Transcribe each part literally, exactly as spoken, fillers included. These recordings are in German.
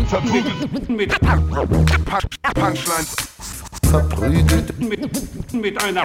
Verprügelt mit Punchlines. Verprügelt mit, mit einer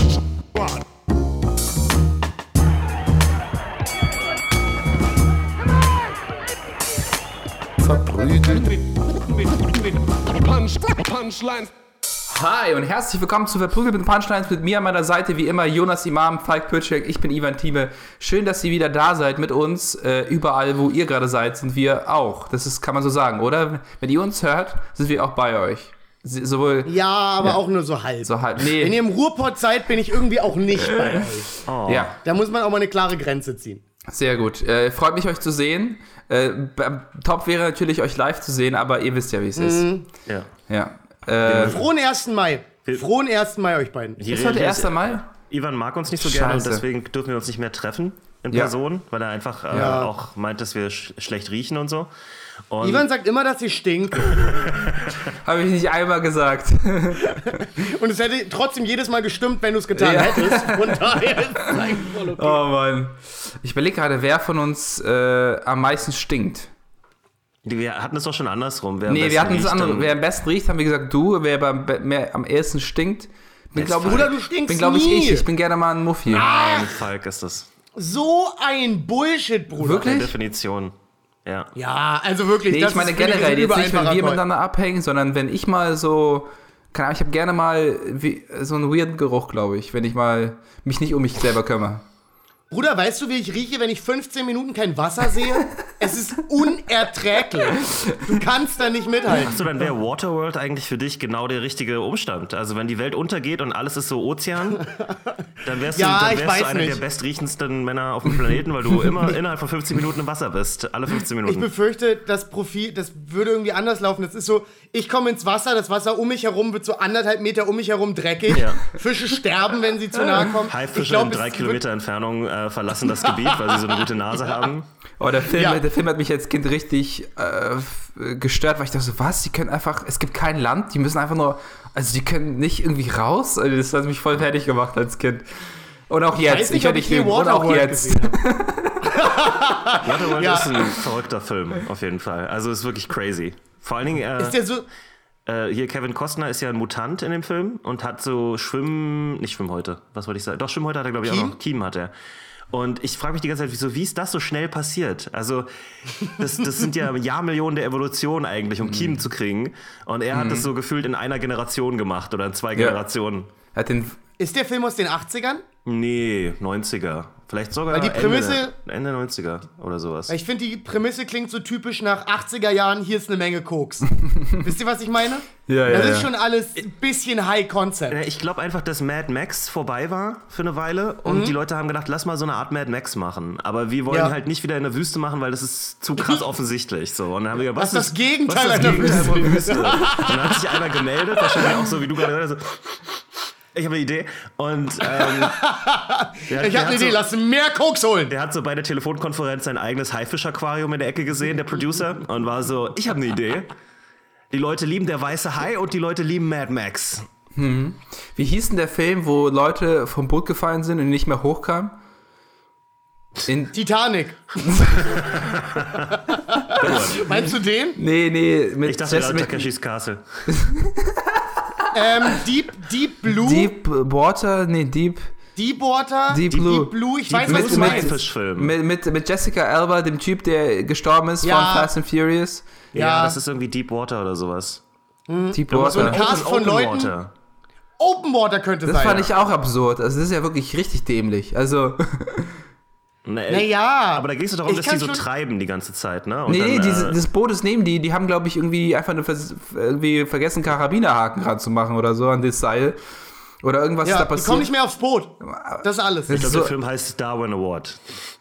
Verprügelt mit, mit, mit Punch, Punchlines. Hi und herzlich willkommen zu Verprügelt mit Punchlines. Mit mir an meiner Seite wie immer Jonas Imam, Falk Pürcek, ich bin Ivan Thieme. Schön, dass ihr wieder da seid mit uns. Äh, überall, wo ihr gerade seid, sind wir auch. Das ist, kann man so sagen, oder? Wenn ihr uns hört, sind wir auch bei euch. Sowohl, ja, aber ja. auch nur so halb. So halb. Nee. Wenn ihr im Ruhrpott seid, bin ich irgendwie auch nicht bei euch. Oh. Ja. Da muss man auch mal eine klare Grenze ziehen. Sehr gut. Äh, freut mich, euch zu sehen. Äh, top wäre natürlich, euch live zu sehen, aber ihr wisst ja, wie es ist. Mhm. Ja. Ja. Äh, Frohen ersten Mai. Frohen ersten Mai euch beiden. Ist heute erster Mai? Ivan mag uns nicht so gerne Scheiße. und deswegen dürfen wir uns nicht mehr treffen in Ja. Person, weil er einfach äh, Ja. auch meint, dass wir sch- schlecht riechen und so. Und Ivan sagt immer, dass sie stinkt. Habe ich nicht einmal gesagt. Und es hätte trotzdem jedes Mal gestimmt, wenn du es getan Ja. hättest. Von daher ist es eigentlich voll okay. Oh Mann. Ich überlege gerade, wer von uns äh, am meisten stinkt. wir hatten es doch schon andersrum. Wer am Nee, besten wir hatten das riecht, andere. dann- Wer am besten riecht, haben wir gesagt, du. Wer beim, be- mehr, am ehesten stinkt, bin, Jetzt glaube ich, Bruder, du stinkst bin, glaub ich, nie. ich. Ich bin gerne mal ein Muffi. Nein, Falk ist das. So ein Bullshit, Bruder. Wirklich? Per Definition. Ja. Ja, also wirklich. Nee, das ich meine ist, finde ich, generell, ein jetzt nicht, wenn wir übereinfacher Call. miteinander abhängen, sondern wenn ich mal so, keine Ahnung, ich habe gerne mal wie, so einen weirden Geruch, glaube ich, wenn ich mal mich nicht um mich selber kümmere. Bruder, weißt du, wie ich rieche, wenn ich fünfzehn Minuten kein Wasser sehe? Es ist unerträglich. Du kannst da nicht mithalten. Achso, dann wäre Waterworld eigentlich für dich genau der richtige Umstand. Also wenn die Welt untergeht und alles ist so Ozean, dann wärst Ja, du, dann ich wärst du weiß einer nicht. der bestriechendsten Männer auf dem Planeten, weil du immer innerhalb von fünfzehn Minuten im Wasser bist. Alle fünfzehn Ich Minuten. befürchte, das Profil, das würde irgendwie anders laufen. Das ist so, ich komme ins Wasser, das Wasser um mich herum wird so anderthalb Meter um mich herum dreckig. Ja. Fische sterben, wenn sie zu nahe kommen. Ich Haifische glaub, in drei es Kilometer Entfernung äh, verlassen das Gebiet, weil sie so eine gute Nase haben. Oh, der Film, Ja. der Film hat mich als Kind richtig äh, gestört, weil ich dachte so, was, die können einfach, es gibt kein Land, die müssen einfach nur, also die können nicht irgendwie raus. Also das hat mich voll fertig gemacht als Kind. Und auch jetzt, weiß nicht, ich höre ob dich ich je filmen, und auch Waterworld jetzt. gesehen habe. Waterworld Ja. ist ein verrückter Film, auf jeden Fall. Also ist wirklich crazy. Vor allen Dingen, äh, Ist der so, äh, hier Kevin Costner ist ja ein Mutant in dem Film und hat so Schwimmen, nicht Schwimmhäute, was wollte ich sagen? Doch, Schwimmhäute hat er, glaube ich, auch Kiem? noch. Kiem hat er. Und ich frage mich die ganze Zeit, wieso, wie ist das so schnell passiert? Also, das, das sind ja Jahrmillionen der Evolution eigentlich, um Kiemen zu kriegen. Und er hat das so gefühlt in einer Generation gemacht oder in zwei Generationen. Er hat den, ist der Film aus den achtzigern? Nee, neunziger. Vielleicht sogar Weil die Prämisse- Ende, Ende neunziger oder sowas. Ich finde, die Prämisse klingt so typisch nach achtziger Jahren, hier ist eine Menge Koks. Wisst ihr, was ich meine? Ja, ja, Das ist ja. schon alles ein bisschen High Concept. Ja, Ich glaube einfach, dass Mad Max vorbei war für eine Weile und die Leute haben gedacht, lass mal so eine Art Mad Max machen. Aber wir wollen Ja. halt nicht wieder in der Wüste machen, weil das ist zu krass offensichtlich. So. Und dann haben wir gedacht, was, Was ist das Gegenteil was ist das einer Gegenteil von Wüste? Wüste? Und dann hat sich einer gemeldet, wahrscheinlich auch so wie du gerade gesagt hast, so, ich habe eine Idee. Und ähm, der, Ich der habe eine hat Idee, so, lass mehr Koks holen. Der hat so bei der Telefonkonferenz sein eigenes Haifisch-Aquarium in der Ecke gesehen, der Producer, und war so, ich habe eine Idee. Die Leute lieben der weiße Hai und die Leute lieben Mad Max. wie hieß denn der Film, wo Leute vom Boot gefallen sind und nicht mehr hochkamen? In, Titanic. Meinst du den? nee, nee, mit Ich dachte, Jess- gerade mit Takeshis Castle. Ähm, Deep, Deep Blue. Deep Water, nee, Deep, Deepwater. Deep Blue. Deep Blue. Ich weiß, Mit- was du mit- meinst. Haifischfilm. mit, mit, mit Jessica Alba, dem Typ, der gestorben ist Ja. von Fast and Furious. Ja, Ja. das ist irgendwie Deep Water oder sowas. Deep Irgendwas Water. mit Cast von Leuten- Water. Open Water könnte Das sein. fand ich auch absurd. Also das ist ja wirklich richtig dämlich. Also, Nee, Naja. aber da ging es doch darum, ich dass die kann so schon- treiben die ganze Zeit, ne? Und nee, nee, dann, diese, äh, das Boot ist neben die. Die haben, glaube ich, irgendwie einfach eine Vers irgendwie vergessen, Karabinerhaken ranzumachen oder so an das Seil. Oder irgendwas Ja, ist da die kommen passiert. nicht mehr aufs Boot. Das ist alles. ich glaube, so- der Film heißt Darwin Award.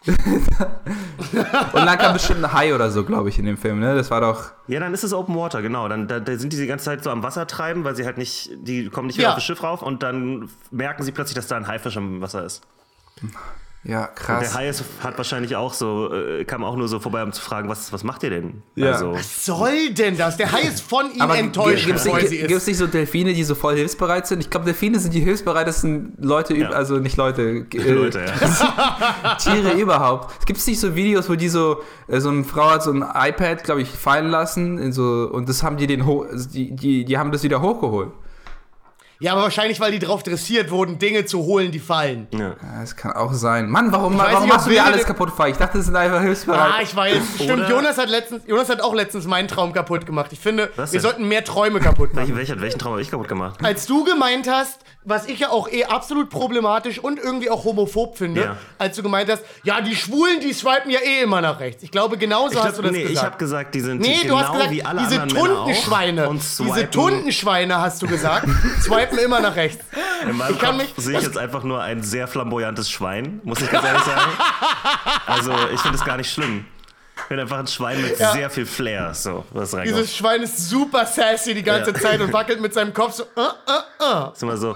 Und dann kam bestimmt ein Hai oder so, glaube ich, in dem Film. Ne? Das war doch... Ja, dann ist es Open Water, genau. Dann da, da sind die die ganze Zeit so am Wasser treiben, weil sie halt nicht, die kommen nicht wieder Ja. auf das Schiff rauf und dann merken sie plötzlich, dass da ein Haifisch im Wasser ist. Ja, Und krass. der Hai ist, hat wahrscheinlich auch so, äh, kam auch nur so vorbei, um zu fragen, was, was macht ihr denn? Ja. Also, Was soll denn das? Der Hai ist von ihm Aber enttäuscht, gibt es bevor sie nicht, ist. gibt's nicht so Delfine, die so voll hilfsbereit sind? Ich glaube, Delfine sind die hilfsbereitesten Leute, Ja. üb- also nicht Leute, äh, Leute, ja. Tiere überhaupt. Gibt es nicht so Videos, wo die so, äh, so eine Frau hat so ein iPad, glaube ich, fallen lassen in so, und das haben die den hoch, also die, die, die haben das wieder hochgeholt. Ja, aber wahrscheinlich, weil die drauf dressiert wurden, Dinge zu holen, die fallen. ja. Ja, das kann auch sein. Mann, warum, weiß warum nicht, ob machst du dir wilde- alles kaputt, Falk? Ich dachte, das sind einfach hilfsbereit. Ah, ich weiß. Stimmt, Oder- Jonas hat letztens, Jonas hat auch letztens meinen Traum kaputt gemacht. Ich finde, Was wir denn? sollten mehr Träume kaputt machen. Welchen, welchen, welchen Traum habe ich kaputt gemacht? Als du gemeint hast, was ich ja auch eh absolut problematisch und irgendwie auch homophob finde, Ja. als du gemeint hast, ja, die Schwulen, die swipen ja eh immer nach rechts. Ich glaube, genauso Ich hast glaub, du das nee, ich gesagt. habe gesagt, die sind Nee, genau du hast gesagt, wie alle diese anderen Männer auch Tuntenschweine, und diese swipen. Tuntenschweine, hast du gesagt, swipen immer nach rechts. In meinem Ich kann Kopf mich- sehe ich jetzt einfach nur ein sehr flamboyantes Schwein, muss ich ganz ehrlich sagen. Also, ich finde es gar nicht schlimm. Ich bin einfach ein Schwein mit Ja. sehr viel Flair, so, was reinkommt. Dieses Schwein ist super sassy die ganze Ja. Zeit und wackelt mit seinem Kopf so, uh, uh, uh. Ist immer so,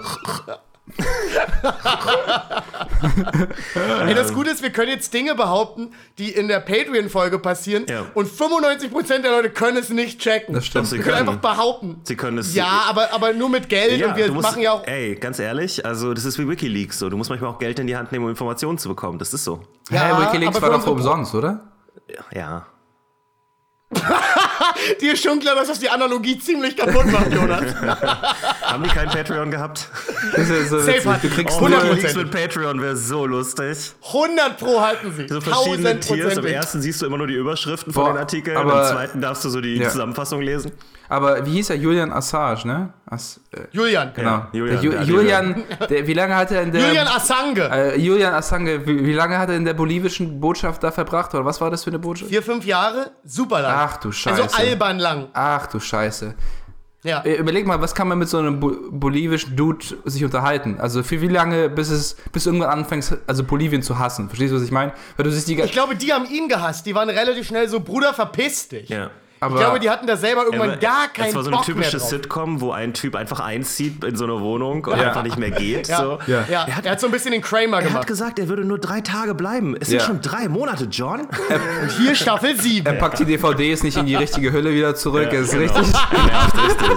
Ey, das Gute ist, wir können jetzt Dinge behaupten, die in der Patreon-Folge passieren Ja. und fünfundneunzig Prozent der Leute können es nicht checken. Das stimmt. Sie Wir können können. einfach behaupten. Sie können es. Ja, aber, aber nur mit Geld und wir du musst, machen ja auch... Ey, ganz ehrlich, also das ist wie WikiLeaks so. Du musst manchmal auch Geld in die Hand nehmen, um Informationen zu bekommen. Das ist so. Ja, Hä, Wikileaks aber war für doch so unsere- umsonst, oder? Ja. Dir ist schon klar, dass das die Analogie ziemlich kaputt macht, Jonas. Haben die keinen Patreon gehabt? Das ist so Safe witzig. hat- Du kriegst Oh, nur, hundert WikiLeaks Prozent. mit Patreon wäre so lustig. hundert Pro halten sie. So verschiedene Tiers. Im Tausendprozentig. ersten siehst du immer nur die Überschriften von Boah, den Artikeln. aber- Im zweiten darfst du so die Ja. Zusammenfassung lesen. aber wie hieß er? Julian Assange, ne? As, äh, Julian. genau. Ja, Julian, der Ju, der hat Julian, der, wie lange hat er in der... Julian Assange. äh, Julian Assange, wie, wie lange hat er in der bolivischen Botschaft da verbracht? Oder was war das für eine Botschaft? Vier, fünf Jahre, super lang. Ach du Scheiße. Also albern lang. Ach du Scheiße. Ja. Äh, Überleg mal, was kann man mit so einem Bo bolivischen Dude sich unterhalten? Also für wie lange, bis es, bis du irgendwann anfängst, also Bolivien zu hassen? Verstehst du, was ich meine? Weil du siehst die Ich glaube, die haben ihn gehasst. Die waren relativ schnell so, Bruder, verpiss dich. Ja. aber Ich glaube, die hatten da selber irgendwann Aber gar keinen Es war so eine Bock mehr typische drauf. Sitcom, wo ein Typ einfach einzieht in so eine Wohnung und Ja. einfach nicht mehr geht. Ja. So. Ja. Ja, Er hat- er hat so ein bisschen den Kramer Er hat gemacht. gesagt, er würde nur drei Tage bleiben. Es sind Ja. schon drei Monate, John. Und hier Staffel sieben. er packt die D V Ds nicht in die richtige Hülle wieder zurück. Ja, ist genau. richtig. Nervt richtig.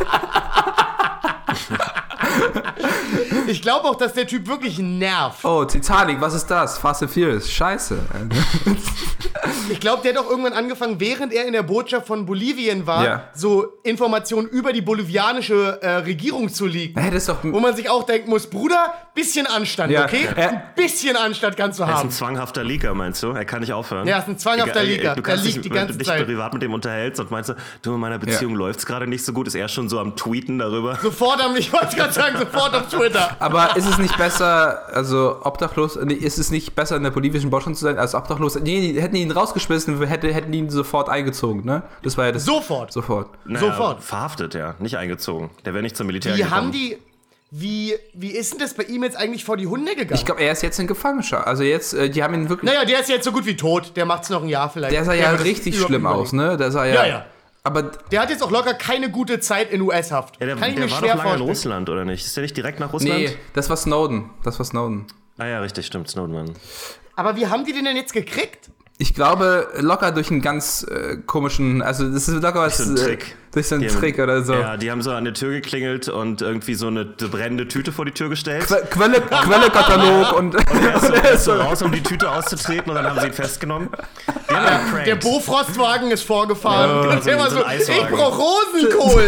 Ich glaube auch, dass der Typ wirklich nervt. Oh, Titanic, was ist das? Fast and Furious. Scheiße. Ich glaube, der hat auch irgendwann angefangen, während er in der Botschaft von Bolivien war, Ja. so Informationen über die bolivianische äh, Regierung zu leaken. Hey, das ist doch. Wo man sich auch denken muss, Bruder, bisschen Anstand, Ja. okay? Ja. Ein bisschen Anstand kannst du Er ist haben. ein zwanghafter Leaker, meinst du? Er kann nicht aufhören. Ja, ist ein zwanghafter Egal, Leaker. Du Der kannst liegt dich, die wenn ganze du dich Zeit. privat mit dem unterhältst und meinst, du, in meiner Beziehung Ja. läuft's gerade nicht so gut, ist er schon so am Tweeten darüber. Sofort am, ich wollte gerade sagen, sofort auf Twitter. Aber ist es nicht besser, also obdachlos, nee, ist es nicht besser in der bolivischen Botschaft zu sein als obdachlos? Nee, die hätten ihn rausgeschmissen, hätte, hätten ihn sofort eingezogen, ne? Das war ja das. Sofort. Sofort. Naja, Sofort. Verhaftet, ja. Nicht eingezogen. Der wäre nicht zum Militär Wie gekommen. haben die, wie, wie ist denn das bei ihm jetzt eigentlich vor die Hunde gegangen? Ich glaube, er ist jetzt in Gefangenschaft. Also jetzt, äh, die haben ihn wirklich. naja, der ist jetzt so gut wie tot. Der macht's noch ein Jahr vielleicht. Der sah ja wird es richtig überhaupt schlimm überleben. aus, ne? Der sah ja. Ja, ja. Aber Der hat jetzt auch locker keine gute Zeit in U S-Haft. Ja, der Kann ich der mir war schwer doch lange in vorstellen. Russland, oder nicht? Ist der nicht direkt nach Russland? nee, das war Snowden. Das war Snowden. Ah ja, richtig, stimmt, Snowden, Mann. Aber wie haben die den denn jetzt gekriegt? Ich glaube, locker durch einen ganz äh, komischen, also das ist locker was. so einen äh, Trick. Durch so einen Die haben- Trick oder so. Ja, die haben so an der Tür geklingelt und irgendwie so eine brennende Tüte vor die Tür gestellt. Que Quelle, Quellekatalog und. Er ist so, er ist so raus, um die Tüte auszutreten und dann haben sie ihn festgenommen. Die haben ihn geprankt. Der Bofrostwagen ist vorgefahren. Ja, und der so- war so so, ein Eiswagen. ich brauch Rosenkohl.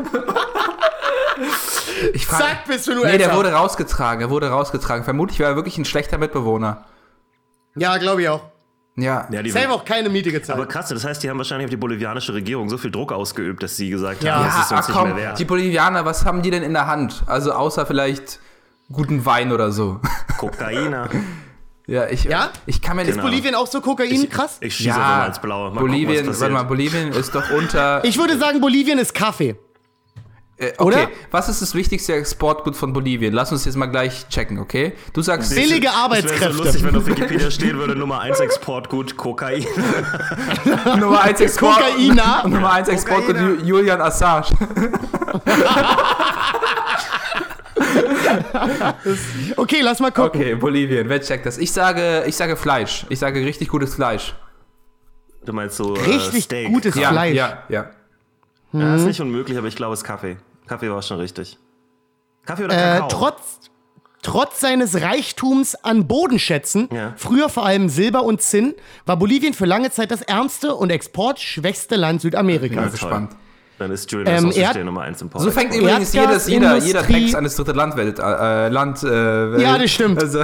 Ich frag, Zack, bist du nur Nee, der ernsthaft. wurde rausgetragen. Er wurde rausgetragen. Vermutlich war er wirklich ein schlechter Mitbewohner. Ja, glaube ich auch. Ja. Ja, die Selber auch keine Miete gezahlt. aber krass, das heißt, die haben wahrscheinlich auf die bolivianische Regierung so viel Druck ausgeübt, dass sie gesagt Ja. haben, Ja, das ist uns ach nicht komm, mehr wert. die Bolivianer, was haben die denn in der Hand? Also außer vielleicht guten Wein oder so. Kokainer. Ja, ich, Ja? ich kann mir nicht. Genau. Bolivien auch so Kokain krass? Ich schieße einfach mal ins Blaue. Mal Bolivien, gucken, was warte mal, passiert. Bolivien ist doch unter. Ich würde sagen, Bolivien ist Kaffee. äh, okay, oder? was ist das wichtigste Exportgut von Bolivien? Lass uns jetzt mal gleich checken, okay? Du sagst. Billige Das wäre Arbeitskräfte. so lustig, wenn auf Wikipedia stehen würde, Nummer eins Exportgut Kokain. Nummer eins Export. Kokainer. Nummer eins Exportgut Kokainer. Ju- Julian Assange. Okay, lass mal gucken. Okay, Bolivien, wer checkt das? Ich sage, ich sage Fleisch. Ich sage richtig gutes Fleisch. Du meinst so Richtig äh, Steak. gutes Ja, Fleisch. ja, ja. Ja, ist nicht unmöglich, aber ich glaube, es ist Kaffee. Kaffee war schon richtig. Kaffee oder Äh, Kakao? trotz, trotz seines Reichtums an Bodenschätzen, Ja. früher vor allem Silber und Zinn, war Bolivien für lange Zeit das ärmste und exportschwächste Land Südamerikas. Ja, Toll. gespannt. Dann ist Julian Ähm, Sausage Erd- der Nummer eins im Port. So fängt übrigens jedes, jeder, jeder Erdgasindustrie- Text an das dritte Land, Welt, äh, Land äh, Welt. Ja, das stimmt. Also,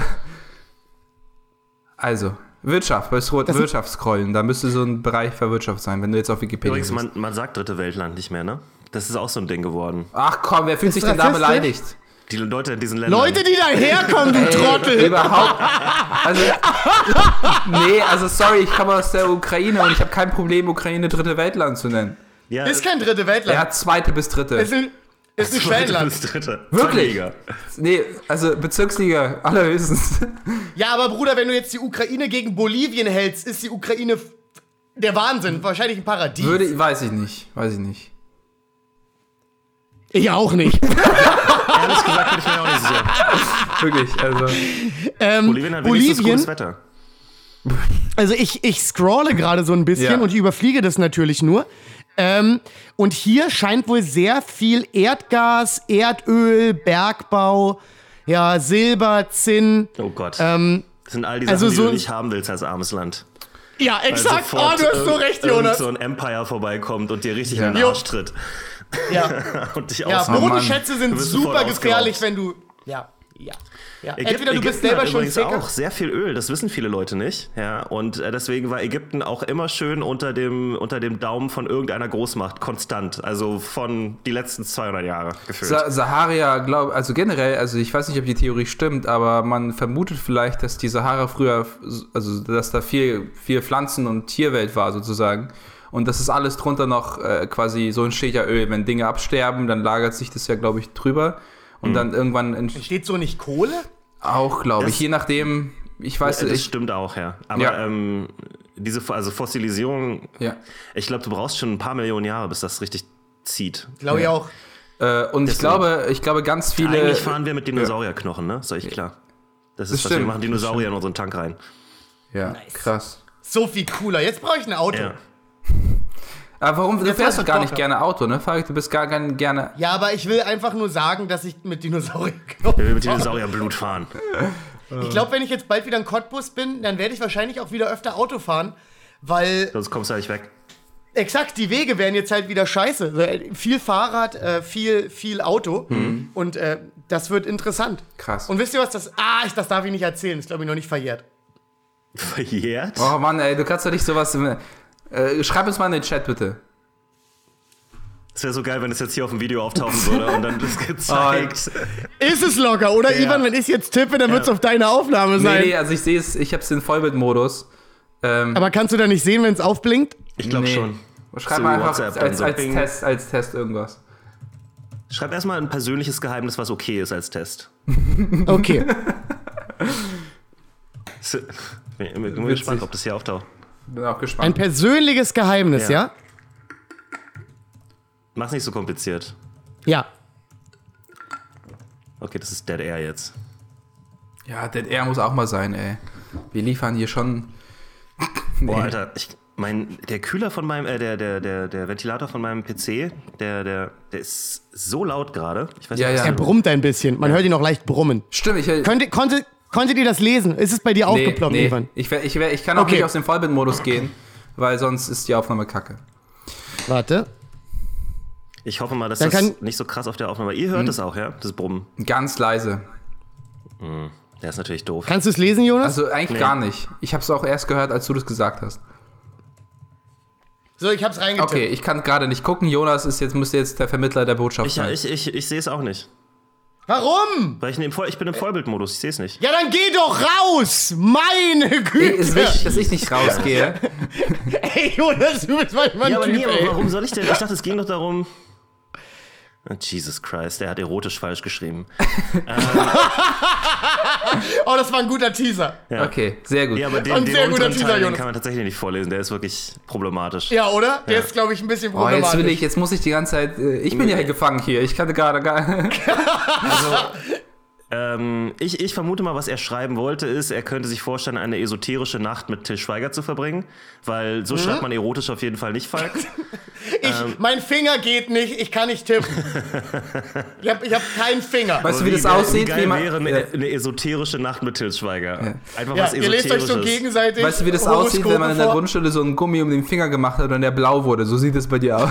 also Wirtschaft, bei Das- Wirtschaftsscrollen, da müsste so ein Bereich für Wirtschaft sein, wenn du jetzt auf Wikipedia Übrigens, bist. man, man sagt dritte Weltland nicht mehr, ne? Das ist auch so ein Ding geworden. Ach komm, wer fühlt Ist sich denn da rassistisch? beleidigt? Die Leute in diesen Ländern. Leute, die daherkommen, du Trottel. Überhaupt. Also, nee, also sorry, ich komme aus der Ukraine und ich habe kein Problem, Ukraine dritte Weltland zu nennen. ja, Ist kein dritte Weltland. Ja, zweite bis dritte. Ist ein, ist ein zweite Schwellenland. bis dritte. Wirklich? Liga. Nee, also Bezirksliga, allerhöchstens. Ja, aber Bruder, wenn du jetzt die Ukraine gegen Bolivien hältst, ist die Ukraine f- der Wahnsinn. Wahrscheinlich ein Paradies. Würde, weiß ich nicht, weiß ich nicht. Ich auch nicht. Ehrlich gesagt bin ich mir auch nicht sicher. Wirklich, also. ähm, Bolivien hat wenigstens Bolivien, gutes Wetter. also ich, ich scrolle gerade so ein bisschen Ja. und ich überfliege das natürlich nur. Ähm, und hier scheint wohl sehr viel Erdgas, Erdöl, Bergbau, ja, Silber, Zinn. Oh Gott. Ähm, Das sind all die also Sachen, die so- du nicht haben willst als armes Land. ja, Weil exakt. Oh, sofort du hast so irgend- recht, irgend Jonas. so ein Empire vorbeikommt und dir richtig Ja. in den Jo. Arsch tritt. Ja, Und dich ja ausnimmt. Bodenschätze sind Du bist super sofort gefährlich, ausgeraubt. wenn du... Ja, ja. ja. Ägypten- Entweder du bist Ägypten selber hat schon übrigens Ficker. auch sehr viel Öl, das wissen viele Leute nicht. Ja, und äh, deswegen war Ägypten auch immer schön unter dem, unter dem Daumen von irgendeiner Großmacht, konstant. Also von die letzten zweihundert Jahre gefühlt. Sa Sahara, glaube also generell, also ich weiß nicht, ob die Theorie stimmt, aber man vermutet vielleicht, dass die Sahara früher, also dass da viel, viel Pflanzen- und Tierwelt war sozusagen. Und das ist alles drunter noch äh, quasi, so entsteht ja Öl. Wenn Dinge absterben, dann lagert sich das ja, glaube ich, drüber. Und Mhm. dann irgendwann ent- Steht so nicht Kohle? auch, glaube ich, Das- je nachdem, ich weiß Ja, das ich, stimmt auch, ja. Aber Ja. Ähm, diese also Fossilisierung, ja. ich glaube, du brauchst schon ein paar Millionen Jahre, bis das richtig zieht. Glaube ich Ja. auch. Äh, und ich Deswegen. glaube, ich glaube, ganz viele. Eigentlich fahren wir mit Dinosaurierknochen, ne? Ist euch klar. Das ist, Das was wir stimmt, machen Dinosaurier in unseren Tank rein. Ja, krass. So viel cooler. Jetzt brauche ich ein Auto. Ja. Ja, Aber warum, du Jetzt fährst hab doch ich gar Bock nicht auf- gerne Auto, ne? Falk, du bist gar, gar gerne. aber ich will einfach nur sagen, dass ich mit Dinosauriern... Wir will mit Dinosaurierblut fahren. Ich glaube, wenn ich jetzt bald wieder in Cottbus bin, dann werde ich wahrscheinlich auch wieder öfter Auto fahren, weil, Sonst kommst du ja nicht weg. exakt, die Wege werden jetzt halt wieder scheiße. Also, äh, viel Fahrrad, äh, viel, viel Auto und äh, das wird interessant. Krass. Und wisst ihr was, das... Ah, ich, das darf ich nicht erzählen, ist glaube ich noch nicht verjährt. Verjährt? Oh Mann, ey, du kannst doch nicht sowas. Äh, schreib uns mal in den Chat, bitte. Es wäre so geil, wenn es jetzt hier auf dem Video auftauchen würde und dann das gezeigt. Ist es locker, oder Ja. Ivan? Wenn ich jetzt tippe, dann wird es Ja. auf deine Aufnahme sein. Nee, nee, also ich sehe es, ich hab's in Vollbildmodus. Ähm, Aber kannst du da nicht sehen, wenn es aufblinkt? Ich glaube nee. schon. Schreib So mal wie einfach WhatsApp dann als, so als, Bing. Test, als Test irgendwas. Schreib erstmal ein persönliches Geheimnis, was okay ist als Test. Okay. Ich bin bin gespannt, ob das hier auftaucht. Bin auch Ein gespannt. persönliches Geheimnis, ja? Ja. Mach's nicht so kompliziert. Ja. Okay, das ist Dead Air jetzt. Ja, Dead Air muss auch mal sein, ey. Wir liefern hier schon. Boah, Alter, ich, mein, der Kühler von meinem, äh, der, der, der, der Ventilator von meinem P C, der, der, der ist so laut gerade. Ich weiß Ja, nicht, ja. was Er da- brummt ein bisschen. Man hört ihn noch leicht brummen. Stimmt, ich. Könnt, konnte, konntet ihr das lesen? Ist es bei dir nee, aufgeploppt, nee. Ivan? Ich, wär- ich, wär- ich kann auch Okay. nicht aus dem Vollbildmodus gehen, weil sonst ist die Aufnahme kacke. Warte. Ich hoffe mal, dass Dann das kann- nicht so krass auf der Aufnahme. Ihr hört es auch, ja? Das Brummen. Ganz leise. Der ist natürlich doof. Kannst du es lesen, Jonas? Also eigentlich Nee. gar nicht. Ich habe es auch erst gehört, als du das gesagt hast. so, ich hab's reingetippt. Okay, ich kann gerade nicht gucken. Jonas ist jetzt, müsste jetzt der Vermittler der Botschaft Ich, ja, sein. ich, ich, ich sehe es auch nicht. Warum? Weil ich, im Voll, ich bin im Vollbildmodus, ich sehe es nicht. Ja, dann geh doch raus! Meine Ey, Güte! ist wichtig, dass ich nicht rausgehe. Ey, Jonas, du bist manchmal ein Ja, aber Typ, nee, aber ey. warum soll ich denn? Ich dachte, es ging doch darum. Oh, Jesus Christ, der hat erotisch falsch geschrieben. Oh, das war ein guter Teaser. Ja. Okay, sehr gut. Ja, aber den, Ein den sehr guter unteren Teaser, Teil, den Jonas. kann man tatsächlich nicht vorlesen. Der ist wirklich problematisch. Ja, oder? Der ist, glaube ich, ein bisschen Oh, problematisch. jetzt will ich, jetzt muss ich die ganze Zeit. Äh, ich bin ja gefangen hier. Ich kann gerade gar. Ähm, ich, ich vermute mal, was er schreiben wollte, ist, er könnte sich vorstellen, eine esoterische Nacht mit Til Schweiger zu verbringen, weil so mhm. schreibt man erotisch auf jeden Fall nicht, Falk. ich, ähm. Mein Finger geht nicht, ich kann nicht tippen. ich habe ich hab keinen Finger. Weißt du, wie, wie das geil, aussieht? Wie geil wie man, wäre eine, ja. eine esoterische Nacht mit Til Schweiger. Ja. Einfach ja, was ihr lest euch so gegenseitig. Weißt du, wie das aussieht, wenn man in der Grundschule so einen Gummi um den Finger gemacht hat und der blau wurde? So sieht es bei dir aus.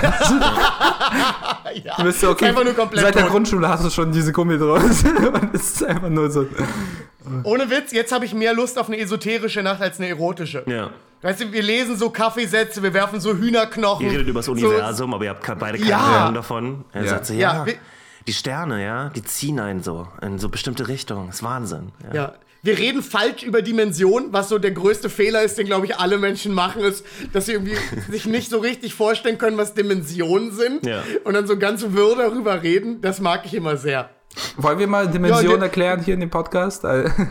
ja, du bist so, okay, einfach nur komplett seit der tot. Grundschule hast du schon diese Gummi draus. Und es ist einfach nur so. Ohne Witz, jetzt habe ich mehr Lust auf eine esoterische Nacht als eine erotische. Ja. Weißt du, wir lesen so Kaffeesätze, wir werfen so Hühnerknochen. Ihr redet über das Universum, so. aber ihr habt beide keine ja. Ahnung davon. Er ja. sagt so, ja, ja, die Sterne, ja, die ziehen einen so in so bestimmte Richtungen. Das ist Wahnsinn. Ja. ja. Wir reden falsch über Dimensionen, was so der größte Fehler ist, den, glaube ich, alle Menschen machen, ist, dass sie irgendwie sich nicht so richtig vorstellen können, was Dimensionen sind. Ja. Und dann so ganz wirr darüber reden. Das mag ich immer sehr. Wollen wir mal Dimensionen ja, erklären hier in dem Podcast?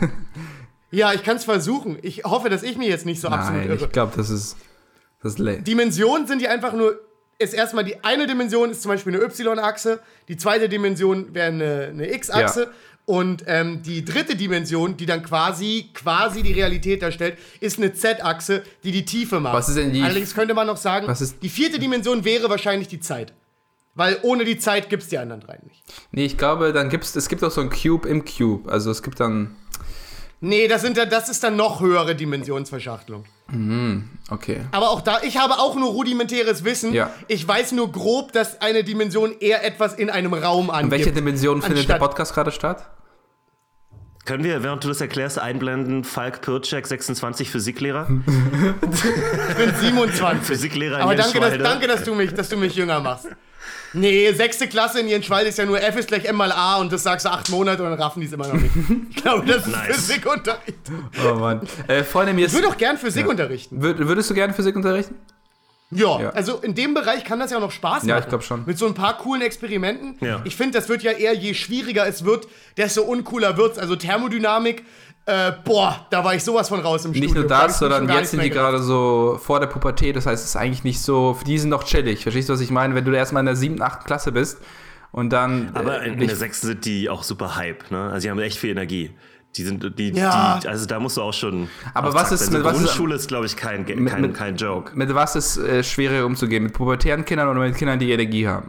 Ja, ich kann es versuchen. Ich hoffe, dass ich mir jetzt nicht so Nein, absolut irre. ich glaube, das ist, das ist lame. Dimensionen sind die einfach nur, ist erstmal die eine Dimension ist zum Beispiel eine Y-Achse, die zweite Dimension wäre eine, eine X-Achse ja. und ähm, die dritte Dimension, die dann quasi, quasi die Realität darstellt, ist eine Z-Achse, die die Tiefe macht. Was ist denn die? Allerdings könnte man noch sagen, was ist? Die vierte Dimension wäre wahrscheinlich die Zeit. Weil ohne die Zeit gibt es die anderen drei nicht. Nee, ich glaube, dann gibt's, es gibt auch so ein Cube im Cube. Also es gibt dann... Nee, das, sind, das ist dann noch höhere Dimensionsverschachtelung. Mhm, okay. Aber auch da, ich habe auch nur rudimentäres Wissen. Ja. Ich weiß nur grob, dass eine Dimension eher etwas in einem Raum angibt. In welcher Dimension findet der Podcast gerade statt? Können wir, während du das erklärst, einblenden, Falk Pircek, sechsundzwanzig, Physiklehrer? Ich bin siebenundzwanzig. Physiklehrer in Aber danke, dass, Jenschwalde. danke dass, du mich, dass du mich jünger machst. Nee, sechste Klasse in Jenschwalde ist ja nur F ist gleich M mal A und das sagst du acht Monate und dann raffen die es immer noch nicht. Ich glaube, das ist Nice. Physikunterricht. Oh Mann. Äh, Freunde, mir ist... Ich würde auch gern Physik ja. unterrichten. Wür- würdest du gerne Physik unterrichten? Ja, Ja. also in dem Bereich kann das ja auch noch Spaß machen. Ja, ich glaube schon. Mit so ein paar coolen Experimenten. Ja. Ich finde, das wird ja eher, je schwieriger es wird, desto uncooler wird's. Also Thermodynamik, äh, boah, da war ich sowas von raus im Nicht Studium. nur Da hab das, ich mich sondern schon gar jetzt nicht sind mehr die gedacht. gerade so vor der Pubertät. Das heißt, es ist eigentlich nicht so... Die sind noch chillig. Verstehst du, was ich meine? Wenn du erstmal in der siebten, achten Klasse bist und dann... Aber äh, in, in der sechsten sind die auch super hype, ne? Also die haben echt viel Energie. Die sind, die, Ja. die, also da musst du auch schon. Aber auf was Takt ist sein. mit- was ist- Grundschule ist, glaube ich, kein, kein, Mit- mit- kein Joke. Mit was ist äh, schwerer umzugehen? Mit pubertären Kindern oder mit Kindern, die Energie haben?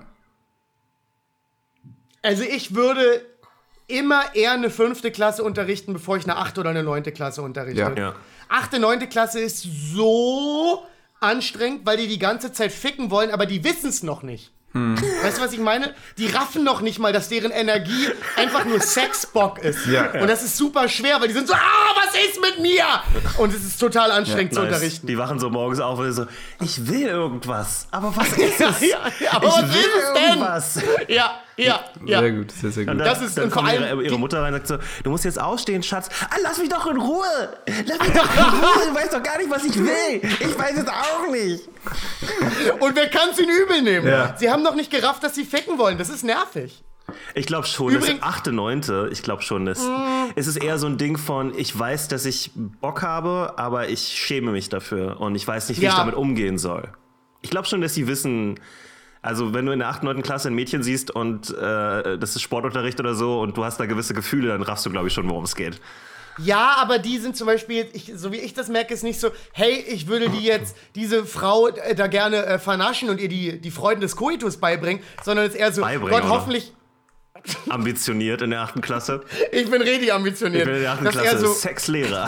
Also ich würde immer eher eine fünfte Klasse unterrichten, bevor ich eine achte oder eine neunte Klasse unterrichte. Ja. Ja. Achte, neunte Klasse ist so anstrengend, weil die die ganze Zeit ficken wollen, aber die wissen es noch nicht. Hm. Weißt du, was ich meine? Die raffen noch nicht mal, dass deren Energie einfach nur Sexbock ist. Ja. Und das ist super schwer, weil die sind so, ah, was ist mit mir? Und es ist total anstrengend zu Nice. unterrichten. Die wachen so morgens auf und so, ich will irgendwas, aber was ist Ja, es? ja, ja, aber ich was will ist es denn? irgendwas. Ja, ja, ja. Sehr gut, sehr, sehr Und gut. dann, Das ist- dann und vor kommt allem ihre, ihre die- Mutter rein und sagt so, du musst jetzt aufstehen, Schatz. Ah, lass mich doch in Ruhe. Lass mich doch in Ruhe. Du weißt doch gar nicht, was ich will. Ich weiß es auch nicht. Und wer kann es ihnen übel nehmen? Ja. Sie haben noch nicht gerafft, dass sie ficken wollen. Das ist nervig. Ich glaube schon, Übrigens- das achte, neunte, ich glaube schon, das Mm. es ist eher so ein Ding von, ich weiß, dass ich Bock habe, aber ich schäme mich dafür und ich weiß nicht, wie Ja. ich damit umgehen soll. Ich glaube schon, dass sie wissen, also wenn du in der achten, neunten Klasse ein Mädchen siehst und äh, das ist Sportunterricht oder so und du hast da gewisse Gefühle, dann raffst du, glaube ich, schon, worum es geht. Ja, aber die sind zum Beispiel, ich, so wie ich das merke, ist nicht so, hey, ich würde die jetzt, diese Frau äh, da gerne äh, vernaschen und ihr die, die Freuden des Koitus beibringen, sondern es ist eher so, Beibringen, Gott, oder? hoffentlich, Ambitioniert in der achten Klasse. ich bin richtig ambitioniert. Ich bin in der achten Das ist eher Klasse so, Sexlehrer.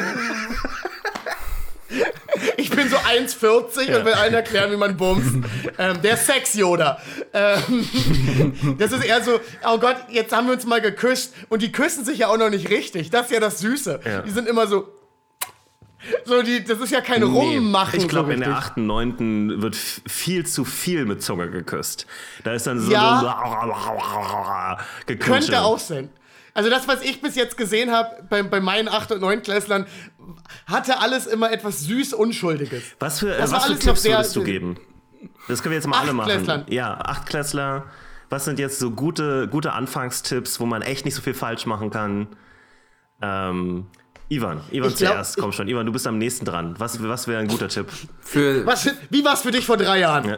ich bin so eins vierzig und will allen erklären, wie man bumst. ähm, der Sex-Yoda. Ähm, das ist eher so, oh Gott, jetzt haben wir uns mal geküsst und die küssen sich ja auch noch nicht richtig. Das ist ja das Süße. Ja. Die sind immer so, so die, das ist ja kein Rummachen. Ich glaube, so in der richtig. achten, neunten wird f- viel zu viel mit Zunge geküsst. Da ist dann so Ja. eine Gekutsche. Könnte auch sein. Also das, was ich bis jetzt gesehen habe bei, bei meinen acht- und neunklässlern, hatte alles immer etwas süß Unschuldiges. Was für, Das äh, war was für alles noch Tipps sehr- würdest du geben? Das können wir jetzt mal alle machen. Achtklässlern. Ja, Achtklässler. Was sind jetzt so gute, gute Anfangstipps, wo man echt nicht so viel falsch machen kann? Ähm, Ivan, Ivan Ich glaub, zuerst, komm schon. Ivan, du bist am nächsten dran. Was, was wäre ein guter Tipp? Für Was, wie war es für dich vor drei Jahren?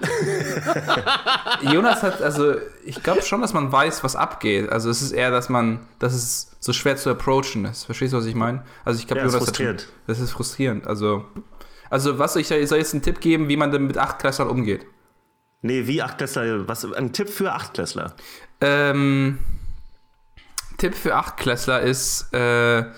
Ja. Jonas hat, also ich glaube schon, dass man weiß, was abgeht. Also es ist eher, dass man, dass es so schwer zu approachen ist. Verstehst du, was ich meine? Also ich glaube, Ja, ist Jonas hat schon, frustrierend. das ist frustrierend. Also, also was soll ich, ich soll jetzt einen Tipp geben, wie man denn mit Achtklässlern umgeht? Nee, wie Achtklässler, was, ein Tipp für Achtklässler. Ähm, Tipp für Achtklässler ist äh, äh,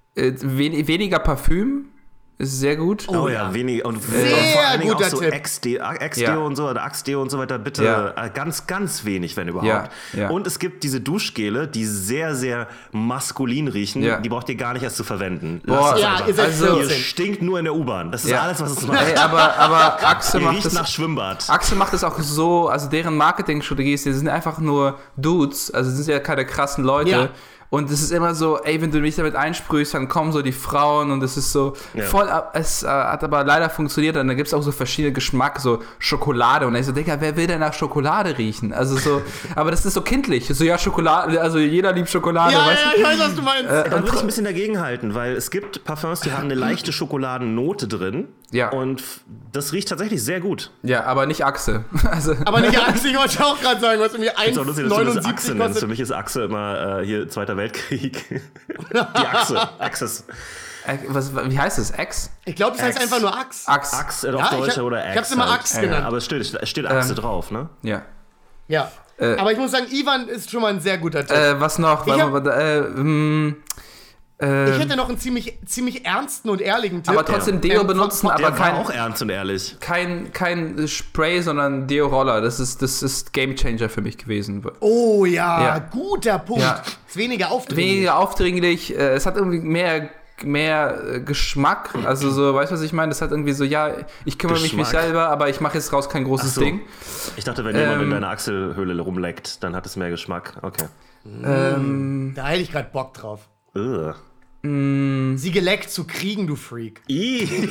wen, weniger Parfüm. Ist sehr gut. Oh, ja, wenig und Sehr vor allen Dingen guter auch so Tipp. Ex-Deo Ex Ja. und so oder Axe-Deo und so weiter, bitte Ja. äh, ganz, ganz wenig, wenn überhaupt. Ja, ja. Und es gibt diese Duschgele, die sehr, sehr maskulin riechen, Ja. die braucht ihr gar nicht erst zu verwenden. Boah, Lasst es Ja, einfach. ihr seid Also- Ihr vierzehn. stinkt nur in der U-Bahn. Das ist Ja. alles, was es macht. Ey, aber, aber Axel Ihr macht riecht das, nach Schwimmbad. Axel macht das auch so, also deren Marketing-Strategie ist, die sind einfach nur Dudes, also sind ja keine krassen Leute. Ja. Und es ist immer so, ey, wenn du mich damit einsprühst, dann kommen so die Frauen und es ist so Ja. voll, ab- es äh, hat aber leider funktioniert und da gibt es auch so verschiedene Geschmack, so Schokolade und ich so, Digga, wer will denn nach Schokolade riechen? Also so, aber das ist so kindlich, so ja, Schokolade, also jeder liebt Schokolade, Ja, weißt ja, du? ich weiß, was du meinst. Da würde ich ein bisschen dagegen halten, weil es gibt Parfums, die haben eine leichte Schokoladennote drin. Ja. Und f- das riecht tatsächlich sehr gut. Ja, aber nicht Axel. Also, Aber nicht Angst, ich wollte auch gerade sagen, was irgendwie Ich finde auch lustig, dass du das Achse eins Komma neunundsiebzig nennst. Für kostet. mich ist Achse immer äh, hier Zweiter Weltkrieg. Die Achse. Axis. äh, was, wie heißt das? Axe? Ich glaube, das heißt Axe. einfach nur Axe. Axe. Axe Ja, auf ich Deutsch hab- oder Axe. ich hab's immer halt. Axe Ja, genannt. aber es steht, es steht Achse Ähm, drauf, ne? Ja. Ja. Äh, Aber ich muss sagen, Ivan ist schon mal ein sehr guter Tipp. Äh, was noch? Ich Weil hab- man- äh, ähm, äh, ich hätte noch einen ziemlich, ziemlich ernsten und ehrlichen Tipp. aber trotzdem Deo Ähm, von- benutzen, von- aber Der war kein, auch ernst und ehrlich. kein, kein Spray, sondern Deo-Roller. Das ist, das ist Gamechanger für mich gewesen. Oh ja, Ja. guter Punkt. Ja. Ist weniger aufdringlich. Weniger aufdringlich, äh, es hat irgendwie mehr, mehr äh, Geschmack. Also so, weißt du, was ich meine? Das hat irgendwie so, ja, ich kümmere mich um mich Geschmack. selber, aber ich mache jetzt raus kein großes Ach so. Ding. Ich dachte, wenn jemand in Ähm, deiner Achselhöhle rumleckt, dann hat es mehr Geschmack. Okay. Da hätte ich gerade Bock drauf. Ugh. Sie geleckt zu kriegen, du Freak. Ih.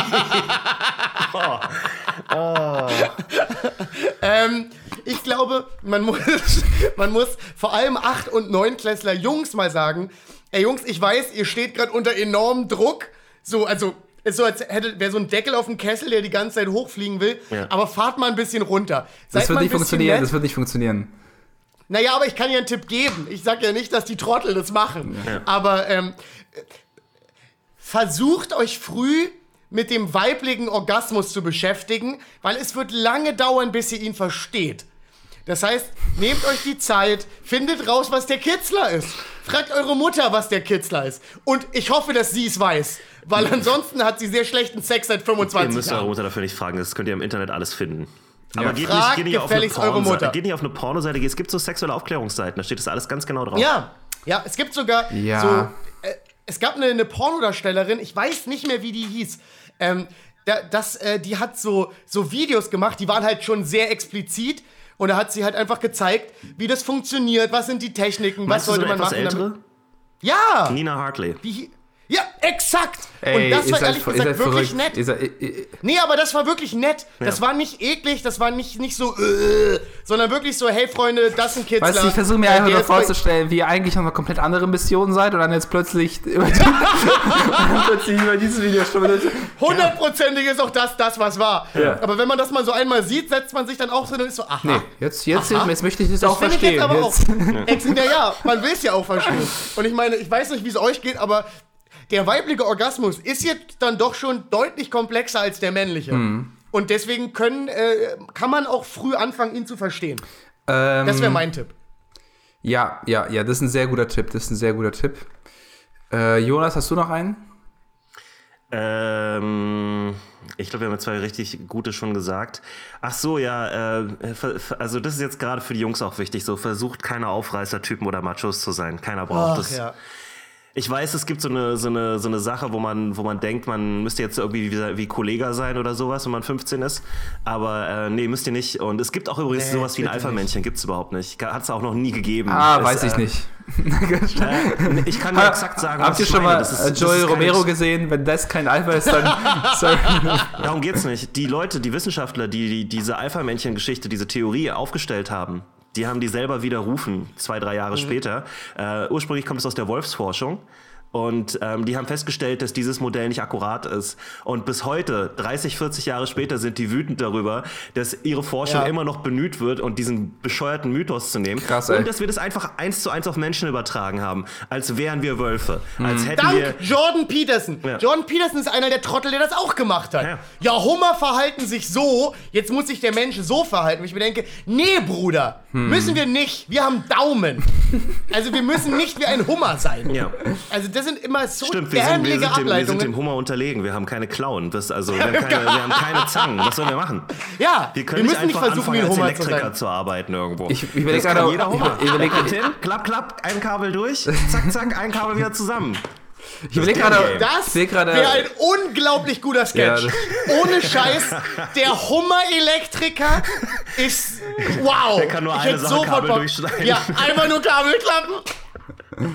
Ähm, ich glaube, man muss, man muss vor allem Acht- und Neunklässler Jungs mal sagen, ey Jungs, ich weiß, ihr steht gerade unter enormem Druck. So, also, ist so, als hätte wäre so ein Deckel auf dem Kessel, der die ganze Zeit hochfliegen will. Ja. Aber fahrt mal ein bisschen runter. Seid Das wird mal ein nicht bisschen funktionieren, nett. das wird nicht funktionieren. Naja, aber ich kann ja einen Tipp geben. Ich sag ja nicht, dass die Trottel das machen. Ja. Aber ähm, versucht euch früh mit dem weiblichen Orgasmus zu beschäftigen, weil es wird lange dauern, bis ihr ihn versteht. Das heißt, nehmt euch die Zeit, findet raus, was der Kitzler ist. Fragt eure Mutter, was der Kitzler ist. Und ich hoffe, dass sie es weiß. Weil ansonsten hat sie sehr schlechten Sex seit Ihr fünfundzwanzig müsst eure Jahren. Mutter dafür nicht fragen, das könnt ihr im Internet alles finden. Aber Ja. geht Fragt nicht, geht nicht auf eine gefälligst eure Pornoseite. Mutter. Geht nicht auf eine Pornoseite, es gibt so sexuelle Aufklärungsseiten, da steht das alles ganz genau drauf. Ja, ja, es gibt sogar Ja. so. Äh, es gab eine, eine Pornodarstellerin, ich weiß nicht mehr, wie die hieß. Ähm, da, das, äh, die hat so, so Videos gemacht, die waren halt schon sehr explizit. Und da hat sie halt einfach gezeigt, wie das funktioniert, was sind die Techniken, Meinst was du so sollte eine man etwas machen. ältere? Damit, ja! Nina Hartley. Die, ja, exakt! Ey, und das ihr war seid ehrlich ver- ihr gesagt seid wirklich verrückt. nett. Ihr seid, ihr, ihr, Nee, aber das war wirklich nett. Das Ja. war nicht eklig, das war nicht, nicht so, äh, sondern wirklich so, hey Freunde, das ist ein Kitzler. weißt du, ich versuche mir Äh, einfach der nur ist bei- vorzustellen, wie ihr eigentlich auf einer komplett anderen Mission seid und dann jetzt plötzlich über, die, und dann plötzlich über dieses Video schon Hundertprozentig ist auch das, das, was war. Ja. Aber wenn man das mal so einmal sieht, setzt man sich dann auch so und ist so, aha. Nee, jetzt, jetzt, Aha. jetzt möchte ich das, Das auch finde ich verstehen. jetzt aber Jetzt. auch. Ex ja, ja, man will es ja auch verstehen. Und ich meine, ich weiß nicht, wie es euch geht, aber der weibliche Orgasmus ist jetzt dann doch schon deutlich komplexer als der männliche. Hm. Und deswegen können, äh, kann man auch früh anfangen, ihn zu verstehen. Ähm, Das wäre mein Tipp. Ja, ja, ja, das ist ein sehr guter Tipp. Das ist ein sehr guter Tipp. Äh, Jonas, hast du noch einen? Ähm, ich glaube, wir haben zwei richtig gute schon gesagt. Ach so, ja, äh, ver- ver- also das ist jetzt gerade für die Jungs auch wichtig. So, versucht keine Aufreißer-Typen oder Machos zu sein. Keiner braucht Ach, das. ja. Ich weiß, es gibt so eine, so eine, so eine Sache, wo man, wo man denkt, man müsste jetzt irgendwie wie, wie Kollega sein oder sowas, wenn man fünfzehn ist. Aber äh, nee, müsst ihr nicht. Und es gibt auch übrigens Nee, sowas wie ein bitte Alpha-Männchen, gibt es überhaupt nicht. Hat es auch noch nie gegeben. Ah, Es, weiß ich äh, nicht. Äh, ich kann dir exakt sagen, Habt was ihr ich schon meine. mal Das ist- äh, das Joey ist kein- Romero gesehen? Wenn das kein Alpha ist, dann sorry. Darum geht's nicht. Die Leute, die Wissenschaftler, die, die diese Alpha-Männchen-Geschichte, diese Theorie aufgestellt haben, die haben die selber widerrufen, zwei, drei Jahre später. Äh, ursprünglich kommt es aus der Wolfsforschung. Und ähm, die haben festgestellt, dass dieses Modell nicht akkurat ist. Und bis heute, dreißig, vierzig Jahre später, sind die wütend darüber, dass ihre Forschung Ja. immer noch bemüht wird, und diesen bescheuerten Mythos zu nehmen. Krass, ey. Und dass wir das einfach eins zu eins auf Menschen übertragen haben. Als wären wir Wölfe. Als hätten Dank wir... Jordan Peterson. Ja. Jordan Peterson ist einer der Trottel, der das auch gemacht hat. Ja. Ja, Hummer verhalten sich so, jetzt muss sich der Mensch so verhalten. Ich mir denke, nee, Bruder, müssen wir nicht. Wir haben Daumen. Also wir müssen nicht wie ein Hummer sein. Ja. Also das sind immer so Stimmt, wir sind, wir, dämliche sind dem, wir sind Ableitungen. dem Hummer unterlegen. Wir haben keine Klauen. Das, also, wir, haben keine, wir haben keine Zangen. Was sollen wir machen? Ja, Wir können wir müssen nicht nicht einfach versuchen, wie anfangen, ein als Hummer zu Elektriker sein. zu arbeiten irgendwo. Ich, ich überlege das kann gerade, jeder Hummer. ich, ich überlege, Kommt hin, klapp, klapp, ein Kabel durch, zack, zack, ein Kabel wieder zusammen. ich überlege Das gerade, Game. Das ich überlege gerade, wäre ein unglaublich guter Sketch. Ja, Ohne Scheiß, der Hummer-Elektriker ist wow. Der kann nur Ich eine hätte Sache sofort Kabel Bock. durchschneiden. Ja, einfach nur Kabel klappen.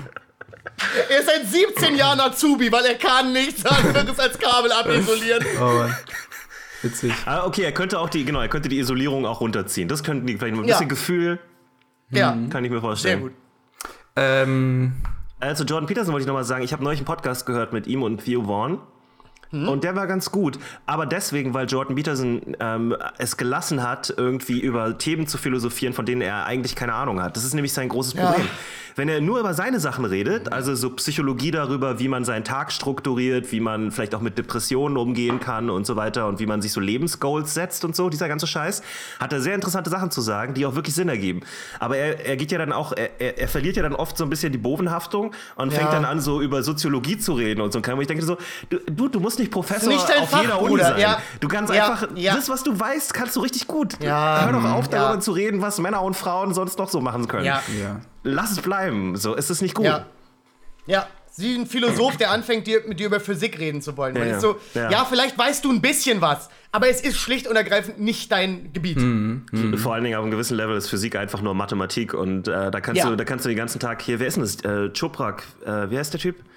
Er ist seit siebzehn Jahren Azubi, weil er kann nichts anderes als Kabel abisolieren. oh Mann, witzig. Ah, okay, er könnte auch die, genau, er könnte die Isolierung auch runterziehen. Das könnten die vielleicht mit ein Ja. bisschen Gefühl, Ja, kann ich mir sehr vorstellen. gut. Ähm, Also Jordan Peterson wollte ich nochmal sagen, ich habe neulich einen Podcast gehört mit ihm und Theo Vaughn. Und der war ganz gut. Aber deswegen, weil Jordan Peterson ähm, es gelassen hat, irgendwie über Themen zu philosophieren, von denen er eigentlich keine Ahnung hat. Das ist nämlich sein großes Problem. Ja. Wenn er nur über seine Sachen redet, also so Psychologie darüber, wie man seinen Tag strukturiert, wie man vielleicht auch mit Depressionen umgehen kann und so weiter und wie man sich so Lebensgoals setzt und so, dieser ganze Scheiß, hat er sehr interessante Sachen zu sagen, die auch wirklich Sinn ergeben. Aber er, er geht ja dann auch, er, er, er verliert ja dann oft so ein bisschen die Bodenhaftung und Ja. fängt dann an, so über Soziologie zu reden und so. Und ich denke so, du, du, du musst nicht Professor Nicht dein auf Fach, jeder Uni Bruder. sein. Ja. Du kannst Ja, einfach, ja. das, was du weißt, kannst du richtig gut. Ja. Hör doch auf, darüber Ja. zu reden, was Männer und Frauen sonst noch so machen können. Ja. ja. Lass es bleiben. So, es ist nicht gut. Ja. Ja. Sie ein Philosoph, der anfängt, dir, mit dir über Physik reden zu wollen. Man Ja, ist so, ja. ja. vielleicht weißt du ein bisschen was, aber es ist schlicht und ergreifend nicht dein Gebiet. Vor allen Dingen auf einem gewissen Level ist Physik einfach nur Mathematik und äh, da kannst Ja. du, da kannst du den ganzen Tag hier, wer ist denn das? Äh, Chopra, äh, wie heißt der Typ?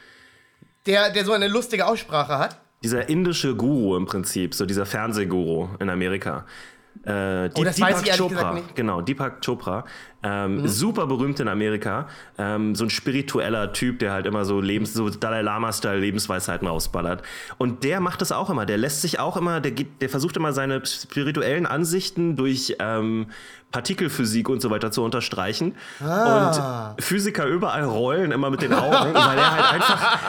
Der, der so eine lustige Aussprache hat. Dieser indische Guru im Prinzip, so dieser Fernsehguru in Amerika. Äh, Oh, das Deepak weiß ich ehrlich Chopra, gesagt nicht. genau, Deepak Chopra, ähm, super berühmt in Amerika, ähm, so ein spiritueller Typ, der halt immer so Lebens, so Dalai Lama-Style Lebensweisheiten rausballert. Und der macht das auch immer, der lässt sich auch immer, der geht, der versucht immer seine spirituellen Ansichten durch ähm, Partikelphysik und so weiter zu unterstreichen. Ah. Und Physiker überall rollen immer mit den Augen, weil er halt einfach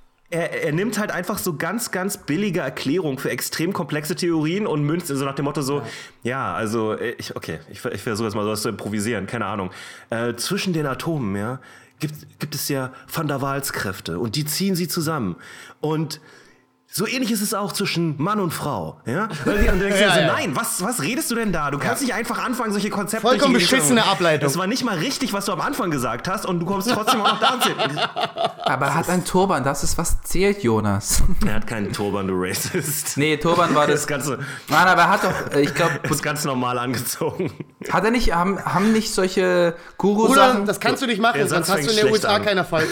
Er, er nimmt halt einfach so ganz, ganz billige Erklärungen für extrem komplexe Theorien und münzt so nach dem Motto so, ja, also, ich, okay, ich, ich versuche jetzt mal sowas zu improvisieren, keine Ahnung. Äh, zwischen den Atomen, ja, gibt, gibt es ja Van der Waals-Kräfte und die ziehen sie zusammen. Und so ähnlich ist es auch zwischen Mann und Frau, ja? Und du denkst dir Ja, so, ja. nein, was, was redest du denn da? Du kannst nicht einfach anfangen, solche Konzepte... Vollkommen durch die beschissene Richtung- Ableitung. Das war nicht mal richtig, was du am Anfang gesagt hast und du kommst trotzdem auch noch da. Aber er hat einen Turban, das ist, was zählt, Jonas. Er hat keinen Turban, du Racist. Nee, Turban war Das das. Ganze Nein, aber er hat doch, ich glaube, ist ganz normal angezogen. hat er nicht, haben, haben nicht solche Bruder, Guru-Sachen? das kannst du nicht machen, Der sonst Satz hast du in fängt den U S schlecht A an. keinen Erfolg.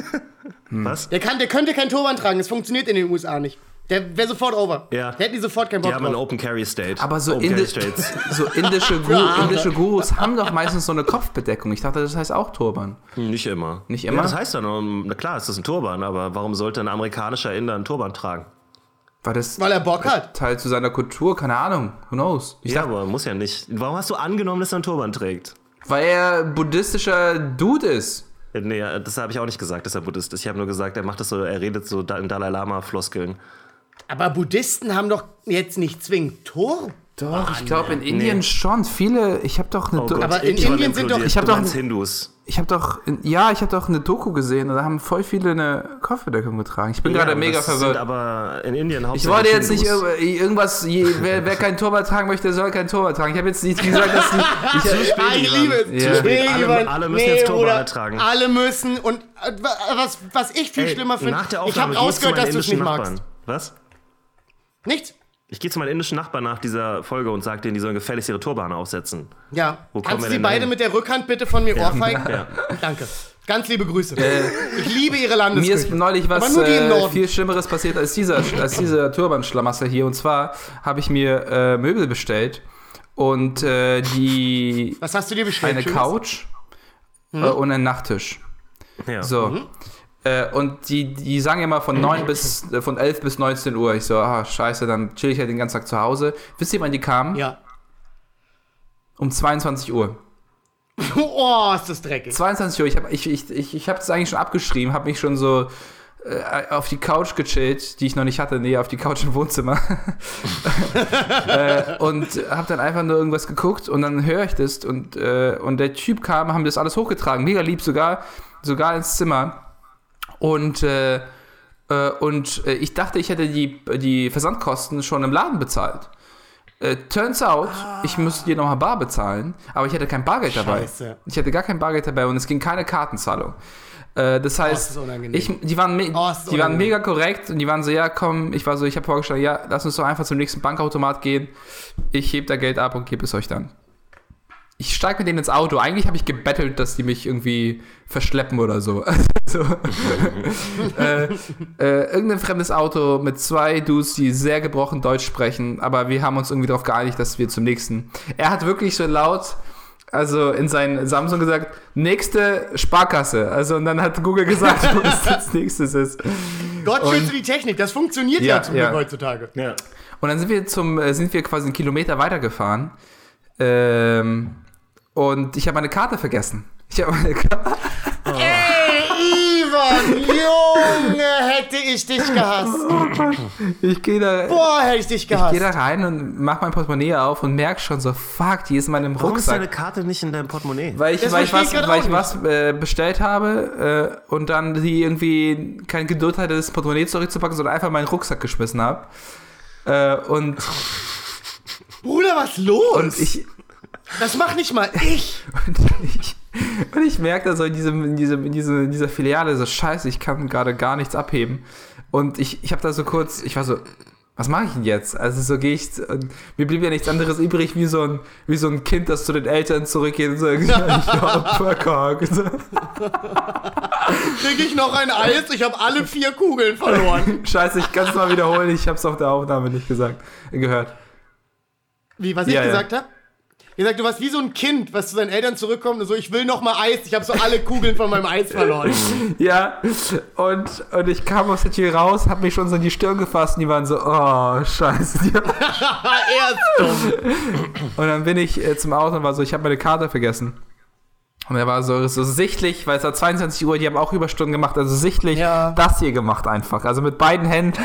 Was? Der, kann, der könnte keinen Turban tragen, das funktioniert in den U S A nicht. Der wäre sofort over. Ja. Da hätten die sofort keinen Die Bock haben einen drauf. Open Carry State. Aber so, Open Indi Carry States. so indische, Guru, indische Gurus haben doch meistens so eine Kopfbedeckung. Ich dachte, das heißt auch Turban. Nicht immer. Nicht immer? Ja, das heißt dann, um, na klar, es ist ein Turban, aber warum sollte ein amerikanischer Inder einen Turban tragen? War das Weil er Bock hat. Teil zu seiner Kultur? Keine Ahnung. Who knows? Ich Ja, dachte, aber muss ja nicht. Warum hast du angenommen, dass er einen Turban trägt? weil er buddhistischer Dude ist. Ja, Nee, das habe ich auch nicht gesagt, dass er Buddhist ist. Ich habe nur gesagt, er macht das so, er redet so in Dalai Lama-Floskeln. Aber Buddhisten haben doch jetzt nicht zwingend Turban. Doch, ich glaube in Indien schon. Viele, ich habe doch eine Oh Do- Gott, Aber in Indien Indien sind doch- inkludiert. Ich hab Du doch- meinst Hindus. Ich habe doch, ja, ich habe doch eine Doku gesehen und da haben voll viele eine Kopfbedeckung getragen. Ich bin Ja, gerade aber mega das sind verwirrt. aber in Indien Ich hauptsächlich wollte jetzt nicht Hindus. irg- irgendwas, je, wer, wer keinen Turban tragen möchte, soll keinen Turban tragen. Ich habe jetzt nicht gesagt, dass die, ich, Ah, ich liebe es. Ja. Nee, Alle- Ivan, alle müssen jetzt Turbane Bruder, tragen. Alle müssen. Und äh, was, was ich viel Ey, schlimmer finde, nach der ich Aufnahme habe gehst zu rausgehört, dass meinen du es indischen nicht Nachbarn. magst. Was? Nichts? Ich gehe zu meinen indischen Nachbarn nach dieser Folge und sage denen, die sollen gefälligst ihre Turbane aufsetzen. Ja. Wo kommen Kannst wir du sie denn beide hin? mit der Rückhand bitte von mir ohrfeigen? Ja. Danke. Ganz liebe Grüße. ich liebe ihre Landesküche. Mir ist neulich Aber was nur die im äh, Norden. viel Schlimmeres passiert als dieser, als dieser Turbanschlamassel hier. Und zwar habe ich mir äh, Möbel bestellt und äh, die Was hast du dir bestellt? eine Schönes? Couch äh, und einen Nachttisch. Ja. So. Mhm. Äh, und die, die sagen immer von neun bis, äh, von elf bis neunzehn Uhr. Ich so, ah, scheiße, dann chill ich halt den ganzen Tag zu Hause. Wisst ihr, wann die kamen? Ja. Um zweiundzwanzig Uhr. Oh, ist das dreckig. zweiundzwanzig Uhr, ich habe ich, ich, ich, ich hab das eigentlich schon abgeschrieben, habe mich schon so äh, auf die Couch gechillt, die ich noch nicht hatte, nee, auf die Couch im Wohnzimmer. äh, und habe dann einfach nur irgendwas geguckt und dann höre ich das und, äh, und der Typ kam, haben das alles hochgetragen, mega lieb sogar, sogar ins Zimmer. Und, äh, äh, und äh, ich dachte, ich hätte die, die Versandkosten schon im Laden bezahlt. Uh, turns out, ah. ich müsste dir nochmal bar bezahlen, aber ich hatte kein Bargeld dabei. Scheiße. Ich hatte gar kein Bargeld dabei und es ging keine Kartenzahlung. Uh, das heißt, oh, das ich, die, waren, me- oh, die waren mega korrekt und die waren so, ja komm, ich war so, ich habe vorgeschlagen, ja, lass uns doch einfach zum nächsten Bankautomat gehen. Ich heb da Geld ab und gebe es euch dann. Ich steige mit denen ins Auto. Eigentlich habe ich gebettelt, dass die mich irgendwie verschleppen oder so. so. äh, äh, irgendein fremdes Auto mit zwei Dudes, die sehr gebrochen Deutsch sprechen, aber wir haben uns irgendwie darauf geeinigt, dass wir zum nächsten. Er hat wirklich so laut, also in seinen Samsung gesagt, nächste Sparkasse. Also und dann hat Google gesagt, wo das als nächstes ist. Gott schütze die Technik, das funktioniert ja, ja zum Glück ja. heutzutage. Ja. Und dann sind wir zum, sind wir quasi einen Kilometer weitergefahren. Ähm, und ich habe meine Karte vergessen. Ich habe meine Karte. Oh. Ey, Ivan, Junge, hätte ich dich gehasst. Ich gehe da. Boah, hätte ich dich gehasst. Ich gehe da rein und mach mein Portemonnaie auf und merk schon so, fuck, die ist in meinem Warum Rucksack. Warum ist deine Karte nicht in deinem Portemonnaie? Weil ich, weil ich was, weil ich was äh, bestellt habe äh, und dann die irgendwie keine Geduld hatte, das Portemonnaie zurückzupacken, sondern einfach meinen Rucksack geschmissen habe. Äh, und. Bruder, was los? Und ich. Das macht nicht mal ich. Und ich, und ich merke da so in, diesem, in, diesem, in, diesem, in dieser Filiale so, scheiße, ich kann gerade gar nichts abheben. Und ich, ich habe da so kurz, ich war so, was mache ich denn jetzt? Also so gehe ich, und mir blieb ja nichts anderes übrig, wie so ein, wie so ein Kind, das zu den Eltern zurückgeht und sagt, ich hab verkackt. Krieg ich noch ein Eis? Ich habe alle vier Kugeln verloren. Scheiße, ich kann es mal wiederholen, ich habe es auf der Aufnahme nicht gesagt, gehört. Wie, was ich ja, gesagt ja. habe? Ihr sagt, du warst wie so ein Kind, was zu seinen Eltern zurückkommt und so, ich will noch mal Eis, ich habe so alle Kugeln von meinem Eis verloren. Ja, und, und ich kam aus der Tür raus, hab mich schon so in die Stirn gefasst und die waren so, oh, scheiße. Er ist dumm. Und dann bin ich äh, zum Auto und war so, ich habe meine Karte vergessen. Und er war so, so sichtlich, weil es war zweiundzwanzig Uhr, die haben auch Überstunden gemacht, also sichtlich ja. das hier gemacht einfach. Also mit beiden Händen.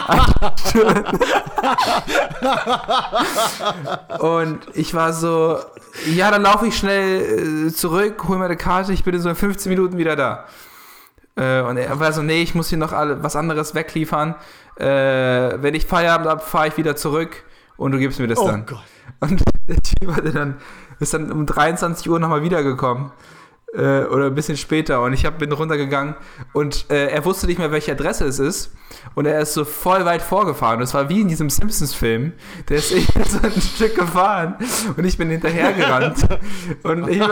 Und ich war so, ja, dann laufe ich schnell äh, zurück, hol meine Karte, ich bin in so fünfzehn Minuten wieder da. Äh, und er war so, nee, ich muss hier noch alle, was anderes wegliefern. Äh, wenn ich Feierabend habe, fahre ich wieder zurück und du gibst mir das oh dann. Gott. Und der Typ hatte dann ist dann um dreiundzwanzig Uhr nochmal wiedergekommen. Äh, oder ein bisschen später. Und ich hab, bin runtergegangen und äh, er wusste nicht mehr, welche Adresse es ist. Und er ist so voll weit vorgefahren. Und es war wie in diesem Simpsons-Film. Der ist so ein Stück gefahren. Und ich bin hinterhergerannt. Und ich,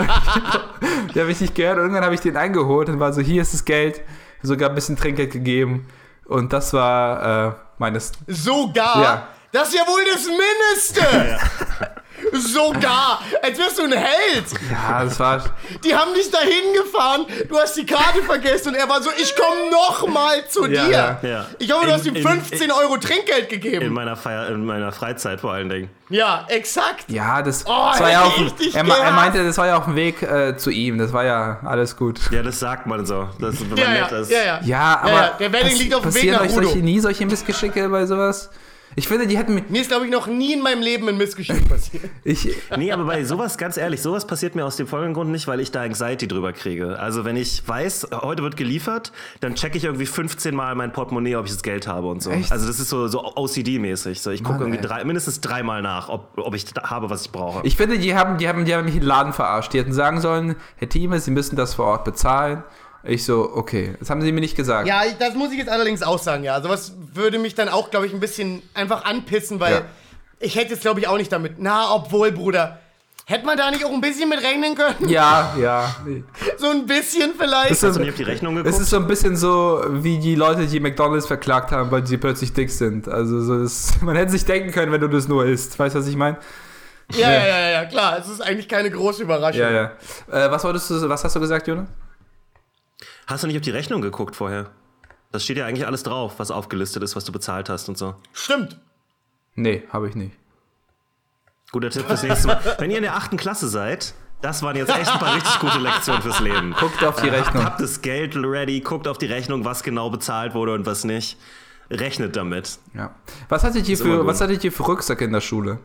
der habe ich nicht gehört. Und irgendwann habe ich den eingeholt und war so, hier ist das Geld. Sogar ein bisschen Trinkgeld gegeben. Und das war äh, meines... Sogar? Ja. Das ist ja wohl das Mindeste! Ja. Sogar! Als wärst du ein Held! Ja, das war... Die haben dich dahin gefahren, du hast die Karte vergessen und er war so, ich komme noch mal zu ja, dir. Ja. Ja. Ich hoffe, du hast ihm fünfzehn Euro Trinkgeld gegeben. In meiner, Feier, in meiner Freizeit vor allen Dingen. Ja, exakt. Ja, das, oh, das war ja auch... Er, er meinte, das war ja auf dem Weg äh, zu ihm. Das war ja alles gut. Ja, das sagt man so. Das, wenn man ja, nett ja, ist. Ja, ja. ja, aber... Ja, ja. Der Wedding liegt auf dem Weg nach Passieren euch Udo. solche, nie solche Missgeschicke bei sowas? Ich finde, die hätten mit... Mir ist, glaube ich, noch nie in meinem Leben ein Missgeschick passiert. Ich, nee, aber bei sowas, ganz ehrlich, sowas passiert mir aus dem folgenden Grund nicht, weil ich da Anxiety drüber kriege. Also wenn ich weiß, heute wird geliefert, dann checke ich irgendwie fünfzehn Mal mein Portemonnaie, ob ich das Geld habe und so. Echt? Also das ist so, so O C D-mäßig. So, ich gucke irgendwie drei, mindestens dreimal nach, ob, ob ich da habe, was ich brauche. Ich finde, die haben, die, haben, die haben mich in den Laden verarscht. Die hätten sagen sollen, Herr Thieme, Sie müssen das vor Ort bezahlen. Ich so, okay, das haben sie mir nicht gesagt. Ja, das muss ich jetzt allerdings auch sagen, ja. Sowas würde mich dann auch, glaube ich, ein bisschen einfach anpissen, weil ja. ich hätte jetzt, glaube ich, auch nicht damit. Na, obwohl, Bruder, hätte man da nicht auch ein bisschen mit rechnen können? Ja, ja. So ein bisschen vielleicht. Ist so, Hast du nicht auf die Rechnung geguckt? Es ist so ein bisschen so, wie die Leute, die McDonald's verklagt haben, weil sie plötzlich dick sind. Also so das, man hätte sich denken können, wenn du das nur isst. Weißt du, was ich meine? Ja, ja, ja, ja, klar. Es ist eigentlich keine große Überraschung. Ja, ja. Äh, was wolltest du, was hast du gesagt, Jonas? Hast du nicht auf die Rechnung geguckt vorher? Das steht ja eigentlich alles drauf, was aufgelistet ist, was du bezahlt hast und so. Stimmt. Nee, habe ich nicht. Guter Tipp fürs nächste Mal. Wenn ihr in der achten Klasse seid, das waren jetzt echt ein paar richtig gute Lektionen fürs Leben. Guckt auf die Rechnung. Habt das Geld ready, guckt auf die Rechnung, was genau bezahlt wurde und was nicht. Rechnet damit. Ja. Was hattet ihr für, was hattet ihr für Rucksäcke in der Schule?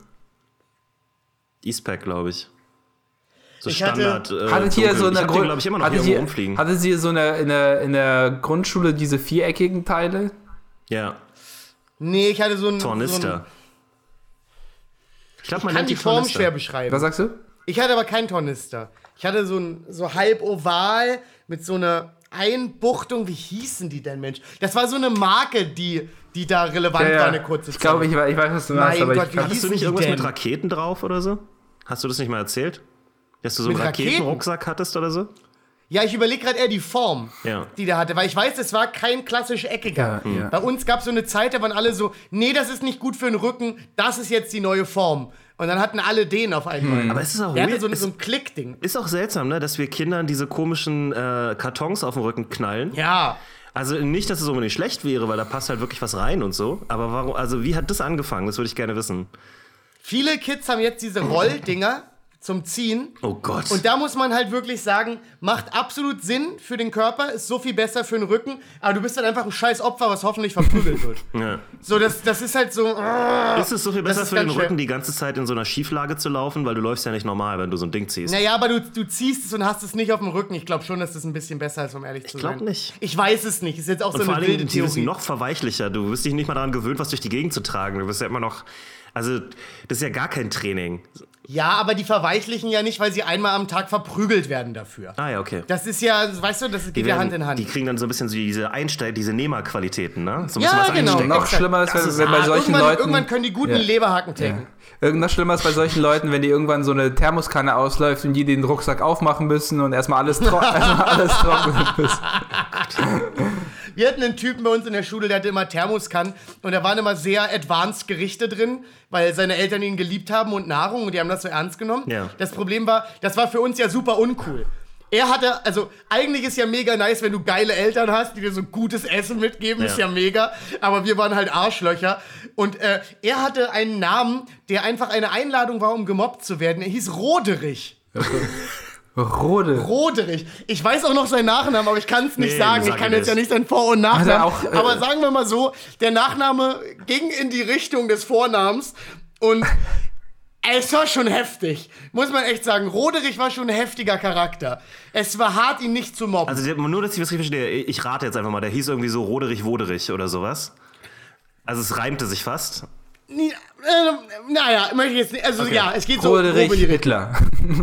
Eastpack, glaube ich. So Ich hatte- Standard. äh, Hattet ihr dunkel. so in ich der hab den, Grund- glaube ich, immer noch hier hattet irgendwo ihr, rumfliegen. hattet ihr so eine, in, der, in der Grundschule diese viereckigen Teile? Ja, Nee, ich hatte so ein. Tornister. So ein ich glaube, ich man kann nennt die die Form Tornister. schwer beschreiben. Was sagst du? Ich hatte aber keinen Tornister. Ich hatte so ein so halb oval mit so einer Einbuchtung. Wie hießen die denn, Mensch? Das war so eine Marke, die, die da relevant war eine kurze Zeit. Ich glaube, ich, we- ich weiß, was du meinst, Mein aber Gott, ich wie kann, Hattest du hießen nicht die irgendwas denn? mit Raketen drauf oder so? Hast du das nicht mal erzählt? Dass du so Mit einen Raketen? Raketenrucksack hattest oder so? Ja, ich überlege gerade eher die Form, Ja. die der hatte, weil ich weiß, das war kein klassisch eckiger. Ja, ja. Bei uns gab es so eine Zeit, da waren alle so, nee, das ist nicht gut für den Rücken, das ist jetzt die neue Form. Und dann hatten alle den auf einmal. Aber es ist auch Der hatte weird. so, ein- es so ein Klickding. ist auch seltsam, ne, dass wir Kindern diese komischen äh, Kartons auf den Rücken knallen. Ja. Also nicht, dass es unbedingt schlecht wäre, weil da passt halt wirklich was rein und so. Aber warum, also wie hat das angefangen? Das würde ich gerne wissen. Viele Kids haben jetzt diese Rolldinger zum Ziehen. Oh Gott. Und da muss man halt wirklich sagen, macht absolut Sinn für den Körper, ist so viel besser für den Rücken, aber du bist dann einfach ein scheiß Opfer, was hoffentlich verprügelt wird. ja. So, das, das ist halt so. Ist es so viel besser ist für den ganz schwer. Rücken, die ganze Zeit in so einer Schieflage zu laufen? Weil du läufst ja nicht normal, wenn du so ein Ding ziehst. Naja, aber du, du ziehst es und hast es nicht auf dem Rücken. Ich glaube schon, dass das ein bisschen besser ist, um ehrlich zu Ich sein. glaub nicht. Ich weiß es nicht. Ist jetzt auch Und so vor eine allen wilde Dingen, die sind Theorie. noch verweichlicher. Du wirst dich nicht mal daran gewöhnt, was durch die Gegend zu tragen. Du wirst ja immer noch. Also, das ist ja gar kein Training. Ja, aber die verweichlichen ja nicht, weil sie einmal am Tag verprügelt werden dafür. Ah ja, okay. Das ist ja, weißt du, das geht Die ja werden- Hand in Hand. Die kriegen dann so ein bisschen so diese Einsteig, diese Nehmerqualitäten, ne? So ein Ja, bisschen was genau. einstecken. noch exakt. schlimmer ist, Das wenn, ist- wenn bei Ah, solchen irgendwann, Leuten... irgendwann können die guten Ja. Leberhaken tanken. Irgendwas Schlimmeres bei solchen Leuten, wenn die irgendwann so eine Thermoskanne ausläuft und die den Rucksack aufmachen müssen und erstmal alles, tro erstmal alles trocknen müssen. Wir hatten einen Typen bei uns in der Schule, der hatte immer Thermoskannen und da waren immer sehr advanced Gerichte drin, weil seine Eltern ihn geliebt haben und Nahrung und die haben das so ernst genommen. Ja. Das Problem war, das war für uns ja super uncool. Er hatte, also eigentlich ist ja mega nice, wenn du geile Eltern hast, die dir so gutes Essen mitgeben, Ja. ist ja mega. Aber wir waren halt Arschlöcher. Und äh, er hatte einen Namen, der einfach eine Einladung war, um gemobbt zu werden. Er hieß Roderich. Rode. Roderich. Ich weiß auch noch seinen Nachnamen, aber ich kann es nicht Nee, sagen. sag Ich kann ihn jetzt ja nicht. nicht seinen Vor- und Hat er Nachnamen. auch, äh, aber sagen wir mal so, der Nachname ging in die Richtung des Vornamens und es war schon heftig. Muss man echt sagen. Roderich war schon ein heftiger Charakter. Es war hart, ihn nicht zu mobben. Also der, nur, dass ich was richtig verstehe, ich rate jetzt einfach mal, der hieß irgendwie so Roderich Woderich oder sowas. Also es reimte sich fast. Nie, äh, naja, möchte ich jetzt nicht. Also Okay. ja, es geht so grob in Roderich die Richtung. Hitler.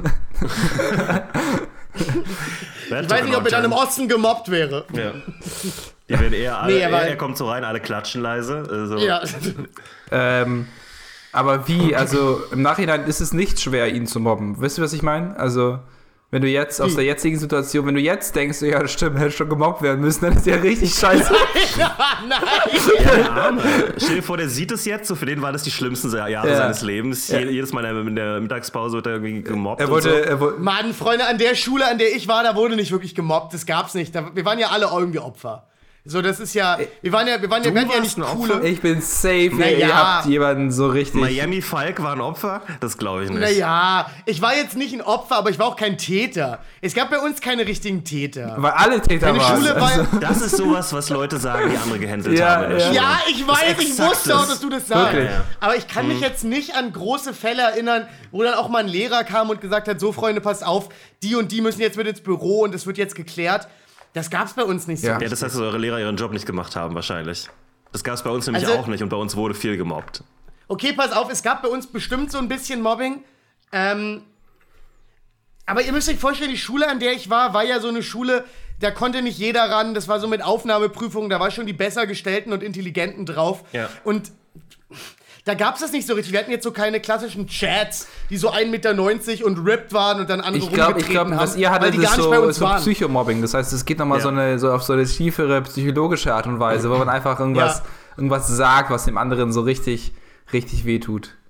Ich weiß nicht, ob er dann im Osten gemobbt wäre. Ja. Die werden eher alle, Nee, aber- er, er kommt so rein, alle klatschen leise. Also. Ja. ähm, aber wie? Also im Nachhinein ist es nicht schwer, ihn zu mobben. Wisst ihr, was ich meine? Also, wenn du jetzt aus Wie? der jetzigen Situation, wenn du jetzt denkst, ja, das stimmt, hätte schon gemobbt werden müssen, dann ist ja richtig scheiße. Nein. Der Arme. Stell dir vor, der sieht es jetzt, so für den waren das die schlimmsten Jahre Ja. seines Lebens. Je, jedes Mal in der Mittagspause wird er irgendwie gemobbt. Er und wollte, so. er wollte Mann, Freunde, an der Schule, an der ich war, da wurde nicht wirklich gemobbt. Das gab's nicht. Da, wir waren ja alle irgendwie Opfer. So, das ist ja. Wir waren ja, wir waren ja, Du wir hatten ja warst nicht ein coole. Opfer? ich bin safe, Na ihr ja. habt jemanden so richtig. Miami Falk war ein Opfer? Das glaube ich nicht. Naja, ich war jetzt nicht ein Opfer, aber ich war auch kein Täter. Es gab bei uns keine richtigen Täter. Weil alle Täter Meine waren. Schule war ja. Das ist sowas, was Leute sagen, die andere gehänselt Ja, haben in der ja. Schule. Ja, ich weiß, ich exakt wusste auch, das. dass du das sagst. Wirklich? Ja. Aber ich kann mich jetzt nicht an große Fälle erinnern, wo dann auch mal ein Lehrer kam und gesagt hat, so Freunde, passt auf, die und die müssen jetzt mit ins Büro und es wird jetzt geklärt. Das gab's bei uns nicht so. Ja. Ja, das heißt, dass eure Lehrer ihren Job nicht gemacht haben, wahrscheinlich. Das gab es bei uns nämlich Also- auch nicht und bei uns wurde viel gemobbt. Okay, pass auf, es gab bei uns bestimmt so ein bisschen Mobbing. Ähm, aber ihr müsst euch vorstellen, die Schule, an der ich war, war ja so eine Schule, da konnte nicht jeder ran. Das war so mit Aufnahmeprüfungen, da war schon die besser gestellten und Intelligenten drauf. Ja. Und da gab es das nicht so richtig. Wir hatten jetzt so keine klassischen Chats, die so ein Meter neunzig und ripped waren und dann andere Ich glaube, ich rumgetreten glaub, haben, was ihr weil hattet, die gar ist nicht bei so, uns so waren. Psychomobbing. Das heißt, es geht nochmal Ja. so, eine, so auf so eine tiefere psychologische Art und Weise, wo man einfach irgendwas, Ja. irgendwas sagt, was dem anderen so richtig, richtig wehtut.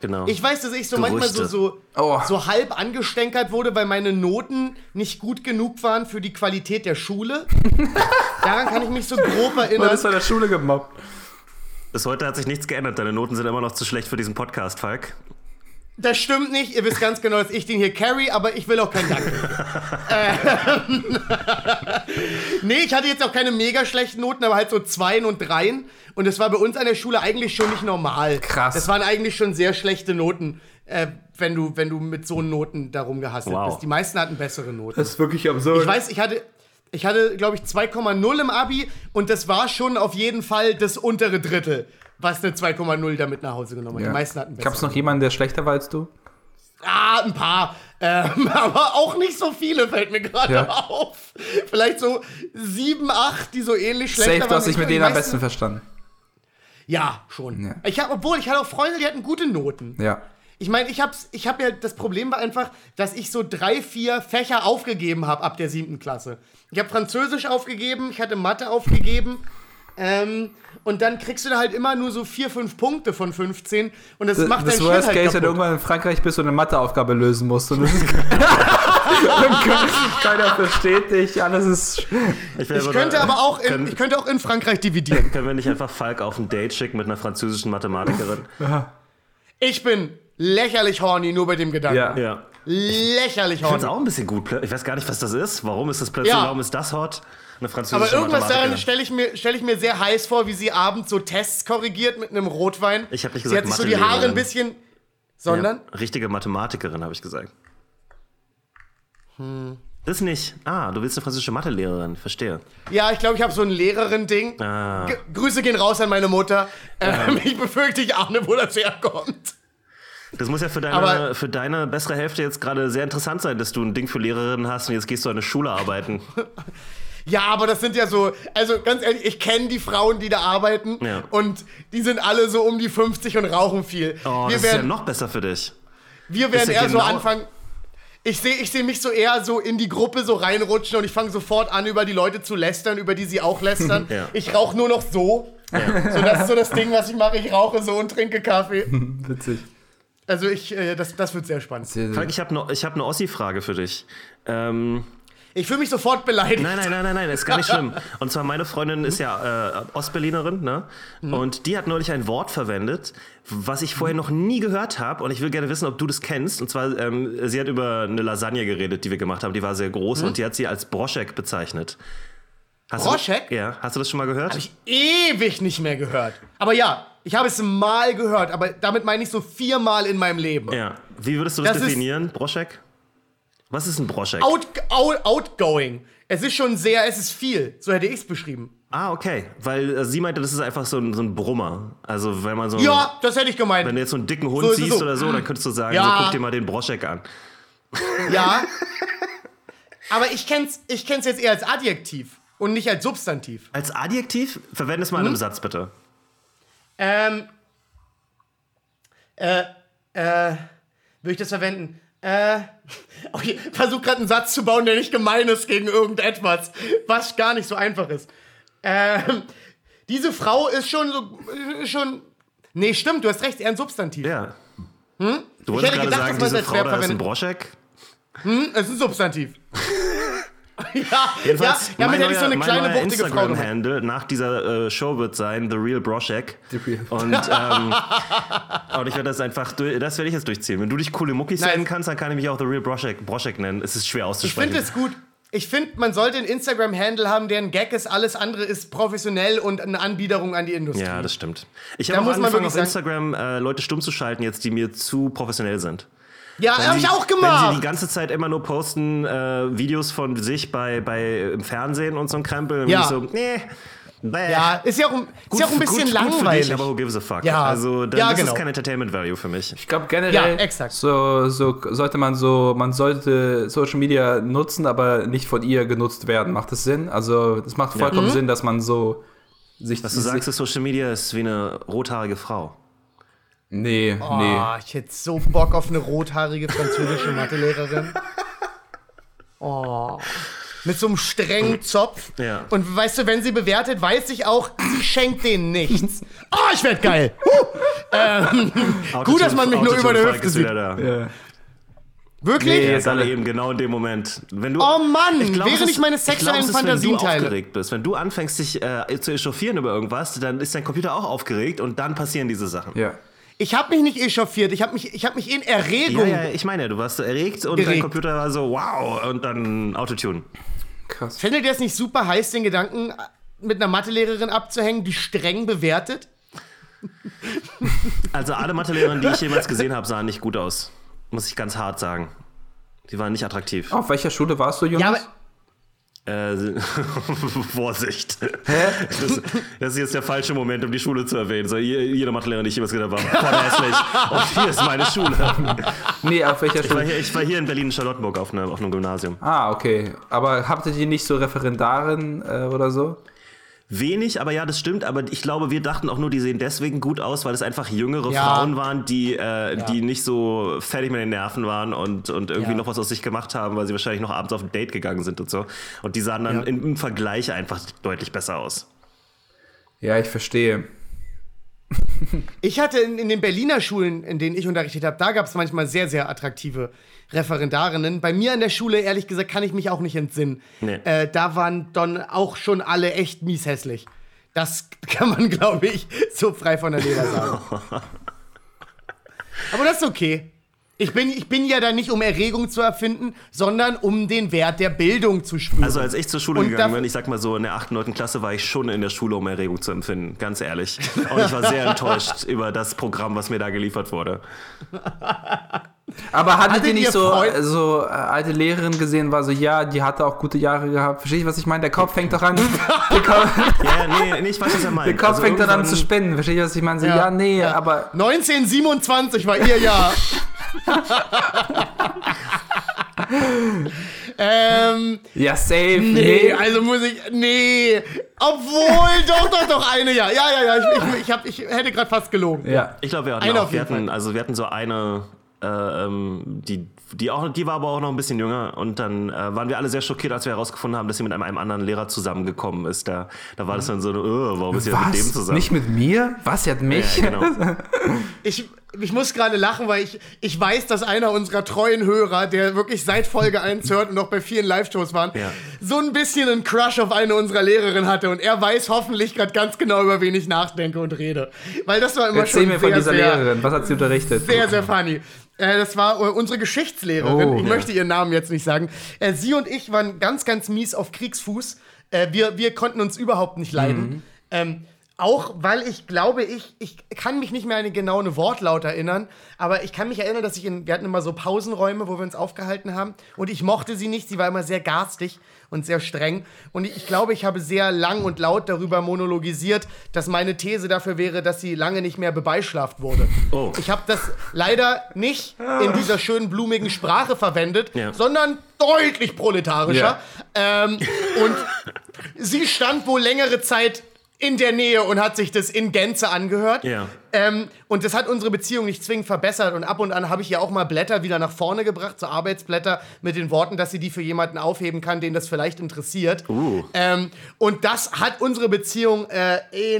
Genau. Ich weiß, dass ich so Gerüchte. manchmal so, so, Oh. so halb angestänkert wurde, weil meine Noten nicht gut genug waren für die Qualität der Schule. Daran kann ich mich so grob Du erinnern. bist bei der Schule gemobbt. Bis heute hat sich nichts geändert. Deine Noten sind immer noch zu schlecht für diesen Podcast, Falk. Das stimmt nicht. Ihr wisst ganz genau, dass ich den hier carry, aber ich will auch keinen Dank. ähm, nee, ich hatte jetzt auch keine mega schlechten Noten, aber halt so Zweien und Dreien. Und das war bei uns an der Schule eigentlich schon nicht normal. Krass. Das waren eigentlich schon sehr schlechte Noten, äh, wenn, du, wenn du mit so Noten darum gehasselt Wow. bist. Die meisten hatten bessere Noten. Das ist wirklich absurd. Ich weiß, ich hatte, ich hatte glaube ich, zwei Komma null im Abi und das war schon auf jeden Fall das untere Drittel, was eine zwei Komma null damit nach Hause genommen hat. Ja. Die meisten hatten Gab es bessere. noch jemanden, der schlechter war als du? Ah, ein paar. Ähm, aber auch nicht so viele, fällt mir gerade Ja. auf. Vielleicht so sieben, acht, die so ähnlich schlechter Safe, waren. du hast dich Ich mit die denen am meisten- besten verstanden. Ja, schon. Ja. Ich hab, obwohl, ich hatte auch Freunde, die hatten gute Noten. Ja. Ich meine, ich hab's, ich hab ja, das Problem war einfach, dass ich so drei, vier Fächer aufgegeben habe ab der siebten Klasse. Ich habe Französisch aufgegeben, ich hatte Mathe aufgegeben. Ähm, und dann kriegst du da halt immer nur so vier, fünf Punkte von fünfzehn. Und das, Das, macht das dein Worst Schnitt Case, halt wenn du kaputt. irgendwann in Frankreich bist und eine Matheaufgabe lösen musst. Und das ist keiner versteht dich, alles ist... Ich, will Ich aber könnte da- aber auch in, können, ich könnte auch in Frankreich dividieren. können wir nicht einfach Falk auf ein Date schicken mit einer französischen Mathematikerin? Ich bin lächerlich horny nur bei dem Gedanken. Ja. Ja. Lächerlich Ich finde es horny. auch ein bisschen gut. Ich weiß gar nicht, was das ist. Warum ist das plötzlich? Ja. Warum ist das hot? Eine Aber französische irgendwas daran Mathematikerin. stelle ich, mir- stell ich mir sehr heiß vor, wie sie abends so Tests korrigiert mit einem Rotwein. Ich hab nicht Sie gesagt hat sich so die Haare ein Mathelehrerin. bisschen... Sondern? Ja, richtige Mathematikerin, habe ich gesagt. Hm. Das nicht. Ah, du willst eine französische Mathelehrerin. Verstehe. Ja, ich glaube, ich habe so ein Lehrerin-Ding. Ah. G- Grüße gehen raus an meine Mutter. Ähm, ich befürchte, ich ahne, wo das herkommt. Das muss ja für deine, Aber- für deine bessere Hälfte jetzt gerade sehr interessant sein, dass du ein Ding für Lehrerinnen hast und jetzt gehst du an eine Schule arbeiten. Ja, aber das sind ja so, also ganz ehrlich, ich kenne die Frauen, die da arbeiten Ja. und die sind alle so um die fünfzig und rauchen viel. Oh, wir das ist ja werden, noch besser für dich. wir werden ist ja eher so genau- anfangen. Ich sehe ich seh mich so eher so in die Gruppe so reinrutschen und ich fange sofort an, über die Leute zu lästern, über die sie auch lästern. Ja. Ich rauche nur noch so. So, das ist so das Ding, was ich mache. Ich rauche so und trinke Kaffee. Witzig. Also ich, äh, das, das wird sehr spannend. Falk, ich habe ne, ich hab eine Ossi-Frage für dich. Ähm, Ich fühle mich sofort beleidigt. nein, nein, nein, nein, nein, ist gar nicht schlimm. Und zwar meine Freundin ist ja äh, Ostberlinerin, ne? Und die hat neulich ein Wort verwendet, was ich vorher noch nie gehört habe. Und ich will gerne wissen, ob du das kennst. Und zwar, ähm, sie hat über eine Lasagne geredet, die wir gemacht haben. Die war sehr groß und die hat sie als Broschek bezeichnet. Hast Broschek? Du, ja, hast du das schon mal gehört? Habe ich ewig nicht mehr gehört. Aber ja, ich habe es mal gehört, aber damit meine ich so viermal in meinem Leben. Ja. Wie würdest du das, Das ist- definieren, Broschek? Was ist ein Broschek? Out, out, outgoing. Es ist schon sehr, es ist viel. So hätte ich es beschrieben. Ah, okay. Weil äh, sie meinte, das ist einfach so ein, so ein Brummer. Also, wenn man so. Ja, das hätte ich gemeint. Wenn du jetzt so einen dicken Hund So ist es siehst so. oder so, dann könntest du sagen, Ja. so, guck dir mal den Broschek an. Ja. Aber ich kenn's, ich kenn's jetzt eher als Adjektiv und nicht als Substantiv. Als Adjektiv, verwende es mal in einem Satz, bitte. Ähm. Äh, äh. Würde ich das verwenden? Äh. Okay, versuch gerade einen Satz zu bauen, der nicht gemein ist gegen irgendetwas, was gar nicht so einfach ist. Ähm. Diese Frau ist schon so. Ist schon. Nee, stimmt, du hast recht, eher ein Substantiv. Ja. Hm? Du wolltest hätte gerade gedacht, sagen, dass man diese das Frau Verb da ist ein verwendet. Broschek. Es ist ein Substantiv. ja, Jedenfalls, ja, damit mein hätte ich so eine neuer- kleine, mein neuer wuchtige Frau gemacht. Instagram-Handle nach dieser äh, Show wird sein The Real Broschek. The Real. Und, ähm, und ich werde das einfach, du- das werde ich jetzt durchziehen. Wenn du dich coole Muckis Nice. nennen kannst, dann kann ich mich auch The Real Broschek, Broschek nennen. Es ist schwer Ich auszusprechen. finde es gut. Ich finde, man sollte einen Instagram-Handle haben, der ein Gag ist. Alles andere ist professionell und eine Anbiederung an die Industrie. Ja, das stimmt. Ich Da habe auch muss man angefangen, auf wirklich sagen- Instagram äh, Leute stumm zu schalten, jetzt, die mir zu professionell sind. Ja, Wenn habe ich sie- auch Wenn sie gemacht. die ganze Zeit immer nur posten äh, Videos von sich bei, bei im Fernsehen und so ein Krempel. Ja. Und ich so, nee, bäh. Ja, ist ja auch, ein- ist ja auch ein Gut- bisschen gut, Gut für langweilig. dich, aber who gives a fuck? Ja. Also da, Ja, das genau. ist kein Entertainment Value für mich. Ich glaube generell, Ja, exakt. So, so sollte man so, man sollte Social Media nutzen, aber nicht von ihr genutzt werden. Macht das Sinn? Also das macht vollkommen Mhm. Sinn, dass man so sich. Was du sagst, ist Social Media ist wie eine rothaarige Frau. Nee, Oh, nee. ich hätte so Bock auf eine rothaarige französische Mathelehrerin. Oh. Mit so einem strengen Zopf. Ja. Und weißt du, wenn sie bewertet, weiß ich auch, sie schenkt denen nichts. Oh, ich werd geil. Uh. Ähm, gut, dass man mich nur über der Hüfte sieht. Ja. Wirklich? Nee, jetzt alle eben genau in dem Moment. Wenn du, Oh Mann, ich glaub, während es ist- ich meine ich glaub, sexuellen es ist, Fantasien wenn du teile. aufgeregt bist, wenn du anfängst, dich äh, zu echauffieren über irgendwas, dann ist dein Computer auch aufgeregt und dann passieren diese Sachen. Ja. Ich habe mich nicht echauffiert, ich habe mich, ich hab mich in Ja, Erregung. ja, ich meine, du warst erregt und dein Geregt. Computer war so, wow, und dann Autotune. Krass. Findet ihr es nicht super heiß, den Gedanken mit einer Mathelehrerin abzuhängen, die streng bewertet? Also alle Mathelehrer, die ich jemals gesehen habe, sahen nicht gut aus. Muss ich ganz hart sagen. Die waren nicht attraktiv. Auf welcher Schule warst du, Jonas? Ja, aber Äh, Vorsicht. Hä? Das, das ist jetzt der falsche Moment, um die Schule zu erwähnen. So, jede Mathelehrerin, die ich jemals gesehen habe, war voll hässlich. Und hier ist meine Schule. Nee, auf welcher Ich war Schule? hier, ich war hier in Berlin-Charlottenburg auf, ne, auf einem Gymnasium. Ah, okay. Aber habt ihr die nicht so Referendarin äh, oder so? Wenig, aber ja, das stimmt. Aber ich glaube, wir dachten auch nur, die sehen deswegen gut aus, weil es einfach jüngere Ja. Frauen waren, die, äh, die nicht so fertig mit den Nerven waren und, und irgendwie Ja. noch was aus sich gemacht haben, weil sie wahrscheinlich noch abends auf ein Date gegangen sind und so. Und die sahen dann Ja. im, im Vergleich einfach deutlich besser aus. Ja, ich verstehe. ich hatte in, in den Berliner Schulen, in denen ich unterrichtet habe, da gab es manchmal sehr, sehr attraktive Referendarinnen. Bei mir an der Schule, ehrlich gesagt, kann ich mich auch nicht entsinnen. Nee. Äh, da waren dann auch schon alle echt mies hässlich. Das kann man, glaube ich, so frei von der Leber sagen. Aber das ist okay. Ich bin, ich bin ja da nicht, um Erregung zu erfinden, sondern um den Wert der Bildung zu spüren. Also als ich zur Schule Und gegangen da- bin, ich sag mal so, in der achten, neunten Klasse war ich schon in der Schule, um Erregung zu empfinden, ganz ehrlich. Und ich war sehr enttäuscht über das Programm, was mir da geliefert wurde. Aber hattet, Hattet ihr nicht ihr so, Freund- so äh, alte Lehrerin gesehen, war so, ja, die hatte auch gute Jahre gehabt. Verstehe ich, was ich meine? Der Kopf fängt doch an. der Kopf, Ja, nee, nee ich weiß, was er meint. der Kopf Also fängt dann an irgendwann- zu spinnen. Verstehe ich, was ich meine? So, ja, nee, aber. neunzehnhundertsiebenundzwanzig war ihr Jahr. ähm, Ja, safe. nee, also muss ich, nee. Obwohl, doch, doch, doch, eine ja. Ja, ja, ja, ich, ich, ich, hab, ich hätte gerade fast gelogen. Ja. Ich glaube, wir hatten Eine auch, auf wir jeden hatten, Fall. also wir hatten so eine, äh, ähm, die, die, auch, die war aber auch noch ein bisschen jünger und dann äh, waren wir alle sehr schockiert, als wir herausgefunden haben, dass sie mit einem, einem anderen Lehrer zusammengekommen ist. Da, da war das dann so, oh, warum ist sie jetzt mit dem Was? zusammen? Nicht mit mir? Was? Sie hat mich? ja, genau. Ich, ich muss gerade lachen, weil ich, ich weiß, dass einer unserer treuen Hörer, der wirklich seit Folge eins hört und noch bei vielen Live-Shows waren, Ja. so ein bisschen einen Crush auf eine unserer Lehrerinnen hatte. Und er weiß hoffentlich gerade ganz genau, über wen ich nachdenke und rede. Weil das war immer Erzähl schon mir von sehr, dieser sehr, Lehrerin. Was hat sie unterrichtet? sehr, sehr funny. Äh, das war äh, unsere Geschichtslehrerin. Oh, ich ja. möchte ihren Namen jetzt nicht sagen. Äh, sie und ich waren ganz, ganz mies auf Kriegsfuß. Äh, wir, wir konnten uns überhaupt nicht leiden. Mhm. Ähm, auch weil ich glaube, ich, ich kann mich nicht mehr an den genauen Wortlaut erinnern, aber ich kann mich erinnern, dass ich in, wir hatten immer so Pausenräume, wo wir uns aufgehalten haben und ich mochte sie nicht, sie war immer sehr garstig und sehr streng und ich, ich glaube, ich habe sehr lang und laut darüber monologisiert, dass meine These dafür wäre, dass sie lange nicht mehr bebeischlaft wurde. Oh. Ich habe das leider nicht in dieser schönen blumigen Sprache verwendet, Ja. sondern deutlich proletarischer. Ähm, und sie stand wohl längere Zeit in der Nähe und hat sich das in Gänze angehört. Ja. Ähm, und das hat unsere Beziehung nicht zwingend verbessert. Und ab und an habe ich ja auch mal Blätter wieder nach vorne gebracht, so Arbeitsblätter, mit den Worten, dass sie die für jemanden aufheben kann, den das vielleicht interessiert. Uh. Ähm, und das hat unsere Beziehung äh,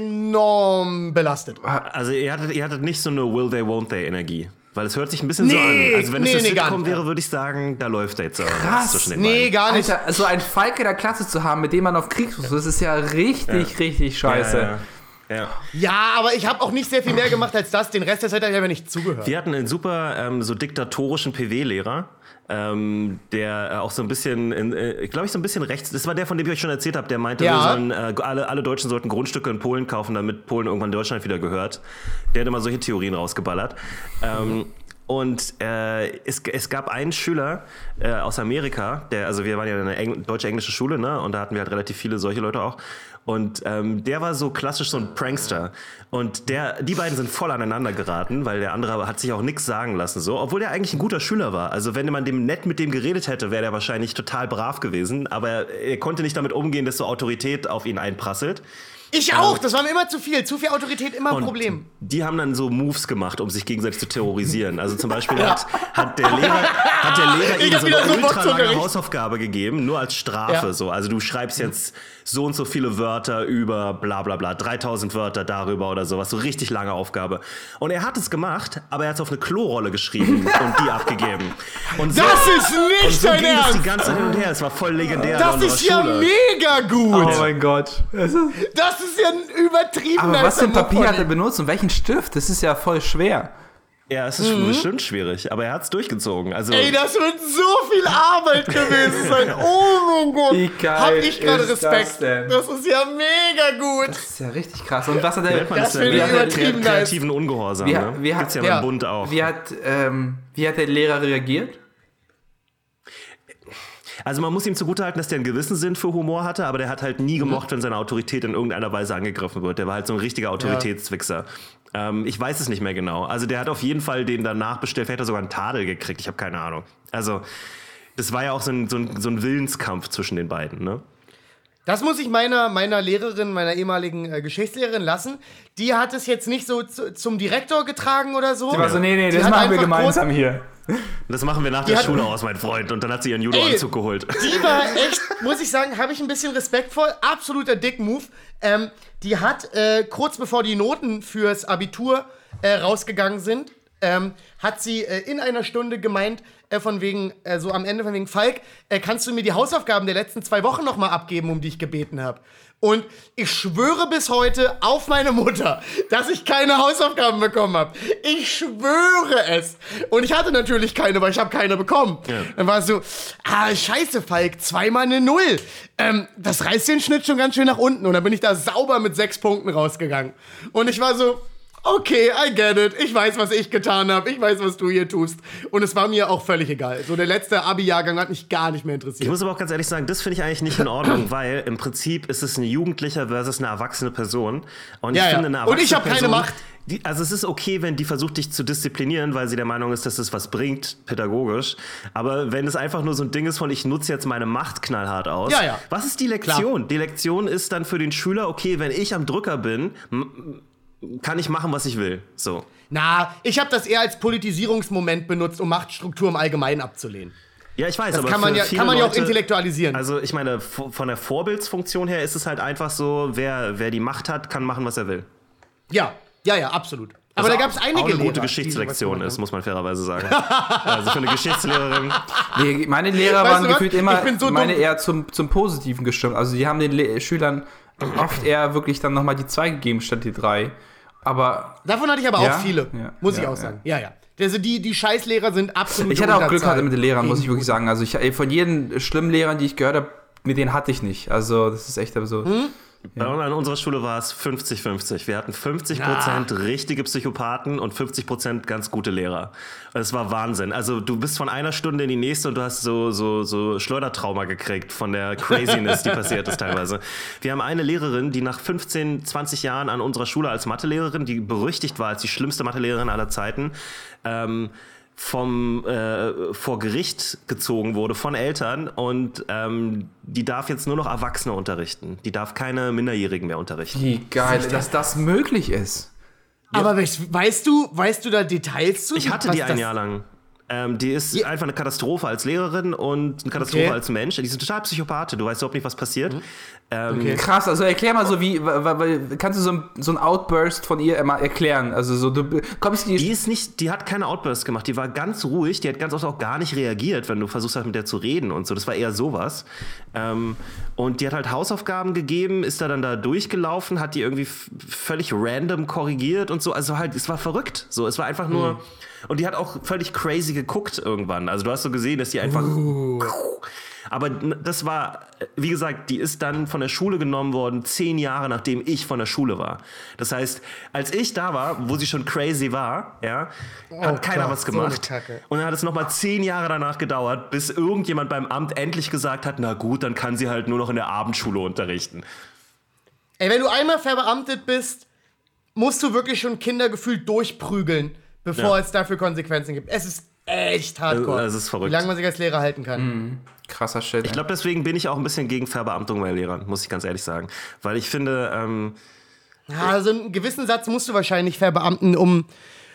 enorm belastet. Also ihr hattet, ihr hattet nicht so eine Will they, won't they Energie. Weil es hört sich ein bisschen so Nee, an. Also wenn nee, es nee, eine gar Sitcom nicht. wäre, würde ich sagen, da läuft jetzt so Krass. zwischen den Nee, beiden. gar nicht. Alter, so ein Falke der Klasse zu haben, mit dem man auf Kriegsfuß, das ist ja richtig, richtig scheiße. Ja, ja, ja. Ja, aber ich habe auch nicht sehr viel mehr gemacht als das. Den Rest der Zeit habe ich aber nicht zugehört. Wir hatten einen super ähm, so diktatorischen P W-Lehrer, ähm, der äh, auch so ein bisschen, äh, glaube ich, so ein bisschen rechts, das war der, von dem ich euch schon erzählt habe, der meinte, Ja. wir sollen, äh, alle, alle Deutschen sollten Grundstücke in Polen kaufen, damit Polen irgendwann Deutschland wieder gehört. Der hat immer solche Theorien rausgeballert. Ähm, Und äh, es, es gab einen Schüler äh, aus Amerika, der, also wir waren ja eine Engl- deutsche-englische Schule, ne? Und da hatten wir halt relativ viele solche Leute auch. Und ähm, der war so klassisch so ein Prankster. Und der, die beiden sind voll aneinander geraten, weil der andere hat sich auch nichts sagen lassen, so, obwohl der eigentlich ein guter Schüler war. Also wenn man dem nett mit dem geredet hätte, wäre der wahrscheinlich total brav gewesen. Aber er konnte nicht damit umgehen, dass so Autorität auf ihn einprasselt. Ich auch, das war mir immer zu viel. Zu viel Autorität, immer ein Und Problem. die haben dann so Moves gemacht, um sich gegenseitig zu terrorisieren. Also zum Beispiel hat, hat der Lehrer, hat der Lehrer Ich ihm hab so wieder eine so Bock zu ultralange unterrichten. Hausaufgabe gegeben, nur als Strafe. Ja. So. Also du schreibst jetzt so und so viele Wörter über bla bla bla, dreitausend Wörter darüber oder sowas, so richtig lange Aufgabe. Und er hat es gemacht, aber er hat es auf eine Klorolle geschrieben und die abgegeben. Und so, Das ist und nicht so dein ging es die Ernst! ganze Zeit hin und her. Es war voll legendär. Das in unserer ist ja Schule. mega gut! Oh mein Gott. Das ist Das ist ja ein übertriebener Aber was für ein Papier hat er Monopoly. benutzt und welchen Stift? Das ist ja voll schwer. Ja, es ist bestimmt schwierig, aber er hat es durchgezogen. Also, Ey, das wird so viel Arbeit gewesen sein. Oh mein Gott. Wie geil Hab ich gerade ist Respekt. das denn? Das ist ja mega gut. Das ist ja richtig krass. Und was hat er... nennt man Das das, finde ja, ich mit übertrieben nice. kreativen Ungehorsam. Wie, ne? wie, Gibt's ja, hat, ja. im Bund auch. wie, hat, ähm, wie hat der Lehrer reagiert? Also man muss ihm zugutehalten, dass der einen gewissen Sinn für Humor hatte, aber der hat halt nie gemocht, wenn seine Autorität in irgendeiner Weise angegriffen wird. Der war halt so ein richtiger Autoritätswichser. Ähm, ich weiß es nicht mehr genau. Also der hat auf jeden Fall den danach bestellt, vielleicht hat er sogar einen Tadel gekriegt, ich habe keine Ahnung. Also das war ja auch so ein, so ein, so ein Willenskampf zwischen den beiden, ne? Das muss ich meiner, meiner Lehrerin, meiner ehemaligen äh, Geschichtslehrerin lassen. Die hat es jetzt nicht so zu, zum Direktor getragen oder so. Sie war so, nee, nee, Die das hat machen wir einfach gemeinsam hier. Das machen wir nach der hat- Schule aus, mein Freund. Und dann hat sie ihren Judo-Anzug geholt. Die war echt, muss ich sagen, habe ich ein bisschen respektvoll. Absoluter Dick-Move. Ähm, die hat, äh, kurz bevor die Noten fürs Abitur äh, rausgegangen sind, ähm, hat sie äh, in einer Stunde gemeint, äh, von wegen, äh, so am Ende von wegen, Falk, äh, kannst du mir die Hausaufgaben der letzten zwei Wochen noch mal abgeben, um die ich gebeten habe? Und ich schwöre bis heute auf meine Mutter, dass ich keine Hausaufgaben bekommen habe. Ich schwöre es. Und ich hatte natürlich keine, weil ich habe keine bekommen. Ja. Dann war es so, ah, scheiße, Falk, zweimal eine Null. Ähm, das reißt den Schnitt schon ganz schön nach unten. Und dann bin ich da sauber mit sechs Punkten rausgegangen. Und ich war so, okay, I get it. Ich weiß, was ich getan habe. Ich weiß, was du hier tust. Und es war mir auch völlig egal. So, der letzte Abi-Jahrgang hat mich gar nicht mehr Ich interessiert. muss aber auch ganz ehrlich sagen, das finde ich eigentlich nicht in Ordnung, weil im Prinzip ist es ein Jugendlicher versus eine erwachsene Person. Und Ja, ich ja. finde, eine Und erwachsene ich habe keine Person, Macht. Die, also es ist okay, wenn die versucht, dich zu disziplinieren, weil sie der Meinung ist, dass es was bringt, pädagogisch. Aber wenn es einfach nur so ein Ding ist von, ich nutze jetzt meine Macht knallhart aus. Ja, ja. Was ist die Lektion? Die Lektion ist dann für den Schüler, okay, wenn ich am Drücker bin, m- kann ich machen, was ich will. So. Na, ich habe das eher als Politisierungsmoment benutzt, um Machtstruktur im Allgemeinen abzulehnen. Ja, ich weiß, Das aber kann man für ja, viele kann man ja auch Leute, intellektualisieren. Also ich meine, f- von der Vorbildsfunktion her ist es halt einfach so, wer, wer die Macht hat, kann machen, was er will. ja, ja, ja, absolut. Aber Was da gab es auch- einige auch eine Lehrer, gute die Geschichtslektion sowas ist, muss man fairerweise sagen. Also für eine Geschichtslehrerin. Nee, meine Lehrer Weißt waren du was? gefühlt immer Ich bin so meine dumm. eher zum, zum Positiven gestimmt. Also die haben den Le Schülern oft eher wirklich dann nochmal die zwei gegeben statt die drei. Aber Davon hatte ich aber Ja? auch viele, Ja, muss ich ja, auch sagen. Ja, ja. Also die, die Scheißlehrer sind absolut ich hatte auch Glück Unterzahl. hatte mit den Lehrern, muss ich Gegen wirklich sagen. Also ich, ey, von jeden schlimmen Lehrern, die ich gehört habe, mit denen hatte ich nicht. Also das ist echt so. Hm? Bei uns an unserer Schule war es fünfzig fünfzig. Wir hatten fünfzig Prozent richtige Psychopathen und fünfzig Prozent ganz gute Lehrer. Es war Wahnsinn. Also du bist von einer Stunde in die nächste und du hast so, so, so Schleudertrauma gekriegt von der Craziness, die passiert ist teilweise. Wir haben eine Lehrerin, die nach fünfzehn, zwanzig Jahren an unserer Schule als Mathelehrerin, die berüchtigt war als die schlimmste Mathelehrerin aller Zeiten, ähm, vom äh, vor Gericht gezogen wurde von Eltern und ähm, die darf jetzt nur noch Erwachsene unterrichten. Die darf keine Minderjährigen mehr unterrichten. Wie geil, dass das möglich ist. Aber weißt, weißt du, weißt du da Details zu? Ich hatte was die ein das- Jahr lang. Ähm, die ist Ja. einfach eine Katastrophe als Lehrerin und eine Katastrophe Okay. als Mensch. Die sind total Psychopathe. Du weißt überhaupt nicht, was passiert. Ähm, Okay. Krass, also erklär mal so, wie, w- w- kannst du so ein, so ein Outburst von ihr mal erklären? Also so, du kommst in Die die... ist nicht, die hat keine Outbursts gemacht. Die war ganz ruhig. Die hat ganz oft auch gar nicht reagiert, wenn du versuchst hast, mit der zu reden und so. Das war eher sowas. Ähm, und die hat halt Hausaufgaben gegeben, ist da dann da durchgelaufen, hat die irgendwie f- völlig random korrigiert und so. Also halt, es war verrückt. So, es war einfach nur. Und die hat auch völlig crazy geguckt irgendwann. Also du hast so gesehen, dass die einfach. Aber das war, wie gesagt, die ist dann von der Schule genommen worden, zehn Jahre nachdem ich von der Schule war. Das heißt, als ich da war, wo sie schon crazy war, ja, hat keiner Gott, was so eine gemacht. Kacke. Und dann hat es nochmal zehn Jahre danach gedauert, bis irgendjemand beim Amt endlich gesagt hat, na gut, dann kann sie halt nur noch in der Abendschule unterrichten. Ey, wenn du einmal verbeamtet bist, musst du wirklich schon Kinder gefühlt durchprügeln, bevor Ja. es dafür Konsequenzen gibt. Es ist echt hardcore. Das ist verrückt. Wie lange man sich als Lehrer halten kann. Mhm. Krasser Shit. Ich glaube, deswegen bin ich auch ein bisschen gegen Verbeamtung bei Lehrern, muss ich ganz ehrlich sagen. Weil ich finde, ähm, Ja, also einen gewissen Satz musst du wahrscheinlich verbeamten, um,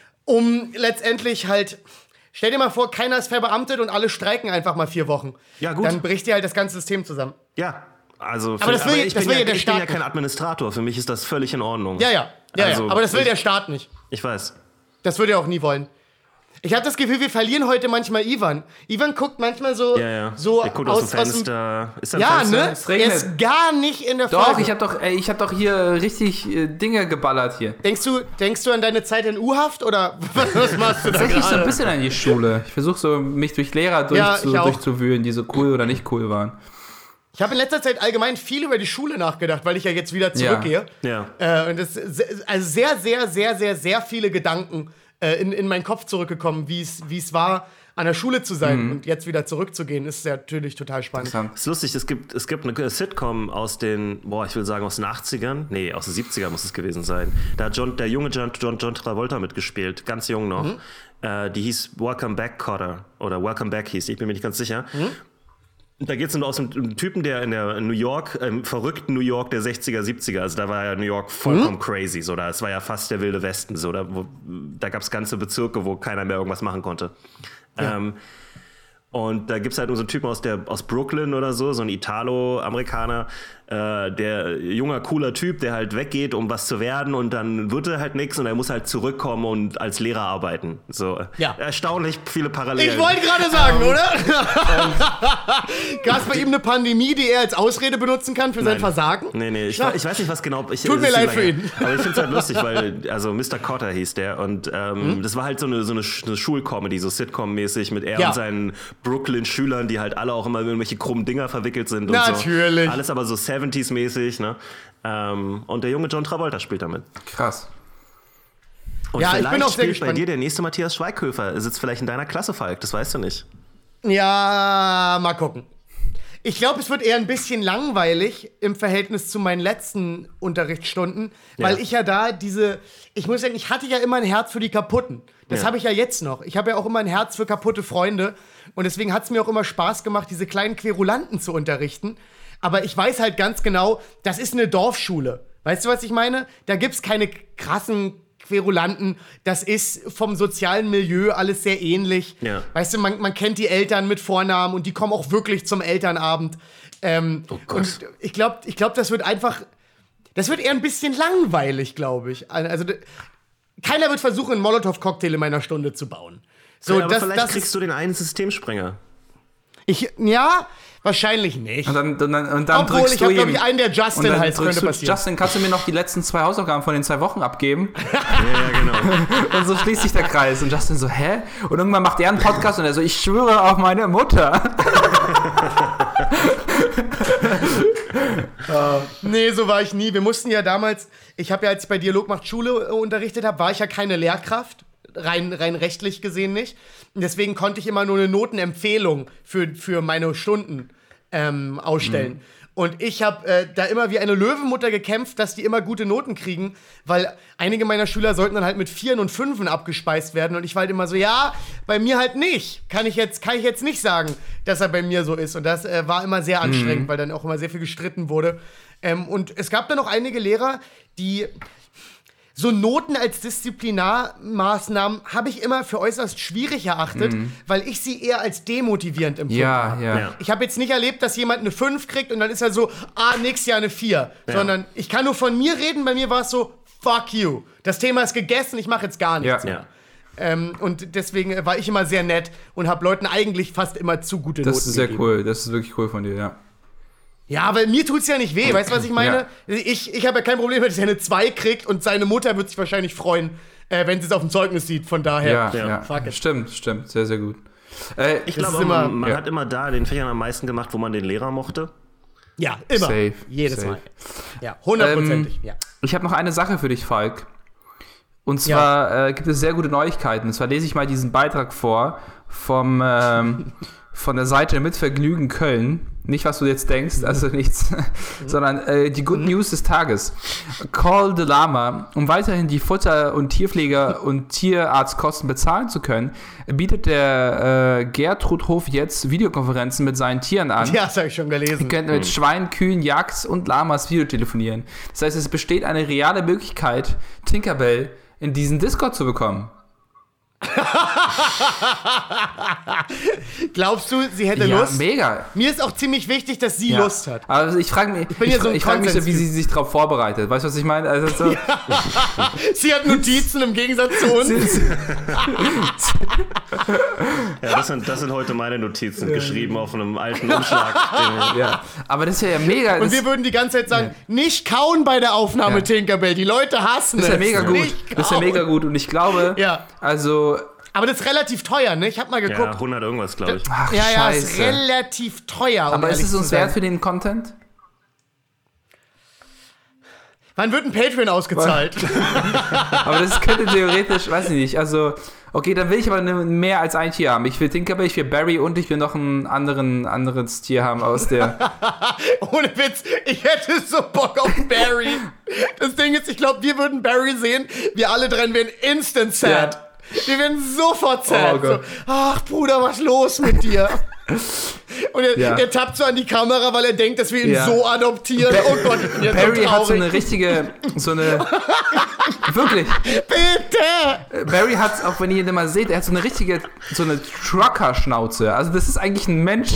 um letztendlich halt. Stell dir mal vor, keiner ist verbeamtet und alle streiken einfach mal vier Wochen. Ja, gut. Dann bricht dir halt das ganze System zusammen. ja, also für, Aber das will- ich, das bin will ja, ja der ich bin ja Staat kein nicht. Administrator, für mich ist das völlig in Ordnung. Ja, ja, ja, Also, ja. Aber das will ich- der Staat nicht. Ich weiß. Das würde er auch nie wollen. Ich habe das Gefühl, wir verlieren heute manchmal Ivan. Ivan guckt manchmal so, Ja, ja. so Der guckt aus, aus dem Fenster. Ist da ein Ja, Fenster? ne? Es regnet. Er ist gar nicht in der Doch, Folge. ich habe doch, ey, ich hab doch hier richtig äh, Dinge geballert hier. Denkst du, denkst du an deine Zeit in U-Haft oder was, was machst du da Tatsächlich so ein gerade? bisschen an die Schule. Ich versuche so, mich durch Lehrer Ja, durchzu, ich auch. durchzuwühlen, die so cool oder nicht cool waren. Ich habe in letzter Zeit allgemein viel über die Schule nachgedacht, weil ich ja jetzt wieder zurückgehe. Ja. Äh, und das also sehr, sehr, sehr, sehr, sehr viele Gedanken äh, in, in meinen Kopf zurückgekommen, wie es wie es war, an der Schule zu sein Mhm. und jetzt wieder zurückzugehen, ist ja natürlich total spannend. Interessant. Ist lustig, es gibt, es gibt eine Sitcom aus den, boah, ich will sagen aus den achtzigern, nee, aus den siebzigern muss es gewesen sein. Da hat John, der junge John, John, John Travolta mitgespielt, ganz jung noch. Mhm. Äh, die hieß Welcome Back Kotter oder Welcome Back hieß die, ich bin mir nicht ganz sicher. Mhm. Da geht es aus einem Typen, der in der New York, im verrückten New York der sechziger, siebziger, also da war ja New York vollkommen Mhm. crazy, so, da, es war ja fast der wilde Westen, so, da, wo, da gab es ganze Bezirke, wo keiner mehr irgendwas machen konnte. Ja. Ähm, Und da gibt es halt nur so einen Typen aus, der, aus Brooklyn oder so, so ein Italo-Amerikaner, äh, der junger, cooler Typ, der halt weggeht, um was zu werden und dann wird er halt nichts und er muss halt zurückkommen und als Lehrer arbeiten. So, Ja. erstaunlich viele Parallelen. Ich wollte gerade sagen, oder? Gab es bei ihm eine Pandemie, die er als Ausrede benutzen kann für sein Nein. Versagen? Nee, nee, ich, Ja. ich weiß nicht, was genau. Ich, Tut es mir ist leid schon für lange ihn. her. Aber ich finde es halt lustig, weil, also Mister Cotter hieß der und ähm, Hm? das war halt so eine, so eine, Sch- eine Schulcomedy, so Sitcom-mäßig mit er Ja. und seinen Brooklyn-Schülern, die halt alle auch immer in irgendwelche krummen Dinger verwickelt sind und Natürlich. so. Alles aber so siebziger-mäßig, ne? Ähm, und der junge John Travolta spielt damit. Krass. Und Ja, ich vielleicht bin auch sehr spielt bei gespannt. dir der nächste Matthias Schweighöfer. Er sitzt vielleicht in deiner Klasse, Falk, das weißt du nicht. Ja, mal gucken. Ich glaube, es wird eher ein bisschen langweilig im Verhältnis zu meinen letzten Unterrichtsstunden, weil Ja. ich ja da diese, ich muss sagen, ich hatte ja immer ein Herz für die Kaputten. Das Ja. habe ich ja jetzt noch. Ich habe ja auch immer ein Herz für kaputte Freunde und deswegen hat es mir auch immer Spaß gemacht, diese kleinen Querulanten zu unterrichten. Aber ich weiß halt ganz genau, das ist eine Dorfschule. Weißt du, was ich meine? Da gibt es keine krassen Querulanten. Das ist vom sozialen Milieu alles sehr ähnlich. Ja. Weißt du, man, man kennt die Eltern mit Vornamen und die kommen auch wirklich zum Elternabend. Ähm, Oh Gott. Und ich glaube, ich glaub, das wird einfach, das wird eher ein bisschen langweilig, glaube ich. Also d- keiner wird versuchen, einen Molotow-Cocktail in meiner Stunde zu bauen. So, ja, aber das, vielleicht das kriegst ist, du den einen Systemsprenger. ich, ja, wahrscheinlich nicht. Und dann, und dann, und dann Obwohl, drückst ich du habe, glaube ihm. ich, einen, der Und Justin dann heißt, drückst könnte du, passieren. Justin, kannst du mir noch die letzten zwei Hausaufgaben von den zwei Wochen abgeben? Ja, ja, genau. Und so schließt sich der Kreis. Und Justin so, hä? Und irgendwann macht er einen Podcast und er so, ich schwöre auf meine Mutter. Nee, so war ich nie. Wir mussten ja damals, ich habe ja, als ich bei Dialog macht Schule äh, unterrichtet habe, war ich ja keine Lehrkraft, rein, rein rechtlich gesehen nicht. Und deswegen konnte ich immer nur eine Notenempfehlung für, für meine Stunden ähm, ausstellen. Mhm. Und ich habe äh, da immer wie eine Löwenmutter gekämpft, dass die immer gute Noten kriegen, weil einige meiner Schüler sollten dann halt mit Vieren und Fünfen abgespeist werden. Und ich war halt immer so, ja, bei mir halt nicht. Kann ich jetzt, kann ich jetzt nicht sagen, dass er bei mir so ist. Und das äh, war immer sehr anstrengend, weil dann auch immer sehr viel gestritten wurde. Ähm, und es gab dann noch einige Lehrer, die so Noten als Disziplinarmaßnahmen habe ich immer für äußerst schwierig erachtet, weil ich sie eher als demotivierend empfunden Ja, habe. ja. Ja. Ich habe jetzt nicht erlebt, dass jemand eine fünf kriegt und dann ist er so, ah, nächstes Jahr eine vier. Sondern ich kann nur von mir reden, bei mir war es so, fuck you. Das Thema ist gegessen, ich mache jetzt gar nichts. Ja. Ja. Ähm, und deswegen war ich immer sehr nett und habe Leuten eigentlich fast immer zu gute Das Noten ist sehr gegeben. cool. Das ist wirklich cool von dir, ja. Ja, weil mir tut's ja nicht weh, weißt du, was ich meine? Ja. Ich, ich habe ja kein Problem, dass er eine zwei kriegt und seine Mutter wird sich wahrscheinlich freuen, äh, wenn sie es auf dem Zeugnis sieht, von daher. Ja, Ja. ja. Fuck it. Stimmt, stimmt. Sehr, sehr gut. Äh, Ich Das glaube, ist immer- man, man ja. hat immer da den Fächern am meisten gemacht, wo man den Lehrer mochte. Ja, immer. Safe, Jedes safe. Mal. Ja, hundertprozentig. Ähm, ja. Ich habe noch eine Sache für dich, Falk. Und zwar äh, gibt es sehr gute Neuigkeiten. Und zwar lese ich mal diesen Beitrag vor vom, ähm, von der Seite Mit Vergnügen Köln. Nicht, was du jetzt denkst, also nichts, mhm. sondern äh, die Good News des Tages. Call the Llama. Um weiterhin die Futter- und Tierpfleger- und Tierarztkosten bezahlen zu können, bietet der äh, Gertrudhof jetzt Videokonferenzen mit seinen Tieren an. Ja, das habe ich schon gelesen. Ihr könnt mit mhm. Schweinen, Kühen, Yaks und Lamas Videotelefonieren. Das heißt, es besteht eine reale Möglichkeit, Tinkerbell in diesen Discord zu bekommen. Glaubst du, sie hätte ja, Lust? Mega. Mir ist auch ziemlich wichtig, dass sie ja. Lust hat. Also ich frage mich, ich, ich, so ich frag mich so, wie sie sich darauf vorbereitet. Weißt du, was ich meine? Also so ja. Sie hat Notizen im Gegensatz zu uns. Ja, das sind, das sind heute meine Notizen, geschrieben auf einem alten Umschlag. Ja. Aber das ist ja mega. Und wir würden die ganze Zeit sagen, ja. nicht kauen bei der Aufnahme, ja. Tinkerbell. Die Leute hassen es. Das ist ja mega gut. Das ist ja mega gut. Und ich glaube, ja. also... Aber das ist relativ teuer, ne? Ich hab mal geguckt. Ja, hundert irgendwas, glaube ich. Ach, ja, ja, Scheiße. ist relativ teuer. Um Aber ist es uns wert für den Content? Wann wird ein Patreon ausgezahlt? Aber das könnte theoretisch, weiß ich nicht, also... Okay, dann will ich aber mehr als ein Tier haben. Ich will Tinkerbell, ich will Barry und ich will noch ein anderen, anderes Tier haben aus der... Ohne Witz, ich hätte so Bock auf Barry. Das Ding ist, ich glaube, wir würden Barry sehen, wir alle drin wären instant sad. Ja. Wir werden sofort sad. Oh so, ach, Bruder, was ist los mit dir? Und er, ja. er tappt so an die Kamera, weil er denkt, dass wir ihn ja. so adoptieren. Ba- oh Gott, ich bin jetzt Barry so hat so eine richtige, so eine, wirklich. Bitte! Barry hat, auch wenn ihr ihn immer seht, er hat so eine richtige, so eine Trucker-Schnauze. Also das ist eigentlich ein Mensch.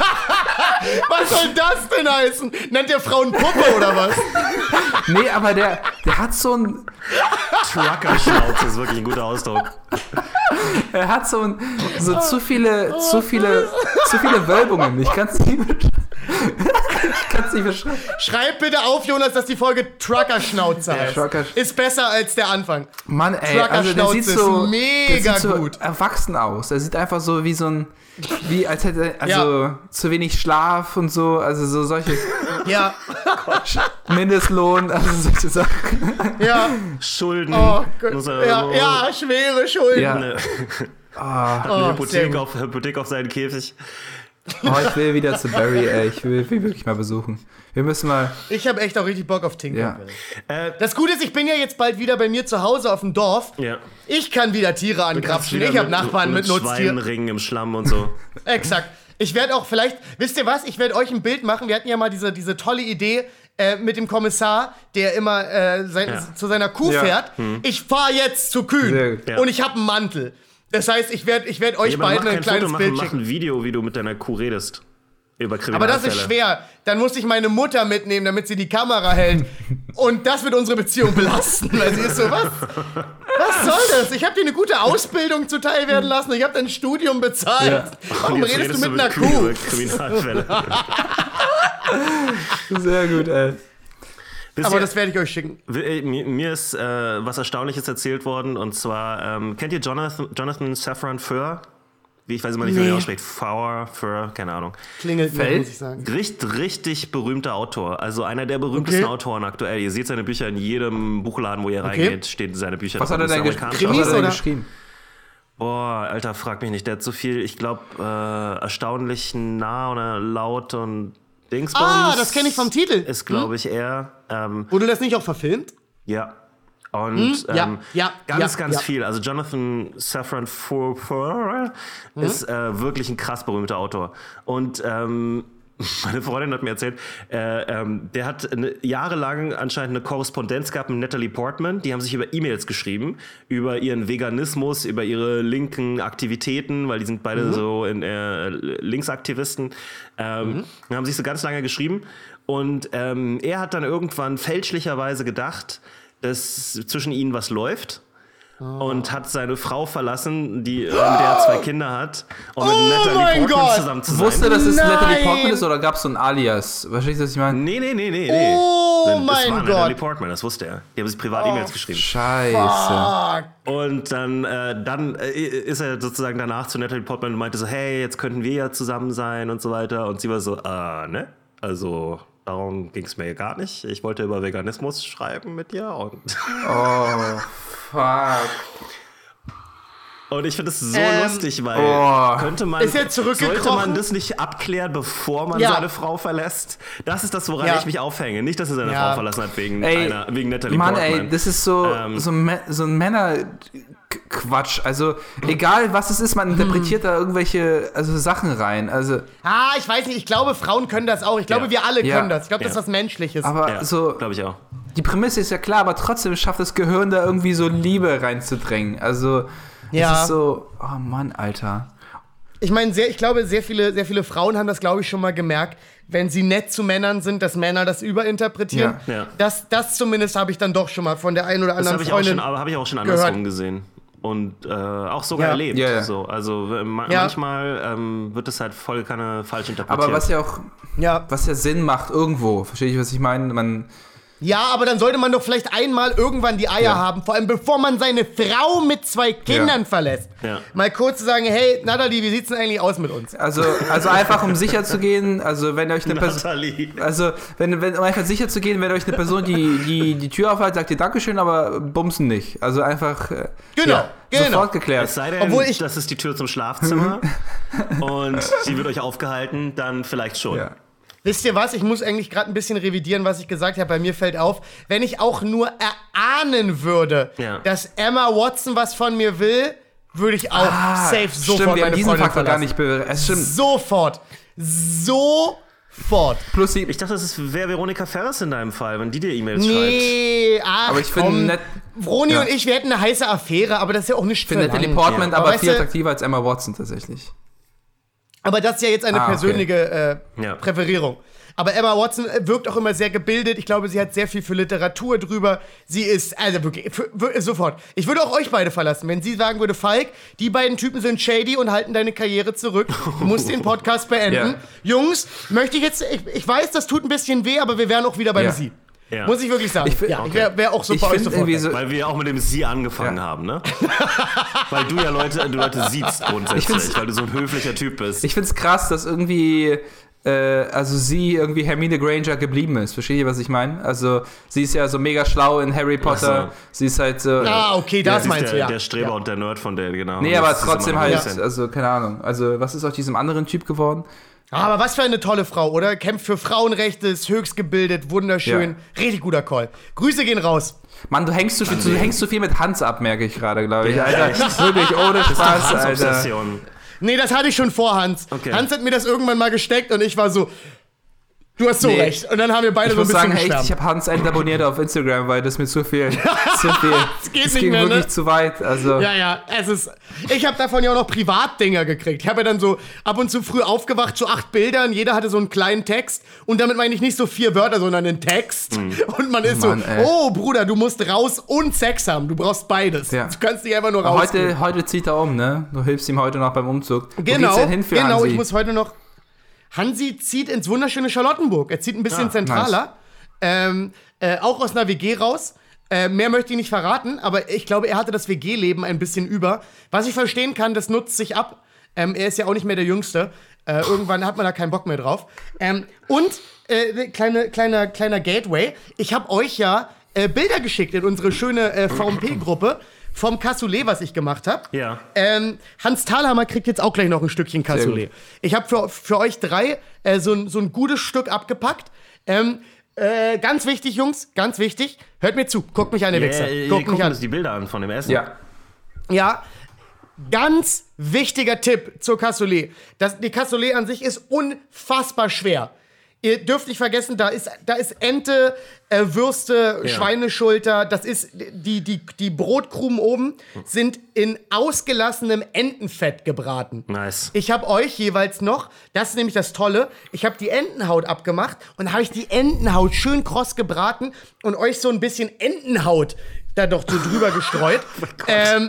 Was soll das denn heißen? Nennt der Frauen Puppe oder was? Nee, aber der, der hat so ein... Trucker-Schnauze ist wirklich ein guter Ausdruck. Er hat so, ein, so zu viele, zu viele, zu viele Wölbungen. Ich kann es nicht beschreiben. Ich kann es nicht beschreiben. Schreib bitte auf, Jonas, dass die Folge Trucker-Schnauze heißt. Trucker- ist besser als der Anfang. Mann, ey, also der sieht so, mega der sieht so gut. erwachsen aus. Er sieht einfach so wie so ein, wie als hätte, also ja. zu wenig Schlaf und so, also so solche. Ja. Mindestlohn, also solche Sachen. Ja. Schulden. Oh, ja, ja, schwere Schulden. Ja. Oh, Hat eine oh, Hypothek, auf, Hypothek auf seinen Käfig. Oh, ich will wieder zu Barry, ey. Ich will, will wirklich mal besuchen. Wir müssen mal... Ich habe echt auch richtig Bock auf Tinkerbell. Ja. Äh, das Gute ist, ich bin ja jetzt bald wieder bei mir zu Hause auf dem Dorf. Ja. Ich kann wieder Tiere angrapschen. Ich habe Nachbarn mit, mit Nutztieren. Schweinenringen im Schlamm und so. Exakt. Ich werde auch vielleicht... Wisst ihr was? Ich werde euch ein Bild machen. Wir hatten ja mal diese, diese tolle Idee äh, mit dem Kommissar, der immer äh, sein, ja. zu seiner Kuh ja. fährt. Hm. Ich fahre jetzt zu Kühen. Ja. Und ich habe einen Mantel. Das heißt, ich werde ich werd euch ja, beiden ein kleines Foto Bild machen, schicken. Mach ein Video, wie du mit deiner Kuh redest. Über Aber das ist schwer. Dann muss ich meine Mutter mitnehmen, damit sie die Kamera hält. Und das wird unsere Beziehung belasten. Weil sie ist so, was? Was soll das? Ich habe dir eine gute Ausbildung zuteil werden lassen. Ich habe dein Studium bezahlt. Ja. Warum redest, redest du mit, mit einer Kuh? Kriminalfälle. Sehr gut, ey. Wisst Aber ihr, das werde ich euch schicken. Mir, mir ist äh, was Erstaunliches erzählt worden. Und zwar, ähm, kennt ihr Jonathan, Jonathan Safran Foer? Wie, ich weiß immer nicht, wie nee. er ausspricht. Foer, Foer, keine Ahnung. Klingelt mir, muss ich sagen. Richtig, richtig berühmter Autor. Also einer der berühmtesten okay. Autoren aktuell. Ihr seht seine Bücher in jedem Buchladen, wo ihr okay. reingeht, stehen seine Bücher. Was hat er denn gesch- geschrieben? Boah, Alter, frag mich nicht. Der hat so viel, ich glaube, äh, erstaunlich nah oder laut und Dingsbums. Ah, das kenne ich vom Titel. Ist, glaube ich, eher. Ähm, Wurde das nicht auch verfilmt? Ja. Und hm? ja, ähm, ja, ganz, ja, ganz ja. viel. Also Jonathan Safran Foer hm? ist äh, wirklich ein krass berühmter Autor. Und ähm, meine Freundin hat mir erzählt, äh, ähm, der hat eine, jahrelang anscheinend eine Korrespondenz gehabt mit Natalie Portman. Die haben sich über E-Mails geschrieben, über ihren Veganismus, über ihre linken Aktivitäten, weil die sind beide mhm. so in, äh, Linksaktivisten. Ähm, mhm. Und haben sich so ganz lange geschrieben. Und ähm, er hat dann irgendwann fälschlicherweise gedacht, dass zwischen ihnen was läuft. Oh. Und hat seine Frau verlassen, die, mit der er zwei Kinder hat, um mit oh Natalie Portman Gott. zusammen zu sein. Wusste, dass es Nein. Natalie Portman ist, oder gab es so ein Alias? Verstehst du, was ich meine? Nee, nee, nee, nee. Oh das mein war Gott. Natalie Portman, das wusste er. Die haben sich privat oh, E-Mails geschrieben. Scheiße. Fuck. Und dann, äh, dann äh, ist er sozusagen danach zu Natalie Portman und meinte so, hey, jetzt könnten wir ja zusammen sein und so weiter. Und sie war so, äh, ne? Also... Darum ging es mir gar nicht. Ich wollte über Veganismus schreiben mit dir. Und oh, fuck. Und ich finde es so Ähm, lustig, weil oh. könnte man, Ist er zurückgekrochen? sollte man das nicht abklären, bevor man Ja. seine Frau verlässt? Das ist das, woran Ja. ich mich aufhänge. Nicht, dass er seine Ja. Frau verlassen hat wegen, Ey, einer, wegen Natalie Mann, Portman. ey, das ist so, Ähm. so, Mä- so ein Männerquatsch. Also, egal was es ist, man interpretiert da irgendwelche also Sachen rein. Also, Ah, ich weiß nicht, ich glaube, Frauen können das auch. Ich glaube, Ja. wir alle Ja. können das. Ich glaube, das ist Ja. was Menschliches. aber ja, so, glaube ich auch. die Prämisse ist ja klar, aber trotzdem schafft das Gehirn da irgendwie so Liebe reinzudrängen. Also, Ja. es ist so, oh Mann, Alter. Ich meine, sehr, ich glaube, sehr viele, sehr viele Frauen haben das, glaube ich, schon mal gemerkt, wenn sie nett zu Männern sind, dass Männer das überinterpretieren. Ja. Ja. Das, das zumindest habe ich dann doch schon mal von der einen oder Das anderen habe ich, auch Freundin. schon- aber hab ich auch schon andersrum gehört. gesehen. Und äh, auch sogar Ja. erlebt. Ja, ja. So. Also äh, ma- Ja. manchmal ähm, wird das halt voll keine falsch interpretiert. Aber was ja auch, Ja. was ja Sinn macht irgendwo, verstehe ich, was ich meine? Man, ja, aber dann sollte man doch vielleicht einmal irgendwann die Eier Ja. haben, vor allem bevor man seine Frau mit zwei Kindern Ja. verlässt. Ja. Mal kurz zu sagen, hey, Natalie, wie sieht's denn eigentlich aus mit uns? also, also einfach um sicher zu gehen, also wenn euch eine Person, Natalie. also wenn, wenn um einfach sicher zu gehen, wenn euch eine Person die, die, die Tür aufhält, sagt ihr Dankeschön, aber bumsen nicht. Also einfach äh, Genau, ja, genau. sofort geklärt. Es sei denn, Obwohl ich- das ist die Tür zum Schlafzimmer und die wird euch aufgehalten, dann vielleicht schon. Ja. Wisst ihr was? Ich muss eigentlich gerade ein bisschen revidieren, was ich gesagt habe. Bei mir fällt auf, wenn ich auch nur erahnen würde, Ja. dass Emma Watson was von mir will, würde ich auch safe sofort stimmt, wir haben meine diesen Freundin Faktor gar verlassen. nicht be es stimmt. Sofort. Sofort. Plus die, Ich dachte, das wäre Veronika Ferres in deinem Fall, wenn die dir E-Mails schreibt. Nee, ach, Aber ich finde komm. net- Vroni ja. und ich, wir hätten eine heiße Affäre, aber das ist ja auch nicht ich finde Natalie verlangt. Portman Ja. aber Aber viel weißt du- attraktiver als Emma Watson tatsächlich. Aber das ist ja jetzt eine Ah, okay. persönliche äh, Ja. Präferierung. Aber Emma Watson äh, wirkt auch immer sehr gebildet. Ich glaube, sie hat sehr viel für Literatur drüber. Sie ist, also wirklich, für, für, sofort. Ich würde auch euch beide verlassen, wenn sie sagen würde, Falk, die beiden Typen sind shady und halten deine Karriere zurück. Du musst den Podcast beenden. Ja. Jungs, möchte ich jetzt, ich, ich weiß, das tut ein bisschen weh, aber wir wären auch wieder beim Ja. Sie. Ja. Muss ich wirklich sagen. Ich find- ja, ich okay. wäre wär auch so Ich bei euch finde sofort. irgendwie weg. so, Weil wir ja auch mit dem Sie angefangen Ja. haben, ne? Weil du ja Leute, du Leute siehst grundsätzlich, find's- weil du so ein höflicher Typ bist. ich finde es krass, dass irgendwie äh, also sie irgendwie Hermine Granger geblieben ist. Versteht ihr, was ich meine? Also sie ist ja so mega schlau in Harry Potter. Ach so. Sie ist halt so. Ah, okay, das Sie ist meinst der, du, ja. der Streber ja. und der Nerd von der, genau. Nee, aber Das ist trotzdem immer halt, ein bisschen- also keine Ahnung. Also was ist aus diesem anderen Typ geworden? Aber was für eine tolle Frau, oder? Kämpft für Frauenrechte, ist höchst gebildet, wunderschön. Richtig guter Call. Grüße gehen raus. Mann, du hängst zu viel, du hängst zu viel mit Hans ab, merke ich gerade, glaube ich. Ja, Alter, echt. wirklich ohne Spaß, Alter. Hans-Obsession. Nee, das hatte ich schon vor, Hans. Okay. Hans hat mir das irgendwann mal gesteckt und ich war so, du hast so Nee. recht. Und dann haben wir beide Ich so ein muss bisschen sagen, echt, geschwärmt. ich habe Hans abonniert auf Instagram, weil das mir zu viel, zu viel. Es geht Es nicht ging mehr, wirklich ne? zu weit. Also Ja, ja, es ist. Ich habe davon ja auch noch Privatdinger gekriegt. Ich habe ja dann so ab und zu früh aufgewacht zu acht Bildern. Jeder hatte so einen kleinen Text. Und damit meine ich nicht so vier Wörter, sondern einen Text. Und man ist Mann, so, ey. oh Bruder, du musst raus und Sex haben. Du brauchst beides. Ja. Du kannst nicht einfach nur raus. heute, heute zieht er um, ne? Du hilfst ihm heute noch beim Umzug. Wo Genau, geht's denn hin für genau, Hansi? ich muss heute noch. Hansi zieht ins wunderschöne Charlottenburg. Er zieht ein bisschen Ah, zentraler. Ähm, äh, auch aus einer W G raus. Äh, mehr möchte ich nicht verraten, aber ich glaube, er hatte das W G-Leben ein bisschen über. Was ich verstehen kann, das nutzt sich ab. Ähm, er ist ja auch nicht mehr der Jüngste. Äh, irgendwann hat man da keinen Bock mehr drauf. Ähm, und, äh, kleine, kleiner, kleiner Gateway, ich habe euch ja äh, Bilder geschickt in unsere schöne äh, V M P-Gruppe vom Cassoulet, was ich gemacht habe. Ja. Ähm, Hans Thalhammer kriegt jetzt auch gleich noch ein Stückchen Cassoulet. gut. Ich habe für, für euch drei äh, so, ein, so ein gutes Stück abgepackt. Ähm, äh, ganz wichtig, Jungs, ganz wichtig. Hört mir zu, guckt mich an, ihr Ja, Wichser. wir Guckt mich gucken an. uns die Bilder an von dem Essen. Ja. Ja, ganz wichtiger Tipp zur Cassoulet. Das, die Cassoulet an sich ist unfassbar schwer. Ihr dürft nicht vergessen, da ist, da ist Ente, äh, Würste, Ja. Schweineschulter, das ist, die, die, die Brotkrumen oben sind in ausgelassenem Entenfett gebraten. Nice. Ich habe euch jeweils noch, das ist nämlich das Tolle, ich habe die Entenhaut abgemacht und dann habe ich die Entenhaut schön kross gebraten und euch so ein bisschen Entenhaut da doch so drüber gestreut. ähm,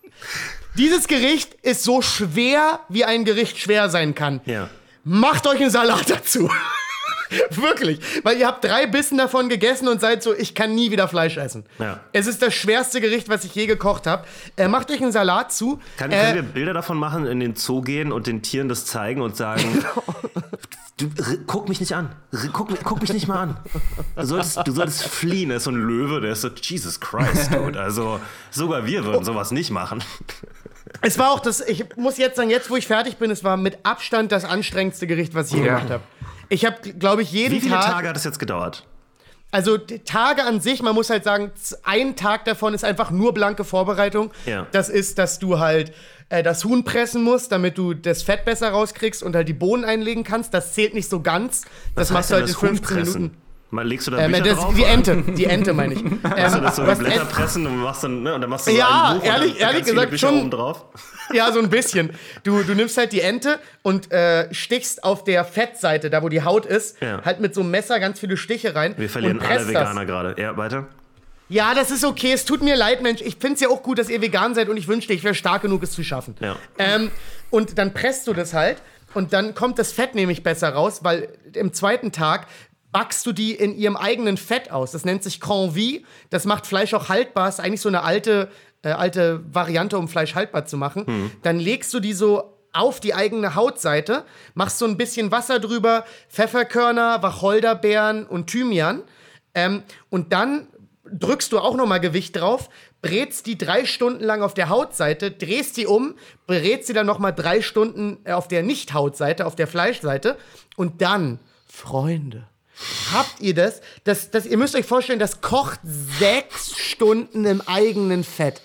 dieses Gericht ist so schwer, wie ein Gericht schwer sein kann. Ja. Macht euch einen Salat dazu. Wirklich. Weil ihr habt drei Bissen davon gegessen und seid so, ich kann nie wieder Fleisch essen. Ja. Es ist das schwerste Gericht, was ich je gekocht habe. Äh, macht euch einen Salat zu. Kann, äh, können wir Bilder davon machen, in den Zoo gehen und den Tieren das zeigen und sagen, du, r- guck mich nicht an, r- guck, mi- guck mich nicht mal an. Du solltest, du solltest fliehen, er ist so ein Löwe, der ist so, Jesus Christ, dude. Also sogar wir würden sowas nicht machen. Es war auch das, ich muss jetzt sagen, jetzt wo ich fertig bin, es war mit Abstand das anstrengendste Gericht, was ich je Ja. gemacht habe. Ich habe, glaube ich, jeden Wie viele Tag... Tage hat es jetzt gedauert? Also die Tage an sich, man muss halt sagen, z- ein Tag davon ist einfach nur blanke Vorbereitung. Ja. Das ist, dass du halt äh, das Huhn pressen musst, damit du das Fett besser rauskriegst und halt die Bohnen einlegen kannst. Das zählt nicht so ganz. Das Was machst heißt du denn halt in das Huhn fünfzehn pressen? Minuten. Mal legst du da Ähm, Bücher das, drauf? die oder? Ente, die Ente meine ich. Ähm, Machst du das so was wie Blätter Ent- pressen und machst dann, ne, und dann machst du so Ja, ein Buch ehrlich- und dann ehrlich ganz viele gesagt Bücher schon. oben drauf. Ja, so ein bisschen. Du, du nimmst halt die Ente und äh, stichst auf der Fettseite, da wo die Haut ist, Ja. halt mit so einem Messer ganz viele Stiche rein. Wir verlieren und alle presst Veganer gerade. Ja, weiter. Ja, das ist okay. Es tut mir leid, Mensch. Ich find's ja auch gut, dass ihr vegan seid und ich wünschte, ich wäre stark genug, es zu schaffen. Ja. Ähm, und dann presst du das halt und dann kommt das Fett nämlich besser raus, weil im zweiten Tag backst du die in ihrem eigenen Fett aus. Das nennt sich Convie. Das macht Fleisch auch haltbar. Ist eigentlich so eine alte, äh, alte Variante, um Fleisch haltbar zu machen. Mhm. Dann legst du die so auf die eigene Hautseite, machst so ein bisschen Wasser drüber, Pfefferkörner, Wacholderbeeren und Thymian. Ähm, und dann drückst du auch noch mal Gewicht drauf, brätst die drei Stunden lang auf der Hautseite, drehst die um, brätst sie dann noch mal drei Stunden äh, auf der Nicht-Hautseite, auf der Fleischseite. Und dann, Freunde, habt ihr das? das, das ihr müsst euch vorstellen, das kocht sechs Stunden im eigenen Fett.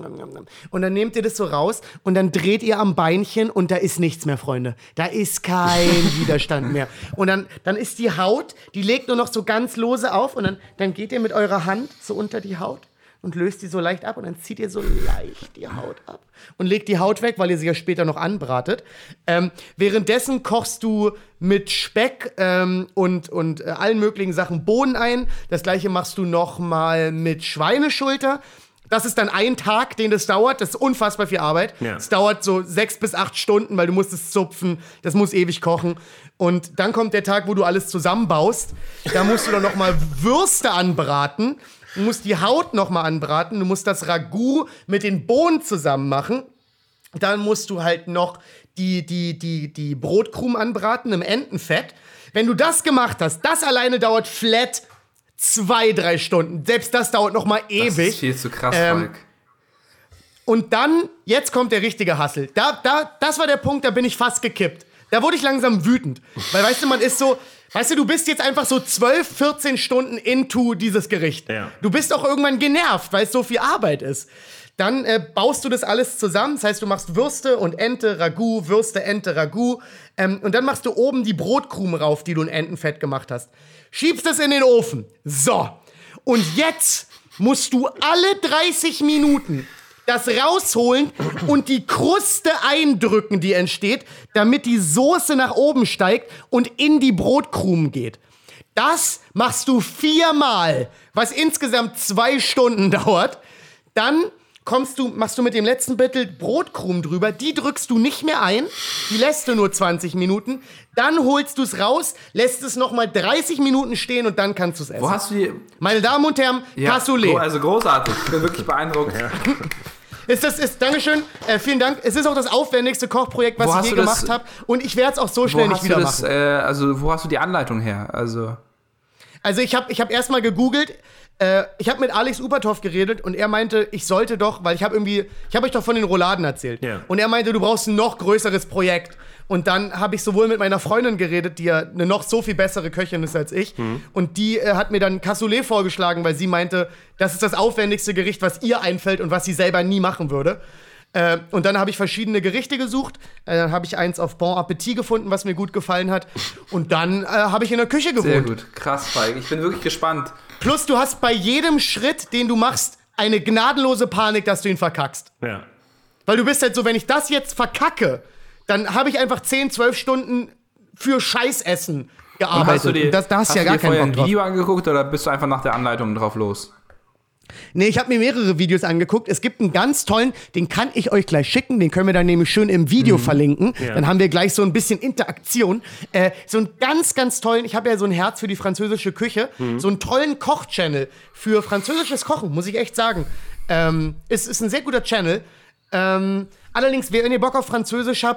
Und dann nehmt ihr das so raus und dann dreht ihr am Beinchen und da ist nichts mehr, Freunde. Da ist kein Widerstand mehr. Und dann, dann ist die Haut, die legt nur noch so ganz lose auf und dann, dann geht ihr mit eurer Hand so unter die Haut und löst die so leicht ab und dann zieht ihr so leicht die Haut ab und legt die Haut weg, weil ihr sie ja später noch anbratet. Ähm, währenddessen kochst du mit Speck ähm, und, und äh, allen möglichen Sachen Bohnen ein. Das gleiche machst du noch mal mit Schweineschulter. Das ist dann ein Tag, den das dauert. Das ist unfassbar viel Arbeit. Ja. Es dauert so sechs bis acht Stunden, weil du musst es zupfen. Das muss ewig kochen. Und dann kommt der Tag, wo du alles zusammenbaust. Da musst du dann noch mal Würste anbraten. Du musst die Haut noch mal anbraten. Du musst das Ragout mit den Bohnen zusammen machen. Dann musst du halt noch die, die, die, die Brotkrumen anbraten im Entenfett. Wenn du das gemacht hast, das alleine dauert flat zwei, drei Stunden. Selbst das dauert noch mal ewig. Das ist viel zu krass, Ähm, Falk. Und dann, jetzt kommt der richtige Hassel. Da, da, das war der Punkt, da bin ich fast gekippt. Da wurde ich langsam wütend. Weil, weißt du, man ist so, weißt du, du bist jetzt einfach so zwölf, vierzehn Stunden into dieses Gericht. Ja. Du bist auch irgendwann genervt, weil es so viel Arbeit ist. Dann äh, baust du das alles zusammen. Das heißt, du machst Würste und Ente, Ragout, Würste, Ente, Ragout. Ähm, und dann machst du oben die Brotkrumen rauf, die du in Entenfett gemacht hast. Schiebst es in den Ofen. So. Und jetzt musst du alle dreißig Minuten das rausholen und die Kruste eindrücken, die entsteht, damit die Soße nach oben steigt und in die Brotkrumen geht. Das machst du viermal, was insgesamt zwei Stunden dauert. Dann kommst du, machst du mit dem letzten Büttel Brotkrumen drüber, die drückst du nicht mehr ein, die lässt du nur zwanzig Minuten, dann holst du es raus, lässt es nochmal dreißig Minuten stehen und dann kannst du es essen. Wo hast du die. Meine Damen und Herren, Ja, Cassoulet. gro- Also großartig. Ich bin wirklich beeindruckt. Ist das, ist, Dankeschön, äh, vielen Dank. Es ist auch das aufwendigste Kochprojekt, was Wo ich hast je du das- gemacht habe. Und ich werde es auch so schnell Wo nicht hast du wieder das, machen. äh, also wo hast du die Anleitung her? Also. Also ich habe ich hab erstmal gegoogelt, äh, ich habe mit Alex Upertoff geredet und er meinte, ich sollte doch, weil ich habe irgendwie, ich habe euch doch von den Rouladen erzählt. Ja. Und er meinte, du brauchst ein noch größeres Projekt. Und dann habe ich sowohl mit meiner Freundin geredet, die ja eine noch so viel bessere Köchin ist als ich. Und die äh, hat mir dann Cassoulet vorgeschlagen, weil sie meinte, das ist das aufwendigste Gericht, was ihr einfällt und was sie selber nie machen würde. Äh, und dann habe ich verschiedene Gerichte gesucht. Äh, dann habe ich eins auf Bon Appetit gefunden, was mir gut gefallen hat. Und dann äh, habe ich in der Küche gewohnt. Sehr gut. Krass, Falk. Ich bin wirklich gespannt. Plus, du hast bei jedem Schritt, den du machst, eine gnadenlose Panik, dass du ihn verkackst. Ja. Weil du bist halt so, wenn ich das jetzt verkacke, dann habe ich einfach zehn, zwölf Stunden für Scheißessen gearbeitet. Hast du dir, Und das, da hast hast du ja gar dir vorher keinen ein Bock drauf. Video angeguckt oder bist du einfach nach der Anleitung drauf los? Nee, ich habe mir mehrere Videos angeguckt. Es gibt einen ganz tollen, den kann ich euch gleich schicken. Den können wir dann nämlich schön im Video verlinken. Ja. Dann haben wir gleich so ein bisschen Interaktion. Äh, so einen ganz, ganz tollen, ich habe ja so ein Herz für die französische Küche. So einen tollen Koch-Channel für französisches Kochen, muss ich echt sagen. Ähm, ist, ist ein sehr guter Channel. Ähm, allerdings, wenn ihr Bock auf Französisch habt,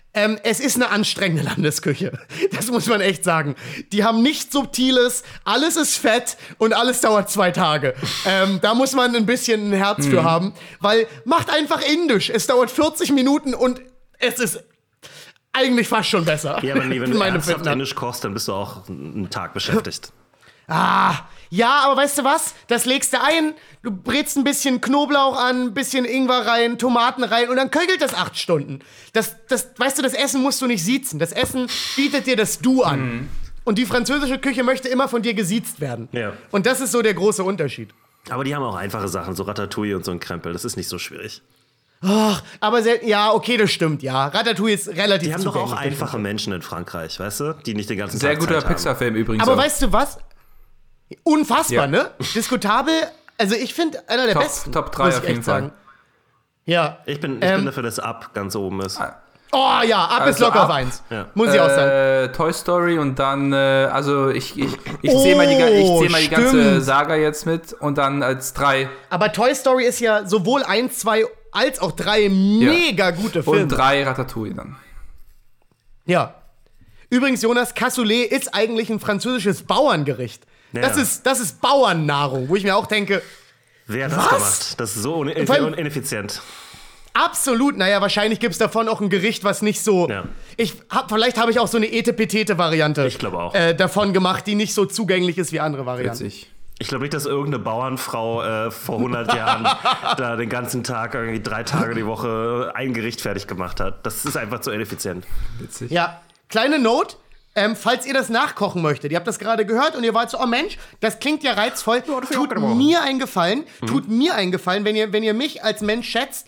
Ähm, es ist eine anstrengende Landesküche. Das muss man echt sagen. Die haben nichts Subtiles, alles ist fett und alles dauert zwei Tage. Ähm, da muss man ein bisschen ein Herz mhm. für haben, weil macht einfach indisch. Es dauert vierzig Minuten und es ist eigentlich fast schon besser. Ja, aber nee, wenn du ernsthaft indisch kochst, dann bist du auch einen Tag beschäftigt. Ah, ja, aber weißt du was? Das legst du ein, du brätst ein bisschen Knoblauch an, ein bisschen Ingwer rein, Tomaten rein und dann köchelt das acht Stunden. Das, das, weißt du, das Essen musst du nicht siezen. Das Essen bietet dir das Du an. Mhm. Und die französische Küche möchte immer von dir gesiezt werden. Ja. Und das ist so der große Unterschied. Aber die haben auch einfache Sachen, so Ratatouille und so ein Krempel. Das ist nicht so schwierig. Ach, aber sehr, ja, okay, das stimmt, ja. Ratatouille ist relativ Die haben doch auch einfache Menschen in Frankreich, weißt du? Die nicht den ganzen sehr Tag guter Zeit haben. Pixar-Film übrigens. Aber auch. weißt du was? Unfassbar, ja. ne? Diskutabel. Also ich finde, einer der Top, besten. Top drei auf jeden Fall. Ja. Ich bin, ich ähm, bin dafür, dass Up ganz oben ist. Oh ja, Up also ist locker Up, auf eins. Ja. Muss ich äh, auch sagen. Toy Story und dann, äh, also ich, ich, ich oh, zähle mal, die, ich zähl mal die ganze stimmt. Saga jetzt mit und dann als drei. Aber Toy Story ist ja sowohl eins, zwei als auch drei mega ja. gute Filme. Und drei Ratatouille dann. Ja. Übrigens, Jonas, Cassoulet ist eigentlich ein französisches Bauerngericht. Ja. Das ist, das ist Bauernnahrung, wo ich mir auch denke, wer hat das was? gemacht? Das ist so un- un- ineffizient. Absolut. Naja, wahrscheinlich gibt es davon auch ein Gericht, was nicht so. Ja. Ich hab, vielleicht habe ich auch so eine Etepetete-Variante ich glaube auch. Äh, davon gemacht, die nicht so zugänglich ist wie andere Varianten. Witzig. Ich glaube nicht, dass irgendeine Bauernfrau äh, vor hundert Jahren da den ganzen Tag, irgendwie drei Tage die Woche ein Gericht fertig gemacht hat. Das ist einfach zu ineffizient. Witzig. Ja, kleine Note. Ähm, falls ihr das nachkochen möchtet, ihr habt das gerade gehört und ihr wart so, oh Mensch, das klingt ja reizvoll, ja, tut mir einen Gefallen, mhm. tut mir einen Gefallen, wenn ihr, wenn ihr mich als Mensch schätzt,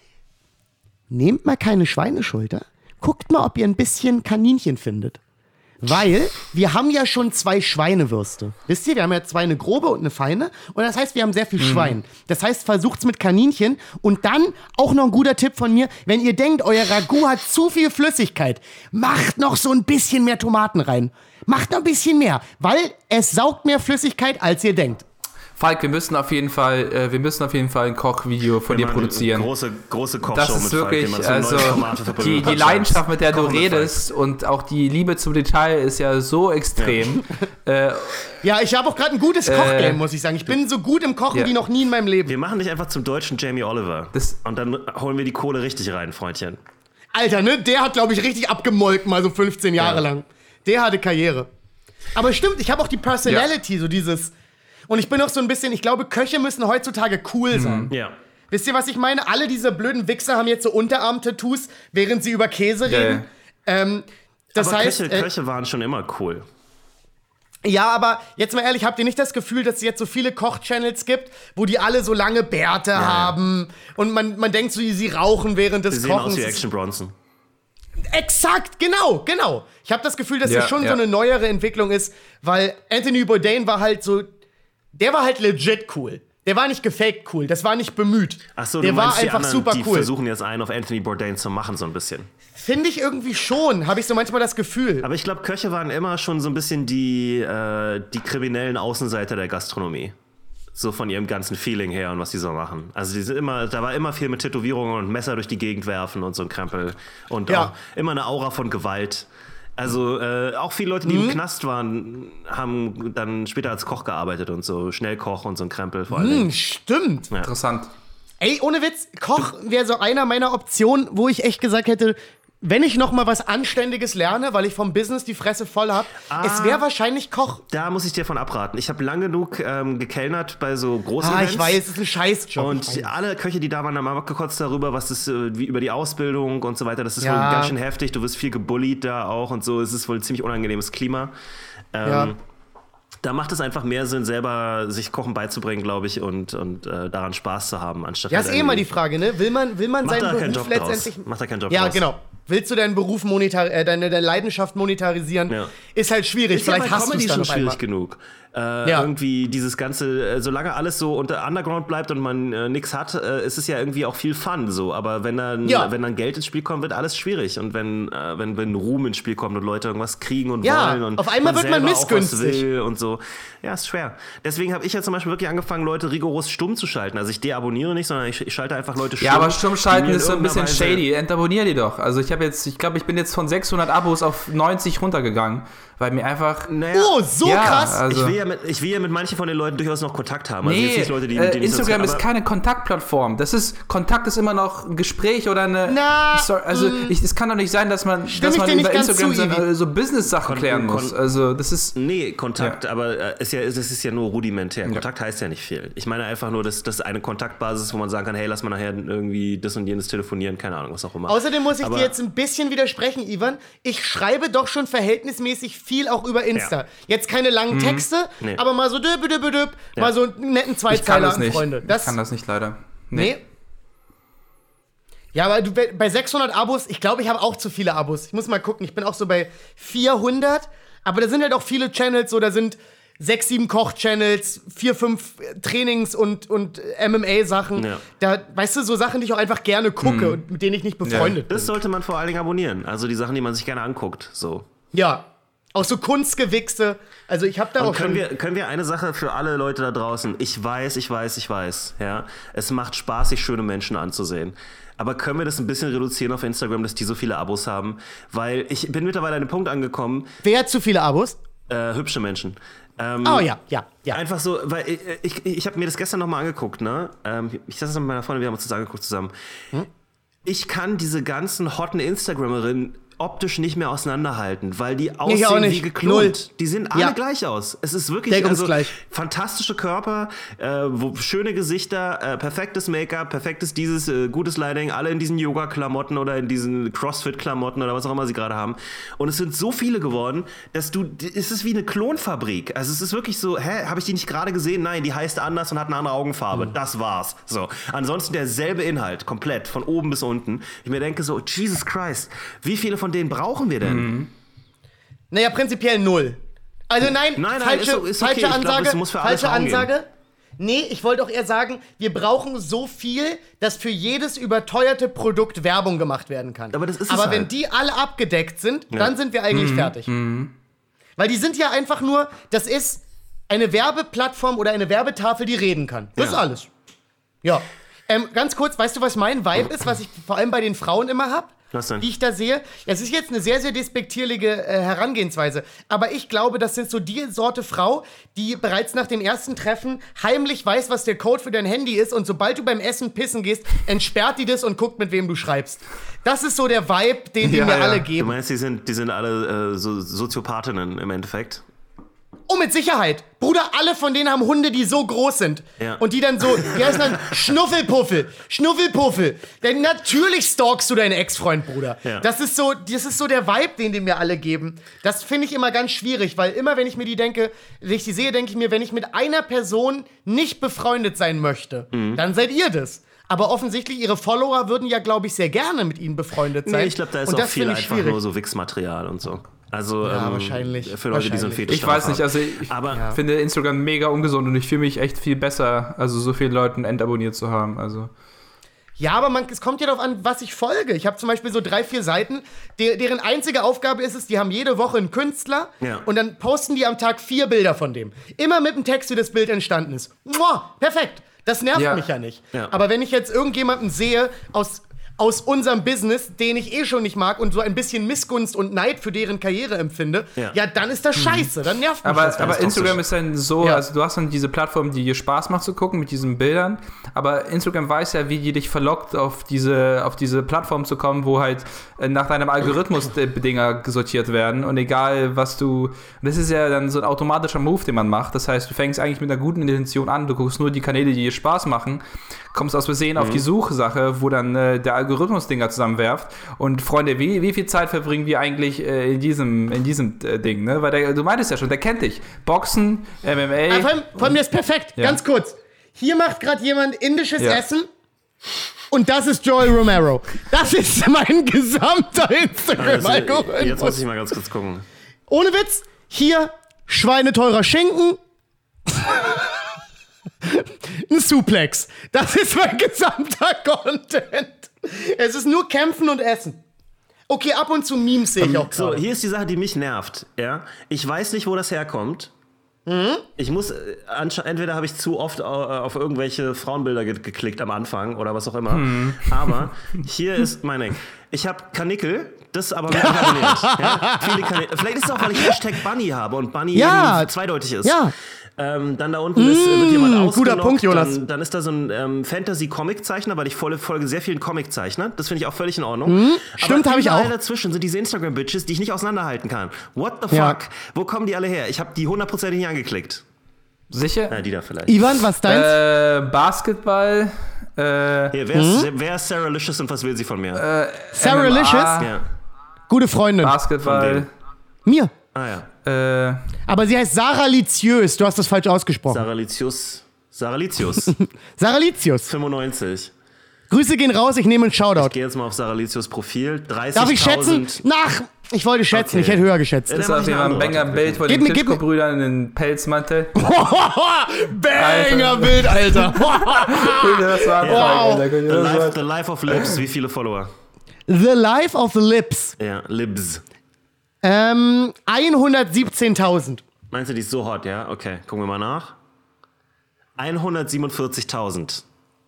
nehmt mal keine Schweineschulter, guckt mal, ob ihr ein bisschen Kaninchen findet. Weil wir haben ja schon zwei Schweinewürste. Wisst ihr, wir haben ja zwei, eine grobe und eine feine. Und das heißt, wir haben sehr viel mhm. Schwein. Das heißt, versucht's mit Kaninchen. Und dann auch noch ein guter Tipp von mir. Wenn ihr denkt, euer Ragout hat zu viel Flüssigkeit, macht noch so ein bisschen mehr Tomaten rein. Macht noch ein bisschen mehr. Weil es saugt mehr Flüssigkeit, als ihr denkt. Falk, wir müssen auf jeden Fall, äh, wir müssen auf jeden Fall ein Kochvideo von dir produzieren. Große, große Kochshow das ist mit wirklich, Falk, also die, die Leidenschaft, mit der du redest und auch die Liebe zum Detail ist ja so extrem. Ja, äh, ja ich habe auch gerade ein gutes Kochgame, äh, muss ich sagen. Ich bin so gut im Kochen ja. wie noch nie in meinem Leben. Wir machen dich einfach zum deutschen Jamie Oliver. Das und dann holen wir die Kohle richtig rein, Freundchen. Alter, ne? Der hat, glaube ich, richtig abgemolken, mal so fünfzehn Jahre ja. lang. Der hatte Karriere. Aber stimmt, ich habe auch die Personality, ja. so dieses. Und ich bin auch so ein bisschen, ich glaube, Köche müssen heutzutage cool sein. Mhm. Ja. Wisst ihr, was ich meine? Alle diese blöden Wichser haben jetzt so Unterarm-Tattoos, während sie über Käse ja. reden. Ähm, das aber heißt, Köche, äh, Köche waren schon immer cool. Ja, aber jetzt mal ehrlich, habt ihr nicht das Gefühl, dass es jetzt so viele Koch-Channels gibt, wo die alle so lange Bärte ja, haben ja. und man, man denkt so, sie rauchen während des sie Kochens. Sehen aus wie Action Bronson. Exakt, genau, genau. Ich habe das Gefühl, dass ja, das schon ja. so eine neuere Entwicklung ist, weil Anthony Bourdain war halt so, der war halt legit cool. Der war nicht gefaked cool, das war nicht bemüht. Ach so, der du war meinst einfach die anderen, super die cool. versuchen jetzt einen auf Anthony Bourdain zu machen, so ein bisschen. Finde ich irgendwie schon, habe ich so manchmal das Gefühl. Aber ich glaube, Köche waren immer schon so ein bisschen die, äh, die kriminellen Außenseiter der Gastronomie. So von ihrem ganzen Feeling her und was die so machen. Also die sind immer, da war immer viel mit Tätowierungen und Messer durch die Gegend werfen und so ein Krempel. Und ja. auch immer eine Aura von Gewalt. Also äh, auch viele Leute, die mhm. im Knast waren, haben dann später als Koch gearbeitet und so. Schnellkoch und so ein Krempel vor allem. Mhm, stimmt. Ja. Interessant. Ey, ohne Witz, Koch wäre so einer meiner Optionen, wo ich echt gesagt hätte, wenn ich noch mal was Anständiges lerne, weil ich vom Business die Fresse voll habe, ah, es wäre wahrscheinlich Koch. Da muss ich dir von abraten. Ich habe lang genug ähm, gekellnert bei so großen Ah, Events. ich weiß, es ist ein Scheißjob. Und alle Köche, die da waren, haben abgekotzt darüber, was das, äh, wie über die Ausbildung und so weiter. Das ist ja. wohl ganz schön heftig. Du wirst viel gebullied da auch und so. Es ist wohl ein ziemlich unangenehmes Klima. Ähm, ja. Da macht es einfach mehr Sinn, selber sich Kochen beizubringen, glaube ich, und, und äh, daran Spaß zu haben, anstatt. Ja, halt ist eh mal die Frage, ne? Will man, will man Macht seinen da keinen Beruf Job letztendlich. Draus. Macht da keinen Job Ja, draus. genau. Willst du deinen Beruf monetar äh, deine, deine Leidenschaft monetarisieren? Ja. Ist halt schwierig. Ist Vielleicht ja hast du es dann schon auf schwierig einmal. genug. Äh, ja. Irgendwie dieses ganze, äh, solange alles so unter Underground bleibt und man äh, nichts hat, äh, ist es ja irgendwie auch viel Fun so. Aber wenn dann, ja. wenn dann Geld ins Spiel kommt, wird alles schwierig. Und wenn, äh, wenn, wenn Ruhm ins Spiel kommt und Leute irgendwas kriegen und ja, wollen und auf einmal man wird man missgünstig will und so. Ja, ist schwer. Deswegen habe ich ja zum Beispiel wirklich angefangen, Leute rigoros stumm zu schalten. Also ich deabonniere nicht, sondern ich, ich schalte einfach Leute stumm. Ja, aber stumm schalten ist so ein bisschen shady. Entabonnier die doch. Also ich habe habe jetzt, ich glaube, ich bin jetzt von sechshundert Abos auf neunzig runtergegangen, weil mir einfach... Naja, Oh, so ja, krass! Also, ich, will ja mit, ich will ja mit manchen von den Leuten durchaus noch Kontakt haben. Also nee, jetzt nicht Leute, die, äh, die nicht Instagram so, ist keine Kontaktplattform. Das ist, Kontakt ist immer noch ein Gespräch oder eine... Na, Story. Also ich, es kann doch nicht sein, dass man, Stimme dass man ich dir über nicht ganz Instagram zu, so, Ivi. so Business-Sachen Kon- klären kon- muss. Also das ist... Nee, Kontakt, Ja. aber äh, ist ja, das ist ja nur rudimentär. Kontakt heißt ja nicht viel. Ich meine einfach nur, dass das eine Kontaktbasis ist, wo man sagen kann, hey, lass mal nachher irgendwie das und jenes telefonieren, keine Ahnung, was auch immer. Außerdem muss ich aber, dir jetzt ein bisschen widersprechen, Ivan. Ich schreibe doch schon verhältnismäßig viel auch über Insta. Ja. Jetzt keine langen Texte, Nee. aber mal so düb, düb, düb, Ja. mal so einen netten Ich kann Zweizeiler das an nicht. Freunde. Ich kann das nicht leider. Nee. Ja, aber du, bei sechshundert Abos, ich glaube, ich habe auch zu viele Abos. Ich muss mal gucken, ich bin auch so bei vierhundert, aber da sind halt auch viele Channels, so da sind sechs, sieben Koch-Channels, vier, fünf Trainings- und, und M M A-Sachen. Ja. Da, weißt du, so Sachen, die ich auch einfach gerne gucke Mhm. und mit denen ich nicht befreundet das sollte man vor allen Dingen abonnieren. Also die Sachen, die man sich gerne anguckt. So. bin. Ja. Auch so Kunstgewichse. Also ich habe da Und auch können schon... wir, können wir eine Sache für alle Leute da draußen, ich weiß, ich weiß, ich weiß, ja, es macht Spaß, sich schöne Menschen anzusehen. Aber können wir das ein bisschen reduzieren auf Instagram, dass die so viele Abos haben? Weil ich bin mittlerweile an den Punkt angekommen, Wer hat zu viele Abos? äh, hübsche Menschen. Ähm, Oh ja, ja, ja. Einfach so, weil ich, ich, ich habe mir das gestern nochmal angeguckt, ne? Ähm, ich saß mit meiner Freundin, wir haben uns das angeguckt zusammen. Hm? Ich kann diese ganzen hotten Instagramerinnen optisch nicht mehr auseinanderhalten, weil die ich auch aussehen nicht. wie geklont. Null. Die sehen alle Ja. gleich aus. Es ist wirklich also, Deckungsgleich. fantastische Körper, äh, wo, schöne Gesichter, äh, perfektes Make-up, perfektes dieses, äh, gutes Lighting, alle in diesen Yoga-Klamotten oder in diesen Crossfit-Klamotten oder was auch immer sie gerade haben. Und es sind so viele geworden, dass du, es ist wie eine Klonfabrik. Also es ist wirklich so, hä, habe ich die nicht gerade gesehen? Nein, die heißt anders und hat eine andere Augenfarbe. Mhm. Das war's. So. Ansonsten derselbe Inhalt, komplett, von oben bis unten. Ich mir denke so, Jesus Christ, wie viele von denen brauchen wir denn? Mhm. Naja, prinzipiell null. Also nein, Nein, nein, falsche, ist- ist okay. falsche Ich glaub, Ansage. es muss für alle falsche Frauen Ansage. Nee, ich wollte auch eher sagen, wir brauchen so viel, dass für jedes überteuerte Produkt Werbung gemacht werden kann. Aber das ist es Aber wenn halt. die alle abgedeckt sind, dann sind wir eigentlich fertig. Weil die sind ja einfach nur, das ist eine Werbeplattform oder eine Werbetafel, die reden kann. Das Ja. ist alles. Ja. Ähm, ganz kurz, weißt du, was mein Vibe ist, was ich vor allem bei den Frauen immer hab? Was denn? Die ich da sehe. Es ist jetzt eine sehr, sehr despektierliche äh, Herangehensweise. Aber ich glaube, das sind so die Sorte Frau, die bereits nach dem ersten Treffen heimlich weiß, was der Code für dein Handy ist. Und sobald du beim Essen pissen gehst, entsperrt die das und guckt, mit wem du schreibst. Das ist so der Vibe, den die Ja, mir ja. alle Du geben. meinst, die sind, die sind alle äh, so Soziopathinnen im Endeffekt? Oh, mit Sicherheit. Bruder, alle von denen haben Hunde, die so groß sind. Ja. Und die dann so, die heißen dann Schnuffelpuffel, Schnuffelpuffel. Denn natürlich stalkst du deinen Ex-Freund, Bruder. Ja. Das ist so, das ist so der Vibe, den die mir alle geben. Das finde ich immer ganz schwierig, weil immer, wenn ich mir die denke, wenn ich die sehe, denke ich mir, wenn ich mit einer Person nicht befreundet sein möchte, Mhm. dann seid ihr das. Aber offensichtlich, ihre Follower würden ja, glaube ich, sehr gerne mit ihnen befreundet sein. Nee, ich glaube, da ist Und auch das viel finde ich einfach schwierig. nur so Wichsmaterial und so. Also Ja, ähm, wahrscheinlich. für Leute, die so ein Wahrscheinlich. Fetisch Ich weiß darauf nicht, haben. also ich Aber Ja. finde Instagram mega ungesund und ich fühle mich echt viel besser, also so viele Leuten entabonniert zu haben. Also Ja, aber man, es kommt ja darauf an, was ich folge. Ich habe zum Beispiel so drei, vier Seiten, der, deren einzige Aufgabe ist es, die haben jede Woche einen Künstler Ja. und dann posten die am Tag vier Bilder von dem. Immer mit dem Text, wie das Bild entstanden ist. Mua, perfekt. Das nervt Ja. mich ja nicht. Ja. Aber wenn ich jetzt irgendjemanden sehe aus, aus unserem Business, den ich eh schon nicht mag und so ein bisschen Missgunst und Neid für deren Karriere empfinde, ja, Ja. dann ist das scheiße. Dann nervt mich Aber, das. aber ist Instagram toxisch. ist dann so, Ja. also du hast dann diese Plattform, die dir Spaß macht zu gucken mit diesen Bildern, aber Instagram weiß ja, wie die dich verlockt, auf diese, auf diese Plattform zu kommen, wo halt äh, nach deinem Algorithmus die Dinger sortiert werden und egal was du, und das ist ja dann so ein automatischer Move, den man macht, das heißt, du fängst eigentlich mit einer guten Intention an, du guckst nur die Kanäle, die dir Spaß machen, kommst aus Versehen auf die Suchsache, wo dann äh, der Algorithmus Dinger zusammenwerft und Freunde, wie, wie viel Zeit verbringen wir eigentlich äh, in diesem, in diesem äh, Ding, ne? Weil der, du meintest ja schon, der kennt dich. Boxen, M M A. Aber vor allem, vor allem das ist perfekt. Ja. Ganz kurz. Hier macht gerade jemand indisches Ja. Essen. Und das ist Joel Romero. Das ist mein gesamter also, jetzt muss Instagram-Algorithmus. ich mal ganz kurz gucken. Ohne Witz, hier schweineteurer Schinken. Ein Suplex. Das ist mein gesamter Content. Es ist nur Kämpfen und Essen. Okay, ab und zu Memes sehe ich auch So, gerade. hier ist die Sache, die mich nervt. Ja? Ich weiß nicht, wo das herkommt. Ich muss, äh, anscha- entweder habe ich zu oft äh, auf irgendwelche Frauenbilder ge- geklickt am Anfang oder was auch immer. Hm. Aber hier ist meine. Ich habe Karnickel, das aber mit abonniert. Ja? Viele Karnickel. Vielleicht ist es auch, weil ich Hashtag Bunny habe und Bunny Ja. irgendwie zweideutig ist. Ja. Ähm, dann da unten ist, wird jemand ausgelockt. guter Punkt, Jonas. Dann, dann ist da so ein ähm, Fantasy-Comic-Zeichner, weil ich folge, folge sehr vielen Comic-Zeichnern. Das finde ich auch völlig in Ordnung. Stimmt, habe ich überall auch. dazwischen sind diese Instagram-Bitches, die ich nicht auseinanderhalten kann. What the fuck? Ja. Wo kommen die alle her? Ich habe die hundertprozentig nicht angeklickt. Sicher? Ja, die da vielleicht. Ivan, was deins? Äh, Basketball. Äh, Hier, wer, ist, wer ist Sarah Licious und was will sie von mir? Sarah M M A, Licious? ja. Gute Freundin. Basketball. Mir. Ah ja. Äh, Aber sie heißt Sarah Litius. Du hast das falsch ausgesprochen. Sarah Licious. Sarah Licious. Sarah Litius. fünfundneunzig. Grüße gehen raus, ich nehme einen Shoutout. Ich gehe jetzt mal auf Sarah Licious Profil. dreißigtausend. Darf ich schätzen? Nach. Ich wollte schätzen, Okay. ich hätte höher geschätzt. Ja, ist mach auf ich jeden Fall eine ein andere Banger-Bild von Gib den mir- gib mir- Klitschko-Brüdern in den Pelzmantel. Banger Bild, Alter. Das war ein Wow. Fall, The Alter. Life, the Life of Lips. Wie viele Follower? The Life of the Lips. Ja, Libs. Ähm, hundertsiebzehntausend. Meinst du, die ist so hot, ja? Okay, gucken wir mal nach. hundertsiebenundvierzigtausend.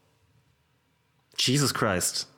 Jesus Christ.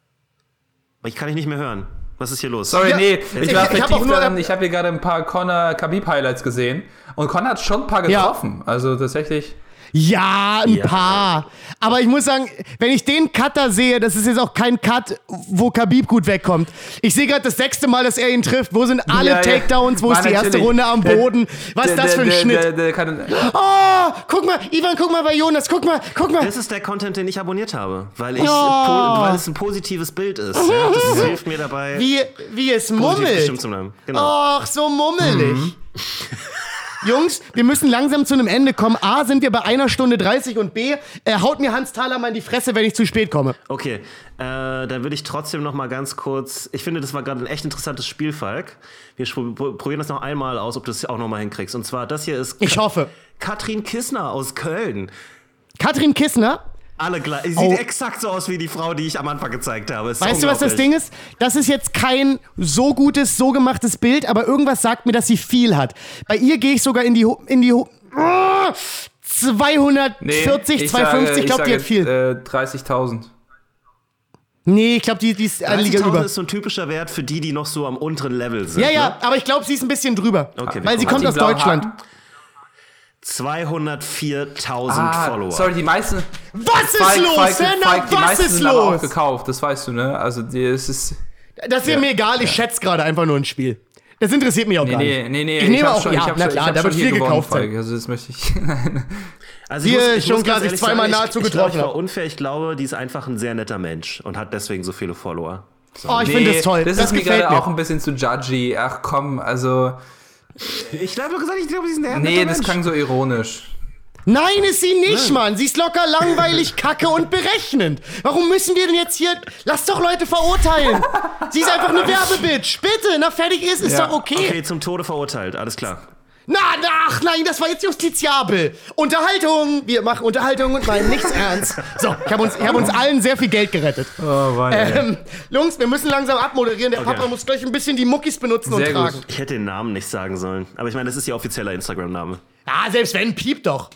Ich kann dich nicht mehr hören. Was ist hier los? Sorry, Ja, nee, ich ich- war ich hab vertieft auch nur- darin. Ich habe hier gerade ein paar Conor Khabib Highlights gesehen und Conor hat schon ein paar Ja. getroffen. Also tatsächlich. Ja, ein Ja. paar. Aber ich muss sagen, wenn ich den Cutter sehe, das ist jetzt auch kein Cut, wo Khabib gut wegkommt. Ich sehe gerade das sechste Mal, dass er ihn trifft. Wo sind alle Ja, ja. Takedowns? Wo War ist die erste natürlich- Runde am der- Boden? Was ist der- das für ein der, Schnitt? Der, der kann, Oh, guck mal, Ivan, guck mal bei Jonas, guck mal, guck mal. Das ist der Content, den ich abonniert habe. Weil, ich, Oh. po, weil es ein positives Bild ist. Ja? Das hilft mir dabei, Wie, wie es positiv mummelt. gestimmt zu bleiben. Genau. Ach, so mummelig. Jungs, wir müssen langsam zu einem Ende kommen. A, sind wir bei einer Stunde dreißig und B, äh, haut mir Hans Thaler mal in die Fresse, wenn ich zu spät komme. Okay, äh, dann würde ich trotzdem noch mal ganz kurz. Ich finde, das war gerade ein echt interessantes Spiel, Falk. Wir spro- probieren das noch einmal aus, ob du es auch noch mal hinkriegst. Und zwar, das hier ist Ich hoffe. Katrin Kissner aus Köln. Katrin Kissner, Alle gleich. Sieht Oh. exakt so aus wie die Frau, die ich am Anfang gezeigt habe. Ist weißt du, was das unglaublich. Ding ist? Das ist jetzt kein so gutes, so gemachtes Bild, aber irgendwas sagt mir, dass sie viel hat. Bei ihr gehe ich sogar in die, Ho- in die, Ho- oh, zweihundertvierzig, ich zweihundertfünfzig, sage- ich glaube, die hat sage, viel. Äh, dreißigtausend. Nee, ich glaube, die, die ist eine Liga dreißigtausend über. ist so ein typischer Wert für die, die noch so am unteren Level sind. Ja, ja, Ne? aber ich glaube, sie ist ein bisschen drüber. Okay, wir weil sie gucken. kommt Hat aus die blauen Deutschland. Haken? zweihundertviertausend Ah, Follower. sorry, die meisten. Was ist Falk, los, Falk, Henna? Falk, die Was meisten ist sind aber auch los? gekauft, das weißt du, ne? Also, die, es ist. Das ist mir egal, ich schätze gerade einfach nur ein Spiel. Das interessiert mich auch Nee, gar nee, nicht. nee, nee. Ich nehme hab auch- schon, ja, ich hab na schon, klar, ich hab da schon wird hier viel gewonnen, gekauft sein. Falk. Also, das möchte ich. Also ich Dir muss, ist ich schon muss klar, ganz sich ehrlich zweimal sagen, nahezu ich, ich glaube, ich getroffen war hat. unfair. Ich glaube, die ist einfach ein sehr netter Mensch und hat deswegen so viele Follower. So. Oh, ich finde das toll. Das, Das, ist mir gefällt gerade mir. auch ein bisschen zu judgy. Ach komm, also. Ich habe doch gesagt, ich glaube, die sind ein Nee, netter das Mensch. klang so ironisch. Nein, ist sie nicht, Mann. Sie ist locker langweilig, kacke und berechnend. Warum müssen wir denn jetzt hier... Lass doch Leute verurteilen. Sie ist einfach eine Werbebitch. Bitte, na fertig ist, ist Ja. doch okay. Okay, zum Tode verurteilt, alles klar. Na, na, ach nein, das war jetzt justiziabel. Unterhaltung. Wir machen Unterhaltung und meinen nichts ernst. So, ich habe uns, ich hab uns allen sehr viel Geld gerettet. Oh, weiter. Ähm, Jungs, wir müssen langsam abmoderieren. Der Okay. Papa muss gleich ein bisschen die Muckis benutzen Sehr und tragen. gut. Ich hätte den Namen nicht sagen sollen. Aber ich meine, das ist ihr offizieller Instagram-Name. Ja, selbst wenn, piep doch.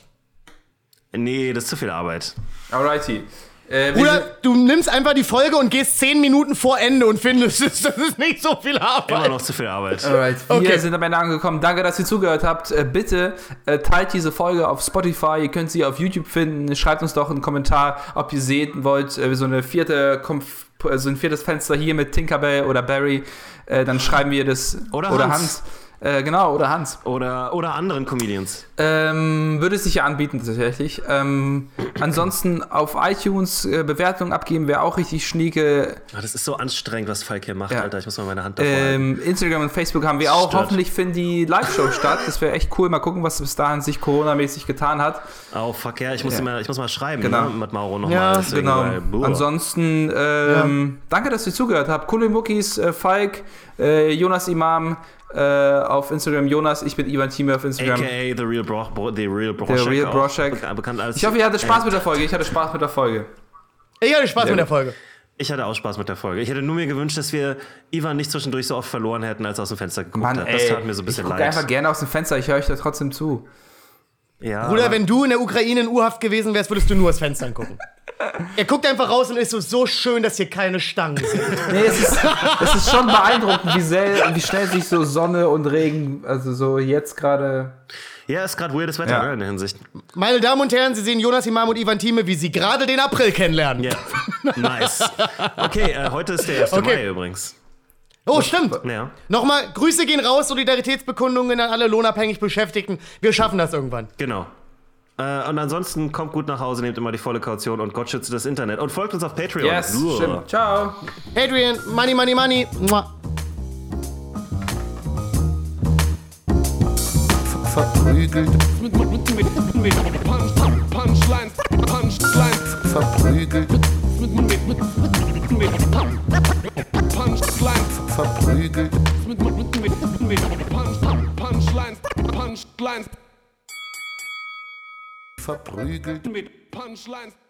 Nee, das ist zu viel Arbeit. Alrighty. Äh, wir Oder sind- du nimmst einfach die Folge und gehst zehn Minuten vor Ende und findest, das ist nicht so viel Immer Arbeit. noch zu viel Arbeit. Alright, wir Okay. sind am Ende angekommen. Danke, dass ihr zugehört habt. Äh, bitte äh, teilt diese Folge auf Spotify. Ihr könnt sie auf YouTube finden. Schreibt uns doch einen Kommentar, ob ihr sehen wollt, äh, so eine vierte Konf äh, so ein viertes Fenster hier mit Tinkerbell oder Barry. Äh, dann schreiben wir das. Oder oder Hans. Hans. Äh, genau, oder Hans. Oder, oder anderen Comedians. Ähm, würde es sich ja anbieten, tatsächlich. Ähm, ansonsten auf iTunes äh, Bewertungen abgeben wäre auch richtig schnieke. Ah, das ist so anstrengend, was Falk hier macht, Ja. Alter. Ich muss mal meine Hand davor halten. Ähm, Instagram und Facebook haben wir auch. Stört. Hoffentlich finden die Live-Show statt. Das wäre echt cool. Mal gucken, was bis dahin sich Corona-mäßig getan hat. Oh, fuck, ja, ich muss, Ja. mal, ich muss mal schreiben, Genau. ne, mit Mauro nochmal. Ja, deswegen, Genau. weil, boah. Ansonsten, ähm, danke, dass ihr zugehört habt. Coole Muckis, äh, Falk, äh, Jonas Imam äh, auf Instagram, Jonas, ich bin Ivan Thieme auf A Instagram. K A The Real, Bro Bro The Real Broschek. Der Real auch Broschek. bekannt- bekannt als, Ich hoffe, ihr hattet Spaß mit der Folge. Ich hatte Spaß mit der Folge. Ich hatte Spaß Sehr mit der gut. Folge. Ich hatte auch Spaß mit der Folge. Ich hätte nur mir gewünscht, dass wir Ivan nicht zwischendurch so oft verloren hätten, als er aus dem Fenster geguckt Mann, hat. ey, Das tat mir so ein ich bisschen gucke leid. einfach gerne aus dem Fenster. Ich höre euch da trotzdem zu. Ja, Bruder, aber- wenn du in der Ukraine in U-Haft gewesen wärst, würdest du nur aus Fenstern gucken. Er guckt einfach raus und ist so, so schön, dass hier keine Stangen sind. Nee, es ist, es ist schon beeindruckend, wie, sel, wie schnell sich so Sonne und Regen, also so jetzt gerade. Ja, ist gerade weirdes Wetter Ja. ne, in der Hinsicht. Meine Damen und Herren, Sie sehen Jonas Imam und Ivan Thieme, wie sie gerade den April kennenlernen. Ja, nice. Okay, äh, heute ist der erste Okay. Mai übrigens. Oh, stimmt. Ja. Nochmal, Grüße gehen raus, Solidaritätsbekundungen an alle lohnabhängig Beschäftigten. Wir schaffen das irgendwann. Genau. Äh, und ansonsten kommt gut nach Hause, nehmt immer die volle Kaution und Gott schütze das Internet. Und folgt uns auf Patreon. Yes, Uah. stimmt. Ciao. Adrian, money, money, money. Mua. Verprügelt, Mit, mit, mit, mit, mit Punch, Punchline, Punchline. verprügelt, Mit, mit, mit, mit, mit Punchline. verprügelt. Mit, mit, mit, mit, mit Punch, Punchline, Punchline. Verprügelt. Mit Punchline.